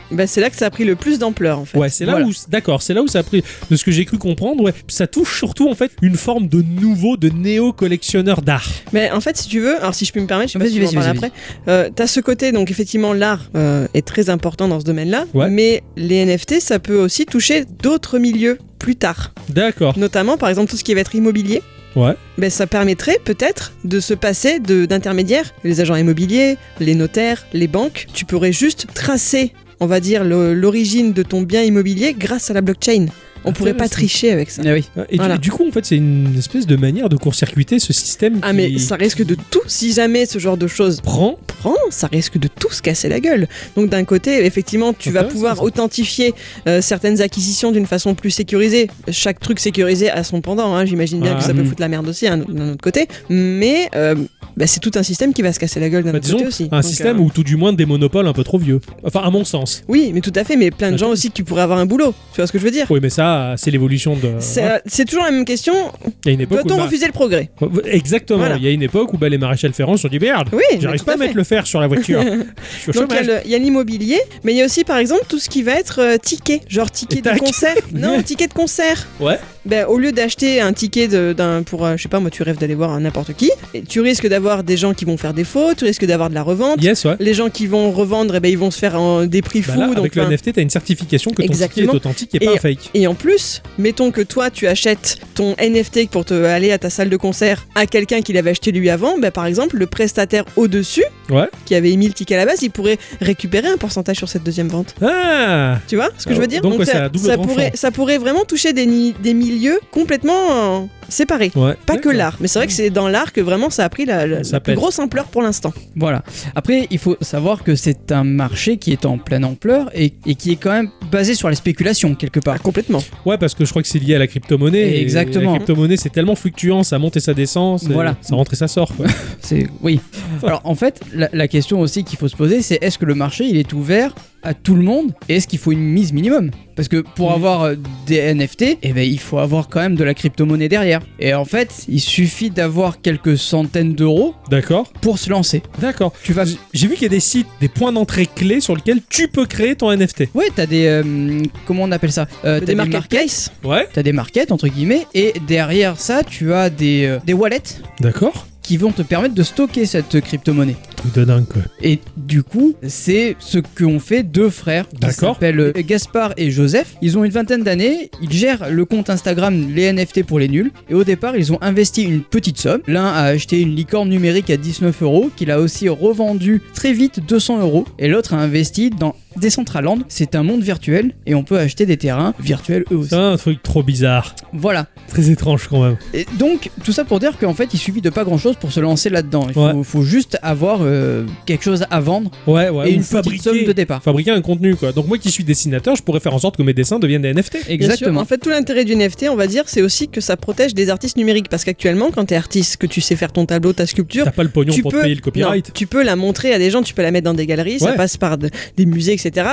Speaker 3: Bah, c'est là que ça a pris le plus d'ampleur en fait.
Speaker 1: Ouais, c'est là
Speaker 2: Voilà.
Speaker 1: où, d'accord, c'est là où ça a pris, de ce que j'ai cru comprendre, ouais, ça touche surtout en fait une forme de nouveau, de néo-collectionneur d'art.
Speaker 3: Mais en fait, si tu veux, alors si je peux me permettre, je sais pas
Speaker 2: Vas-y,
Speaker 3: si tu veux en
Speaker 2: vas-y,
Speaker 3: parler après. T'as ce côté, donc effectivement, l'art est très important dans ce domaine-là,
Speaker 1: Ouais.
Speaker 3: mais les NFT, ça peut aussi toucher d'autres milieux plus tard.
Speaker 1: D'accord.
Speaker 3: Notamment, par exemple, tout ce qui va être immobilier.
Speaker 1: Ouais.
Speaker 3: Ben, ça permettrait peut-être de se passer d'intermédiaires, les agents immobiliers, les notaires, les banques. Tu pourrais juste tracer, on va dire, l'origine de ton bien immobilier grâce à la blockchain. On pourrait pas
Speaker 1: Intéressant.
Speaker 3: tricher avec ça.
Speaker 2: Ah oui.
Speaker 1: Et
Speaker 3: Voilà.
Speaker 1: du coup, en fait, c'est une espèce de manière de court-circuiter ce système
Speaker 3: Ah
Speaker 1: qui
Speaker 3: mais ça risque de tout, si jamais ce genre de choses
Speaker 1: prend.
Speaker 3: ça risque de tout se casser la gueule. Donc d'un côté, effectivement, tu vas
Speaker 1: Intéressant,
Speaker 3: pouvoir
Speaker 1: ça.
Speaker 3: authentifier certaines acquisitions d'une façon plus sécurisée. Chaque truc sécurisé a son pendant, hein. J'imagine bien
Speaker 1: Ah,
Speaker 3: que ça peut foutre la merde aussi d'un autre côté. Mais c'est tout un système qui va ce casser la gueule d'un
Speaker 1: Bah,
Speaker 3: autre
Speaker 1: disons,
Speaker 3: côté aussi.
Speaker 1: un
Speaker 3: Donc,
Speaker 1: système où tout du moins des monopoles un peu trop vieux. Enfin, à mon sens.
Speaker 3: Oui, mais tout à fait, mais plein de gens
Speaker 1: Attends.
Speaker 3: aussi que tu pourrais avoir un boulot. Tu vois ce que je veux dire
Speaker 1: Oui, mais ça, c'est l'évolution de.
Speaker 3: C'est toujours la même question.
Speaker 1: Il y a une époque
Speaker 3: Doit-on
Speaker 1: où.
Speaker 3: refuser le progrès
Speaker 1: Exactement.
Speaker 3: Voilà.
Speaker 1: Il y a une époque où les maréchals Ferrand se sont dit merde,
Speaker 3: Oui, mais
Speaker 1: j'arrive
Speaker 3: tout
Speaker 1: pas à
Speaker 3: à fait.
Speaker 1: mettre le fer sur la voiture. Je suis au
Speaker 3: Donc
Speaker 1: chômage.
Speaker 3: il y a l'immobilier, mais il y a aussi par exemple tout ce qui va être ticket, genre ticket
Speaker 1: Et
Speaker 3: de
Speaker 1: tac.
Speaker 3: concert. Non, ticket de concert.
Speaker 1: Ouais.
Speaker 3: Ben, au lieu d'acheter un ticket pour, je sais pas, moi tu rêves d'aller voir n'importe qui, et tu risques d'avoir des gens qui vont faire des faux, tu risques d'avoir de la revente.
Speaker 1: Yes, ouais.
Speaker 3: Les gens qui vont revendre, ils vont se faire des prix
Speaker 1: Bah
Speaker 3: fous.
Speaker 1: là,
Speaker 3: donc,
Speaker 1: avec le
Speaker 3: enfin,
Speaker 1: NFT, t'as une certification que ton ticket est
Speaker 3: Exactement.
Speaker 1: authentique et pas un fake.
Speaker 3: Et en plus, mettons que toi tu achètes ton NFT pour te aller à ta salle de concert à quelqu'un qui l'avait acheté lui avant, par exemple le prestataire au-dessus
Speaker 1: Ouais.
Speaker 3: qui avait émis le ticket à la base, il pourrait récupérer un pourcentage sur cette deuxième vente.
Speaker 1: Ah.
Speaker 3: Tu vois ce que je veux dire
Speaker 1: Donc, ouais, c'est à double tranchant.
Speaker 3: ça pourrait vraiment toucher des milieux complètement séparés.
Speaker 1: Ouais.
Speaker 3: Pas que
Speaker 1: D'accord.
Speaker 3: l'art, mais c'est vrai que c'est dans l'art que vraiment ça a pris la
Speaker 1: Ça
Speaker 3: plus
Speaker 1: pète.
Speaker 3: grosse ampleur pour l'instant.
Speaker 2: Voilà. Après, il faut savoir que c'est un marché qui est en pleine ampleur et qui est quand même basé sur la spéculation quelque part.
Speaker 3: Complètement.
Speaker 1: Ouais, parce que je crois que c'est lié à la crypto-monnaie.
Speaker 2: Exactement.
Speaker 1: Et la crypto-monnaie, c'est tellement fluctuant, ça monte et ça descend.
Speaker 2: Voilà.
Speaker 1: Ça rentre et ça sort. Quoi.
Speaker 2: C'est oui. Alors en fait, la question aussi qu'il faut se poser, c'est est-ce que le marché il est ouvert à tout le monde et est-ce qu'il faut une mise minimum? Parce que pour avoir des NFT, il faut avoir quand même de la crypto-monnaie derrière. Et en fait, il suffit d'avoir quelques centaines d'euros
Speaker 1: D'accord.
Speaker 2: pour se lancer.
Speaker 1: D'accord.
Speaker 2: Tu vas
Speaker 1: J'ai vu qu'il y a des sites, des points d'entrée clés sur lesquels tu peux créer ton NFT.
Speaker 2: Ouais, t'as des comment on appelle ça? T'as
Speaker 3: Des marketplaces.
Speaker 1: Ouais.
Speaker 2: T'as des markets entre guillemets et derrière ça, tu as des wallets
Speaker 1: D'accord.
Speaker 2: qui vont te permettre de stocker cette crypto-monnaie.
Speaker 1: Truc de dingue, quoi.
Speaker 2: Et du coup, c'est ce qu'ont fait deux frères qui
Speaker 1: D'accord.
Speaker 2: s'appellent Gaspard et Joseph. Ils ont une vingtaine d'années, ils gèrent le compte Instagram Les NFT pour les nuls. Et au départ, ils ont investi une petite somme. L'un a acheté une licorne numérique à 19 €, qu'il a aussi revendu très vite 200 €. Et l'autre a investi dans Decentraland. C'est un monde virtuel et on peut acheter des terrains virtuels eux aussi.
Speaker 1: C'est un truc trop bizarre.
Speaker 2: Voilà.
Speaker 1: Très étrange quand même.
Speaker 2: Et donc, tout ça pour dire qu'en fait, il suffit de pas grand chose pour se lancer là-dedans. Il faut juste avoir quelque chose à vendre
Speaker 1: Ouais, ouais.
Speaker 2: et
Speaker 1: ou
Speaker 2: une petite somme de départ.
Speaker 1: fabriquer un contenu, quoi. Donc moi qui suis dessinateur, je pourrais faire en sorte que mes dessins deviennent des NFT.
Speaker 3: Bien sûr.
Speaker 2: Exactement.
Speaker 3: En fait, tout l'intérêt du NFT, on va dire, c'est aussi que ça protège des artistes numériques. Parce qu'actuellement, quand t'es artiste, que tu sais faire ton tableau, ta sculpture,
Speaker 1: T'as pas le pognon
Speaker 3: tu
Speaker 1: pour te
Speaker 3: peux,
Speaker 1: payer le copyright.
Speaker 3: non, tu peux la montrer à des gens, tu peux la mettre dans des galeries, ça
Speaker 1: Ouais.
Speaker 3: passe par des musées, etc.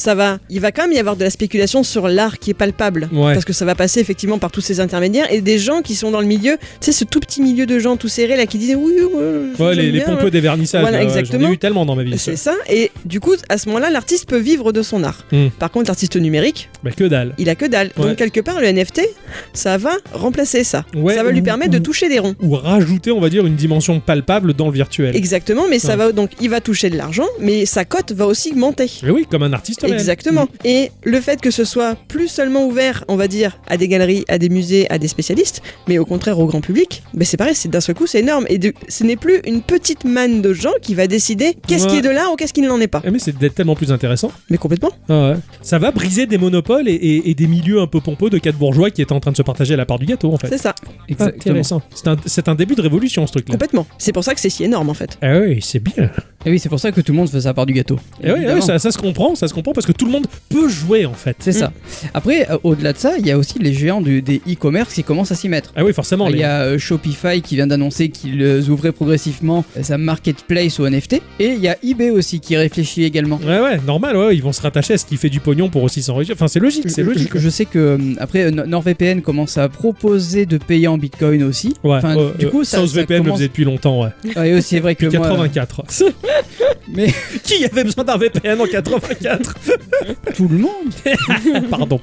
Speaker 3: Il va quand même y avoir de la spéculation sur l'art qui est palpable.
Speaker 1: Ouais.
Speaker 3: Parce que ça va passer effectivement par tous ces intermédiaires et des gens qui sont dans le milieu, tu sais, ce tout petit milieu de gens tout serrés là qui disent oui,
Speaker 1: Ouais,
Speaker 3: j'aime
Speaker 1: les
Speaker 3: bien,
Speaker 1: pompeux des vernissages.
Speaker 3: Voilà,
Speaker 1: J'en
Speaker 3: exactement.
Speaker 1: ai eu tellement dans ma vie.
Speaker 3: C'est ça, et du coup, à ce moment-là, l'artiste peut vivre de son art.
Speaker 1: Hmm.
Speaker 3: Par contre, l'artiste numérique,
Speaker 1: Bah que dalle.
Speaker 3: il a que dalle.
Speaker 1: Ouais.
Speaker 3: Donc, quelque part, le NFT, ça va remplacer ça.
Speaker 1: Ouais,
Speaker 3: Ça va lui
Speaker 1: ou-
Speaker 3: permettre de
Speaker 1: ou-
Speaker 3: toucher des ronds.
Speaker 1: Ou rajouter, on va dire, une dimension palpable dans le virtuel.
Speaker 3: Exactement, mais ça
Speaker 1: Ouais.
Speaker 3: va donc, il va toucher de l'argent, mais sa cote va aussi augmenter.
Speaker 1: Et oui, comme un artiste réel.
Speaker 3: Exactement. Et le fait que ce soit plus seulement ouvert, on va dire, à des galeries, à des musées, à des spécialistes, mais au contraire au grand public, ben c'est pareil, c'est d'un seul coup, c'est énorme. Et ce n'est plus une petite manne de gens qui va décider qu'est-ce qui
Speaker 1: Ouais.
Speaker 3: est de l'art ou qu'est-ce qui ne l'en est pas.
Speaker 1: Mais c'est d'être tellement plus intéressant.
Speaker 3: Mais complètement.
Speaker 1: Ah ouais. Ça va briser des monopoles et des milieux un peu pompeux de quatre bourgeois qui étaient en train de se partager la part du gâteau en fait.
Speaker 3: C'est ça,
Speaker 1: Ah, intéressant. C'est un début de révolution ce truc-là.
Speaker 3: complètement. C'est pour ça que c'est si énorme en fait.
Speaker 1: Ah oui, c'est bien.
Speaker 2: Et oui, c'est pour ça que tout le monde fait sa part du gâteau.
Speaker 1: Et oui,
Speaker 2: Évidemment.
Speaker 1: ça se comprend parce que tout le monde peut jouer en fait.
Speaker 2: C'est ça. Après, au-delà de ça, il y a aussi les géants des e-commerce qui commencent à s'y mettre.
Speaker 1: Ah oui, forcément.
Speaker 2: Il y a Shopify qui vient d'annoncer qu'ils ouvraient progressivement sa marketplace au NFT. Et il y a eBay aussi qui réfléchit également.
Speaker 1: Ouais, normal, ouais, ils vont se rattacher à ce qui fait du pognon pour aussi s'enrichir. Enfin, c'est logique, c'est logique.
Speaker 2: Je sais que après NordVPN commence à proposer de payer en Bitcoin aussi.
Speaker 1: Ouais,
Speaker 2: Enfin, du coup, ça
Speaker 1: SouthVPN le
Speaker 2: commence-
Speaker 1: faisait depuis longtemps, ouais.
Speaker 2: Ouais, et aussi, c'est vrai que
Speaker 1: Depuis
Speaker 2: moi,
Speaker 1: 84.
Speaker 2: Mais
Speaker 1: Qui avait besoin d'un VPN en 84?
Speaker 2: tout le monde.
Speaker 1: Pardon.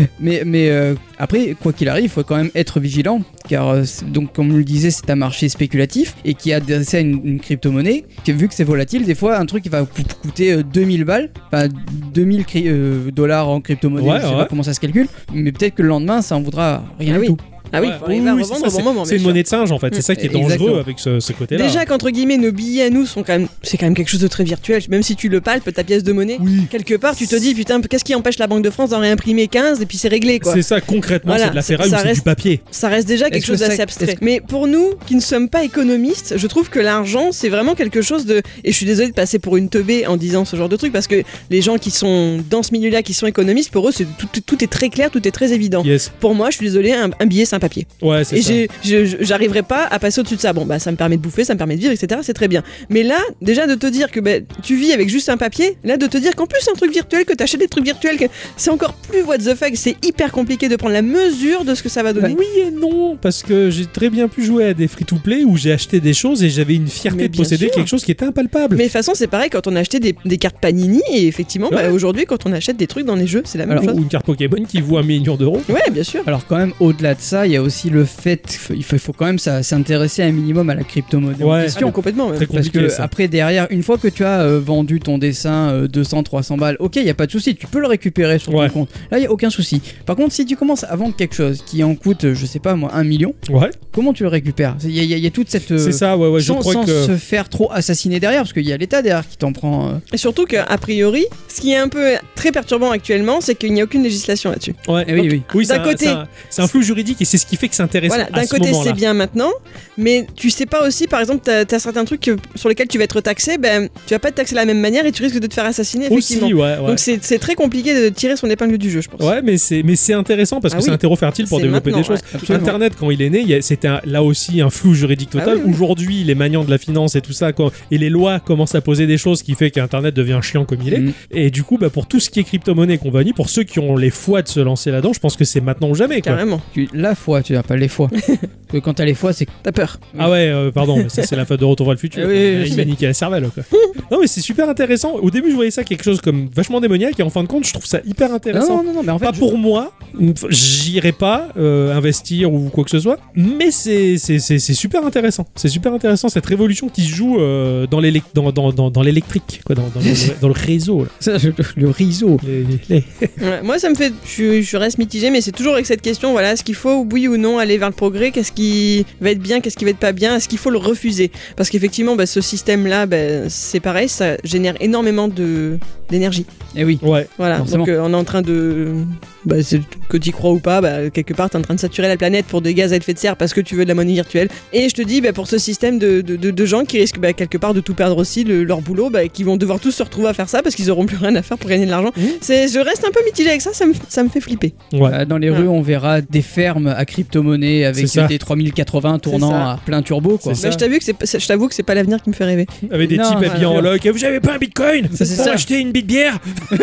Speaker 2: Mais après, quoi qu'il arrive, il faut quand même être vigilant, car donc comme on le disait, c'est un marché spéculatif et qui a adressé à une crypto-monnaie. Vu que c'est volatile, des fois un truc qui va coûter 2000 balles, enfin 2000 dollars en crypto-monnaie, je sais pas comment ça se calcule, mais peut-être que le lendemain ça en vaudra rien
Speaker 3: Ah
Speaker 2: du
Speaker 3: oui.
Speaker 2: tout.
Speaker 3: Ah oui,
Speaker 1: Ouais,
Speaker 3: faut arriver à
Speaker 1: oui,
Speaker 3: revendre
Speaker 1: c'est
Speaker 3: au
Speaker 1: ça,
Speaker 3: bon moment.
Speaker 1: c'est
Speaker 3: bien
Speaker 1: une
Speaker 3: sûr.
Speaker 1: monnaie de singe en fait, c'est ça qui est dangereux
Speaker 2: Exactement.
Speaker 1: avec ce côté-là.
Speaker 3: Déjà qu'entre guillemets nos billets à nous sont c'est quand même quelque chose de très virtuel. Même si tu le palpes, ta pièce de monnaie, quelque part tu te dis putain qu'est-ce qui empêche la Banque de France d'en réimprimer 15 et puis c'est réglé quoi.
Speaker 1: C'est ça concrètement,
Speaker 3: Voilà,
Speaker 1: c'est de la ferraille ou
Speaker 3: ça
Speaker 1: c'est du
Speaker 3: reste-
Speaker 1: papier.
Speaker 3: Ça reste déjà quelque
Speaker 2: Est-ce
Speaker 3: chose
Speaker 2: que
Speaker 3: d'assez
Speaker 2: ça-
Speaker 3: abstrait.
Speaker 2: est-ce-
Speaker 3: Mais pour nous qui ne sommes pas économistes, je trouve que l'argent c'est vraiment quelque chose de. Et je suis désolée de passer pour une teubée en disant ce genre de truc parce que les gens qui sont dans ce milieu-là, qui sont économistes, pour eux tout est très clair, tout est très évident.
Speaker 1: Yes.
Speaker 3: Pour moi, je suis désolée, un billet c'est un papier.
Speaker 1: Ouais, c'est
Speaker 3: Et
Speaker 1: ça.
Speaker 3: j'arriverai pas à passer au-dessus de ça. Bon, bah, ça me permet de bouffer, ça me permet de vivre, etc. C'est très bien. Mais là, déjà, de te dire que bah, tu vis avec juste un papier, là, de te dire qu'en plus, un truc virtuel, que t'achètes des trucs virtuels, que c'est encore plus what the fuck. C'est hyper compliqué de prendre la mesure de ce que ça va donner.
Speaker 1: Oui et non, parce que j'ai très bien pu jouer à des free-to-play où j'ai acheté des choses et j'avais une fierté
Speaker 3: Mais
Speaker 1: de
Speaker 3: bien
Speaker 1: posséder
Speaker 3: sûr.
Speaker 1: quelque chose qui était impalpable.
Speaker 3: Mais de toute façon, c'est pareil quand on a acheté des cartes Panini, et effectivement, bah,
Speaker 1: Ouais.
Speaker 3: aujourd'hui, quand on achète des trucs dans les jeux, c'est la même
Speaker 2: Alors,
Speaker 3: chose.
Speaker 1: Ou une carte Pokémon qui vaut 1 million d'euros.
Speaker 3: Ouais, bien sûr.
Speaker 2: Alors quand même, au-delà de ça, il y a aussi le fait, il faut quand même s'intéresser un minimum à la crypto-monnaie en
Speaker 1: Ouais.
Speaker 3: Ah,
Speaker 2: question.
Speaker 3: mais complètement.
Speaker 1: Très
Speaker 2: Parce
Speaker 1: compliqué
Speaker 2: que
Speaker 1: ça.
Speaker 2: après derrière, une fois que tu as vendu ton dessin 200-300 balles, ok, il y a pas de souci, tu peux le récupérer sur
Speaker 1: Ouais.
Speaker 2: ton compte. Là, il y a aucun souci. Par contre, si tu commences à vendre quelque chose qui en coûte, je sais pas moi, 1 million,
Speaker 1: Ouais,
Speaker 2: comment tu le récupères? Il y a toute cette
Speaker 1: c'est ça, ouais, je
Speaker 2: sans
Speaker 1: crois que.
Speaker 2: se faire trop assassiner derrière, parce qu'il y a l'État derrière qui t'en prend.
Speaker 3: Et surtout qu'a priori, ce qui est un peu très perturbant actuellement, c'est qu'il n'y a aucune législation là-dessus.
Speaker 1: Ouais,
Speaker 2: Eh oui, oui.
Speaker 1: Oui,
Speaker 3: D'un
Speaker 1: c'est
Speaker 3: côté-
Speaker 1: c'est un flou juridique et c'est ce qui fait que c'est intéressant.
Speaker 3: Voilà,
Speaker 1: à
Speaker 3: d'un
Speaker 1: ce
Speaker 3: côté
Speaker 1: moment-là.
Speaker 3: c'est bien maintenant, mais tu sais pas aussi, par exemple, t'as certains trucs sur lesquels tu vas être taxé, ben tu vas pas être taxé de la même manière et tu risques de te faire assassiner
Speaker 1: Aussi,
Speaker 3: effectivement.
Speaker 1: ouais.
Speaker 3: Donc c'est très compliqué de tirer son épingle du jeu, je pense.
Speaker 1: Ouais, mais c'est intéressant parce que
Speaker 3: Ah
Speaker 1: c'est
Speaker 3: oui.
Speaker 1: un terreau fertile pour
Speaker 3: C'est
Speaker 1: développer des
Speaker 3: maintenant,
Speaker 1: choses.
Speaker 3: ouais,
Speaker 2: absolument.
Speaker 1: Internet, quand il est né, c'était là aussi un flou juridique total.
Speaker 3: Ah oui, oui.
Speaker 1: Aujourd'hui, les maniants de la finance et tout ça, et les lois commencent à poser des choses qui fait qu'Internet devient chiant comme il est.
Speaker 2: Mm.
Speaker 1: Et du coup, bah, pour tout ce qui est crypto-monnaie, compagnie, pour ceux qui ont les foi de se lancer là-dedans, je pense que c'est maintenant ou jamais. Quoi.
Speaker 3: Carrément.
Speaker 2: La foi, tu n'as pas les fois. Parce que quand t'as les fois, c'est que
Speaker 3: T'as peur.
Speaker 1: Ah ouais, pardon, mais ça c'est la fin de Retour vers le futur.
Speaker 2: Eh oui, je
Speaker 1: Il
Speaker 2: sais.
Speaker 1: m'a niqué la cervelle. Quoi. Non, mais c'est super intéressant. Au début, je voyais ça quelque chose comme vachement démoniaque et en fin de compte, je trouve ça hyper intéressant.
Speaker 2: non, mais en fait,
Speaker 1: Pas pour moi, j'irai pas investir ou quoi que ce soit, mais c'est super intéressant. C'est super intéressant cette révolution qui se joue dans l'électrique, quoi, dans le réseau. Là.
Speaker 2: ça, le riso.
Speaker 3: Ouais, moi ça me fait, je reste mitigé, mais c'est toujours avec cette question, voilà, est-ce qu'il faut oui ou non aller vers le progrès, qu'est-ce qui va être bien, qu'est-ce qui va être pas bien, est-ce qu'il faut le refuser? Parce qu'effectivement, bah, ce système-là, bah, c'est pareil, ça génère énormément d'énergie.
Speaker 2: Eh oui.
Speaker 1: Ouais.
Speaker 3: Voilà,
Speaker 2: Forcément.
Speaker 3: donc on est en train de... Bah, que tu y crois ou pas, bah, quelque part t'es en train de saturer la planète pour des gaz à effet de serre parce que tu veux de la monnaie virtuelle. Et je te dis, bah, pour ce système de gens qui risquent bah, quelque part de tout perdre aussi, leur boulot, bah, qui vont devoir tous se retrouver à faire ça parce qu'ils auront plus rien à faire pour gagner de l'argent. Je reste un peu mitigé avec ça, ça me fait flipper.
Speaker 1: Ouais.
Speaker 2: Dans les rues, on verra des fermes à crypto-monnaie avec
Speaker 1: C'est ça.
Speaker 2: des 3080 tournant
Speaker 3: ça.
Speaker 2: à plein turbo, quoi.
Speaker 1: C'est ça.
Speaker 3: Bah, je t'avoue que c'est pas l'avenir qui me fait rêver.
Speaker 1: Avec des
Speaker 2: Non,
Speaker 1: types habillés
Speaker 2: voilà.
Speaker 1: en loc. Vous avez pas un bitcoin
Speaker 2: Ça, c'est
Speaker 1: pour
Speaker 2: ça.
Speaker 1: acheter une bite bière?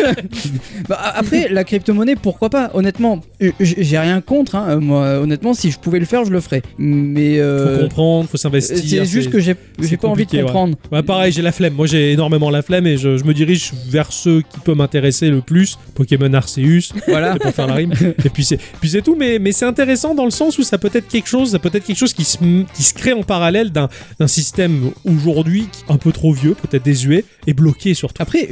Speaker 2: Bah, après, la crypto-monnaie, pourquoi pas? Honnêtement, j'ai rien contre. Hein. Moi, honnêtement, si je pouvais le faire, je le ferais. Mais
Speaker 1: Faut comprendre, faut s'investir.
Speaker 2: c'est juste que j'ai pas envie de
Speaker 1: compliqué, ouais.
Speaker 2: comprendre.
Speaker 1: Ouais, pareil, j'ai la flemme. Moi, j'ai énormément la flemme et je me dirige vers ceux qui peuvent m'intéresser le plus. Pokémon Arceus,
Speaker 2: Voilà.
Speaker 1: c'est pour faire la rime. Et puis c'est tout. Mais c'est intéressant dans le sens où ça peut être quelque chose qui se crée en parallèle d'un système aujourd'hui un peu trop vieux, peut-être désuet et bloqué surtout.
Speaker 2: Après,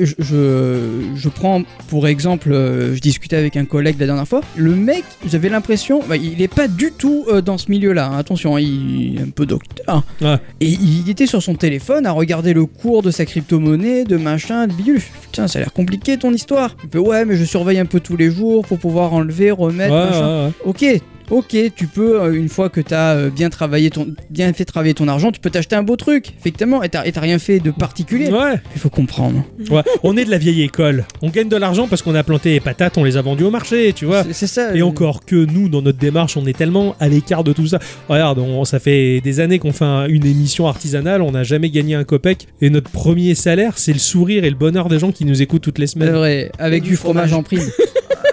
Speaker 2: je prends pour exemple, je discutais avec un collègue la dernière fois. Le mec, j'avais l'impression, bah, il est pas du tout dans ce milieu-là. Hein. Attention, il est un peu docteur.
Speaker 1: Ouais.
Speaker 2: Et il était sur son téléphone à regarder le cours de sa crypto-monnaie, de machin, de bidule. Putain, ça a l'air compliqué ton histoire. Il fait ouais, mais je surveille un peu tous les jours pour pouvoir enlever, remettre, machin.
Speaker 1: Ouais.
Speaker 2: Ok, tu peux, une fois que t'as bien fait travailler ton argent, tu peux t'acheter un beau truc, effectivement, et t'as rien fait de particulier.
Speaker 1: Ouais.
Speaker 2: Il faut comprendre.
Speaker 1: Ouais. On est de la vieille école. On gagne de l'argent parce qu'on a planté les patates, on les a vendues au marché, tu vois.
Speaker 2: C'est ça.
Speaker 1: Et encore que nous, dans notre démarche, on est tellement à l'écart de tout ça. Regarde, ça fait des années qu'on fait une émission artisanale, on n'a jamais gagné un copec. Et notre premier salaire, c'est le sourire et le bonheur des gens qui nous écoutent toutes les
Speaker 2: C'est
Speaker 1: semaines.
Speaker 2: vrai, avec
Speaker 3: Et
Speaker 2: du
Speaker 3: du
Speaker 2: fromage
Speaker 3: fromage.
Speaker 2: en prime.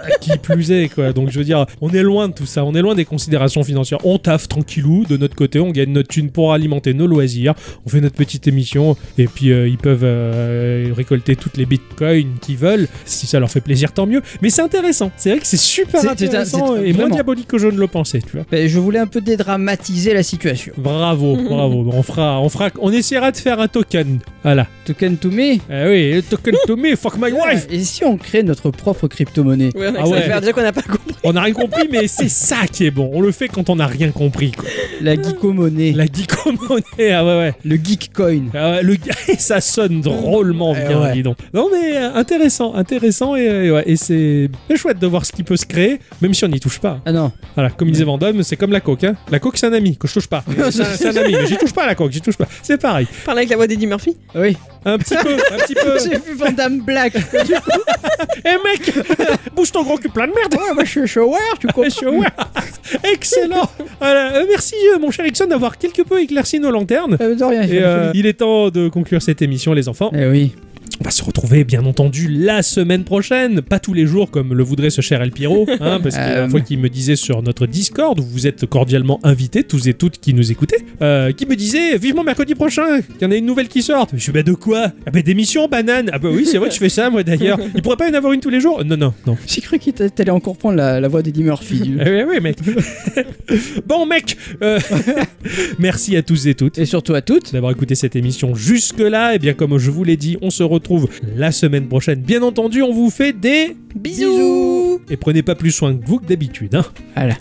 Speaker 1: Qui plus est, quoi. Donc je veux dire, on est loin de tout ça, on est loin des considérations financières. On taffe tranquillou de notre côté, on gagne notre thune pour alimenter nos loisirs, on fait notre petite émission et puis ils peuvent récolter toutes les bitcoins qu'ils veulent. Si ça leur fait plaisir, tant mieux. Mais c'est intéressant, c'est vrai que c'est super intéressant et moins diabolique que je ne le pensais, tu vois.
Speaker 2: Je voulais un peu dédramatiser la situation.
Speaker 1: Bravo. On essaiera de faire un token. Voilà.
Speaker 2: Token to me.
Speaker 1: Ah oui, le token to me, fuck my wife.
Speaker 2: Et si on crée notre propre crypto-monnaie?
Speaker 3: Ouais, on a que ça à faire, déjà qu'on n'a pas compris.
Speaker 1: On n'a rien compris, mais c'est ça qui est bon. On le fait quand on n'a rien compris, quoi.
Speaker 2: La geeko-monnaie.
Speaker 1: La geeko-monnaie, ah ouais.
Speaker 2: Le geek coin.
Speaker 1: Ah ouais, ça sonne drôlement bien,
Speaker 2: ouais.
Speaker 1: dis donc. Non mais intéressant et c'est chouette de voir ce qui peut se créer, même si on n'y touche pas.
Speaker 2: Ah non.
Speaker 1: Voilà, comme il disait Vendôme, c'est comme la coke. Hein. La coke, c'est un ami que je touche pas. C'est un ami, mais j'y touche pas à la coke, j'y touche pas. C'est pareil.
Speaker 3: Parle avec la voix d'Eddie Murphy.
Speaker 2: Oui.
Speaker 1: Un petit peu.
Speaker 2: J'ai vu Van Damme Black.
Speaker 1: Mec, bouge ton gros cul plein de merde.
Speaker 2: Ouais, moi je suis shower, tu comprends?
Speaker 1: Excellent. Voilà. Merci mon cher Ixon d'avoir quelque peu éclairci nos lanternes.
Speaker 2: De rien.
Speaker 1: Et il est temps de conclure cette émission, les enfants.
Speaker 2: Eh oui.
Speaker 1: On va se retrouver bien entendu la semaine prochaine, pas tous les jours comme le voudrait ce cher El Piro, hein, parce qu'il y a une fois qu'il me disait sur notre Discord, où vous êtes cordialement invités, tous et toutes qui nous écoutez, qui me disait vivement mercredi prochain, qu'il y en a une nouvelle qui sort. Je suis de quoi? Ah d'émission banane. Ah oui c'est vrai que je fais ça moi d'ailleurs. Il pourrait pas y en avoir une tous les jours? Non.
Speaker 2: J'ai cru qu'il t'allait encore prendre la voix d'Eddie Murphy.
Speaker 1: Oui mec. Bon mec, merci à tous et toutes.
Speaker 2: Et surtout à toutes
Speaker 1: d'avoir écouté cette émission jusque là. Et bien comme je vous l'ai dit, on se retrouve la semaine prochaine. Bien entendu, on vous fait des
Speaker 3: bisous.
Speaker 1: Et prenez pas plus soin de vous que d'habitude. Hein.
Speaker 2: Voilà.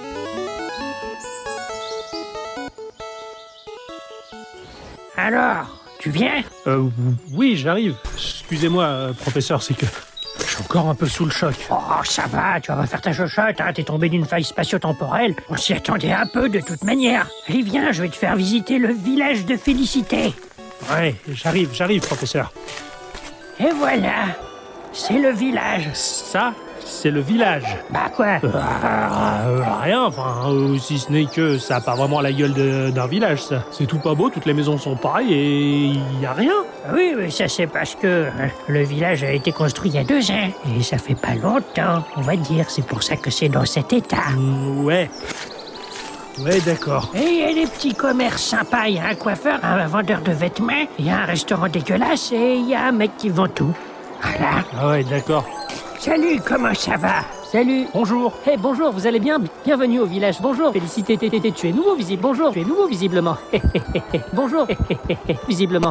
Speaker 8: Alors, tu viens?
Speaker 9: Oui, j'arrive. Excusez-moi, professeur, c'est que je suis encore un peu sous le choc.
Speaker 8: Oh, ça va, tu vas pas faire ta chochotte, hein, t'es tombé d'une faille spatio-temporelle. On s'y attendait un peu de toute manière. Allez, viens, je vais te faire visiter le village de Félicité.
Speaker 9: Ouais, j'arrive, professeur.
Speaker 8: Et voilà, c'est le village.
Speaker 9: Ça, c'est le village.
Speaker 8: Bah quoi?
Speaker 9: Rien, enfin, si ce n'est que ça a pas vraiment la gueule d'un village, ça. C'est tout pas beau, toutes les maisons sont pareilles et y a rien.
Speaker 8: Oui, mais ça c'est parce que le village a été construit il y a 2 ans. Et ça fait pas longtemps, on va dire. C'est pour ça que c'est dans cet état.
Speaker 9: Ouais, d'accord.
Speaker 8: Et il y a des petits commerces sympas. Il y a un coiffeur, un vendeur de vêtements, il y a un restaurant dégueulasse et il y a un mec qui vend tout. Voilà.
Speaker 9: Ah ouais, d'accord.
Speaker 8: Salut, comment ça va?
Speaker 10: Salut.
Speaker 9: Bonjour.
Speaker 10: Hey, bonjour, vous allez bien? Bienvenue au village. Bonjour. Félicité, tu es nouveau visible. Bonjour, tu es nouveau visiblement. Bonjour. Visiblement.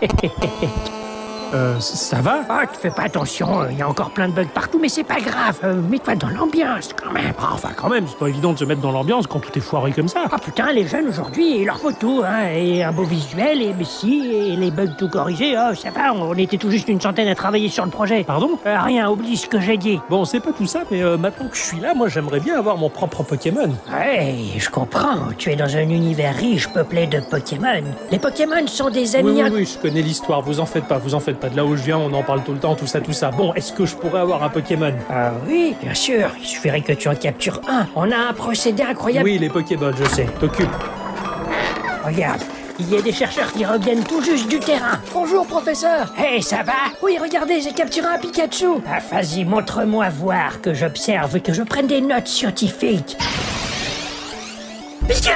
Speaker 9: Ça va?
Speaker 8: Ah, tu fais pas attention, il y a encore plein de bugs partout, mais c'est pas grave, mets-toi dans l'ambiance quand même.
Speaker 9: Ah, enfin quand même, c'est pas évident de se mettre dans l'ambiance quand tout est foiré comme ça.
Speaker 8: Ah putain, les jeunes aujourd'hui, il leur faut tout, hein, et un beau visuel, et et les bugs tout corrigés, oh ça va, on était tout juste une centaine à travailler sur le projet.
Speaker 9: Pardon?
Speaker 8: Rien, oublie ce que j'ai dit.
Speaker 9: Bon, c'est pas tout ça, mais maintenant que je suis là, moi j'aimerais bien avoir mon propre Pokémon.
Speaker 8: Ouais, je comprends, tu es dans un univers riche peuplé de Pokémon. Les Pokémon sont des amis...
Speaker 9: Oui, je connais l'histoire, vous en faites pas. De là où je viens, on en parle tout le temps, tout ça. Bon, est-ce que je pourrais avoir un Pokémon?
Speaker 8: Ah oui, bien sûr. Il suffirait que tu en captures un. On a un procédé incroyable.
Speaker 9: Oui, les Pokéballs, je sais. T'occupe.
Speaker 8: Regarde, il y a des chercheurs qui reviennent tout juste du terrain.
Speaker 10: Bonjour, professeur.
Speaker 8: Hey, ça va?
Speaker 10: Oui, regardez, j'ai capturé un Pikachu.
Speaker 8: Ah, vas-y, montre-moi voir, que j'observe, que je prenne des notes scientifiques. Pika!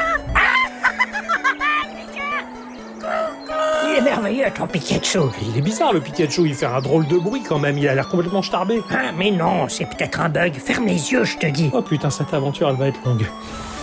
Speaker 8: Il est merveilleux, ton Pikachu.
Speaker 9: Il est bizarre, le Pikachu, il fait un drôle de bruit quand même, il a l'air complètement starbé.
Speaker 8: Ah, mais non, c'est peut-être un bug. Ferme les yeux, je te dis.
Speaker 9: Oh putain, cette aventure, elle va être longue.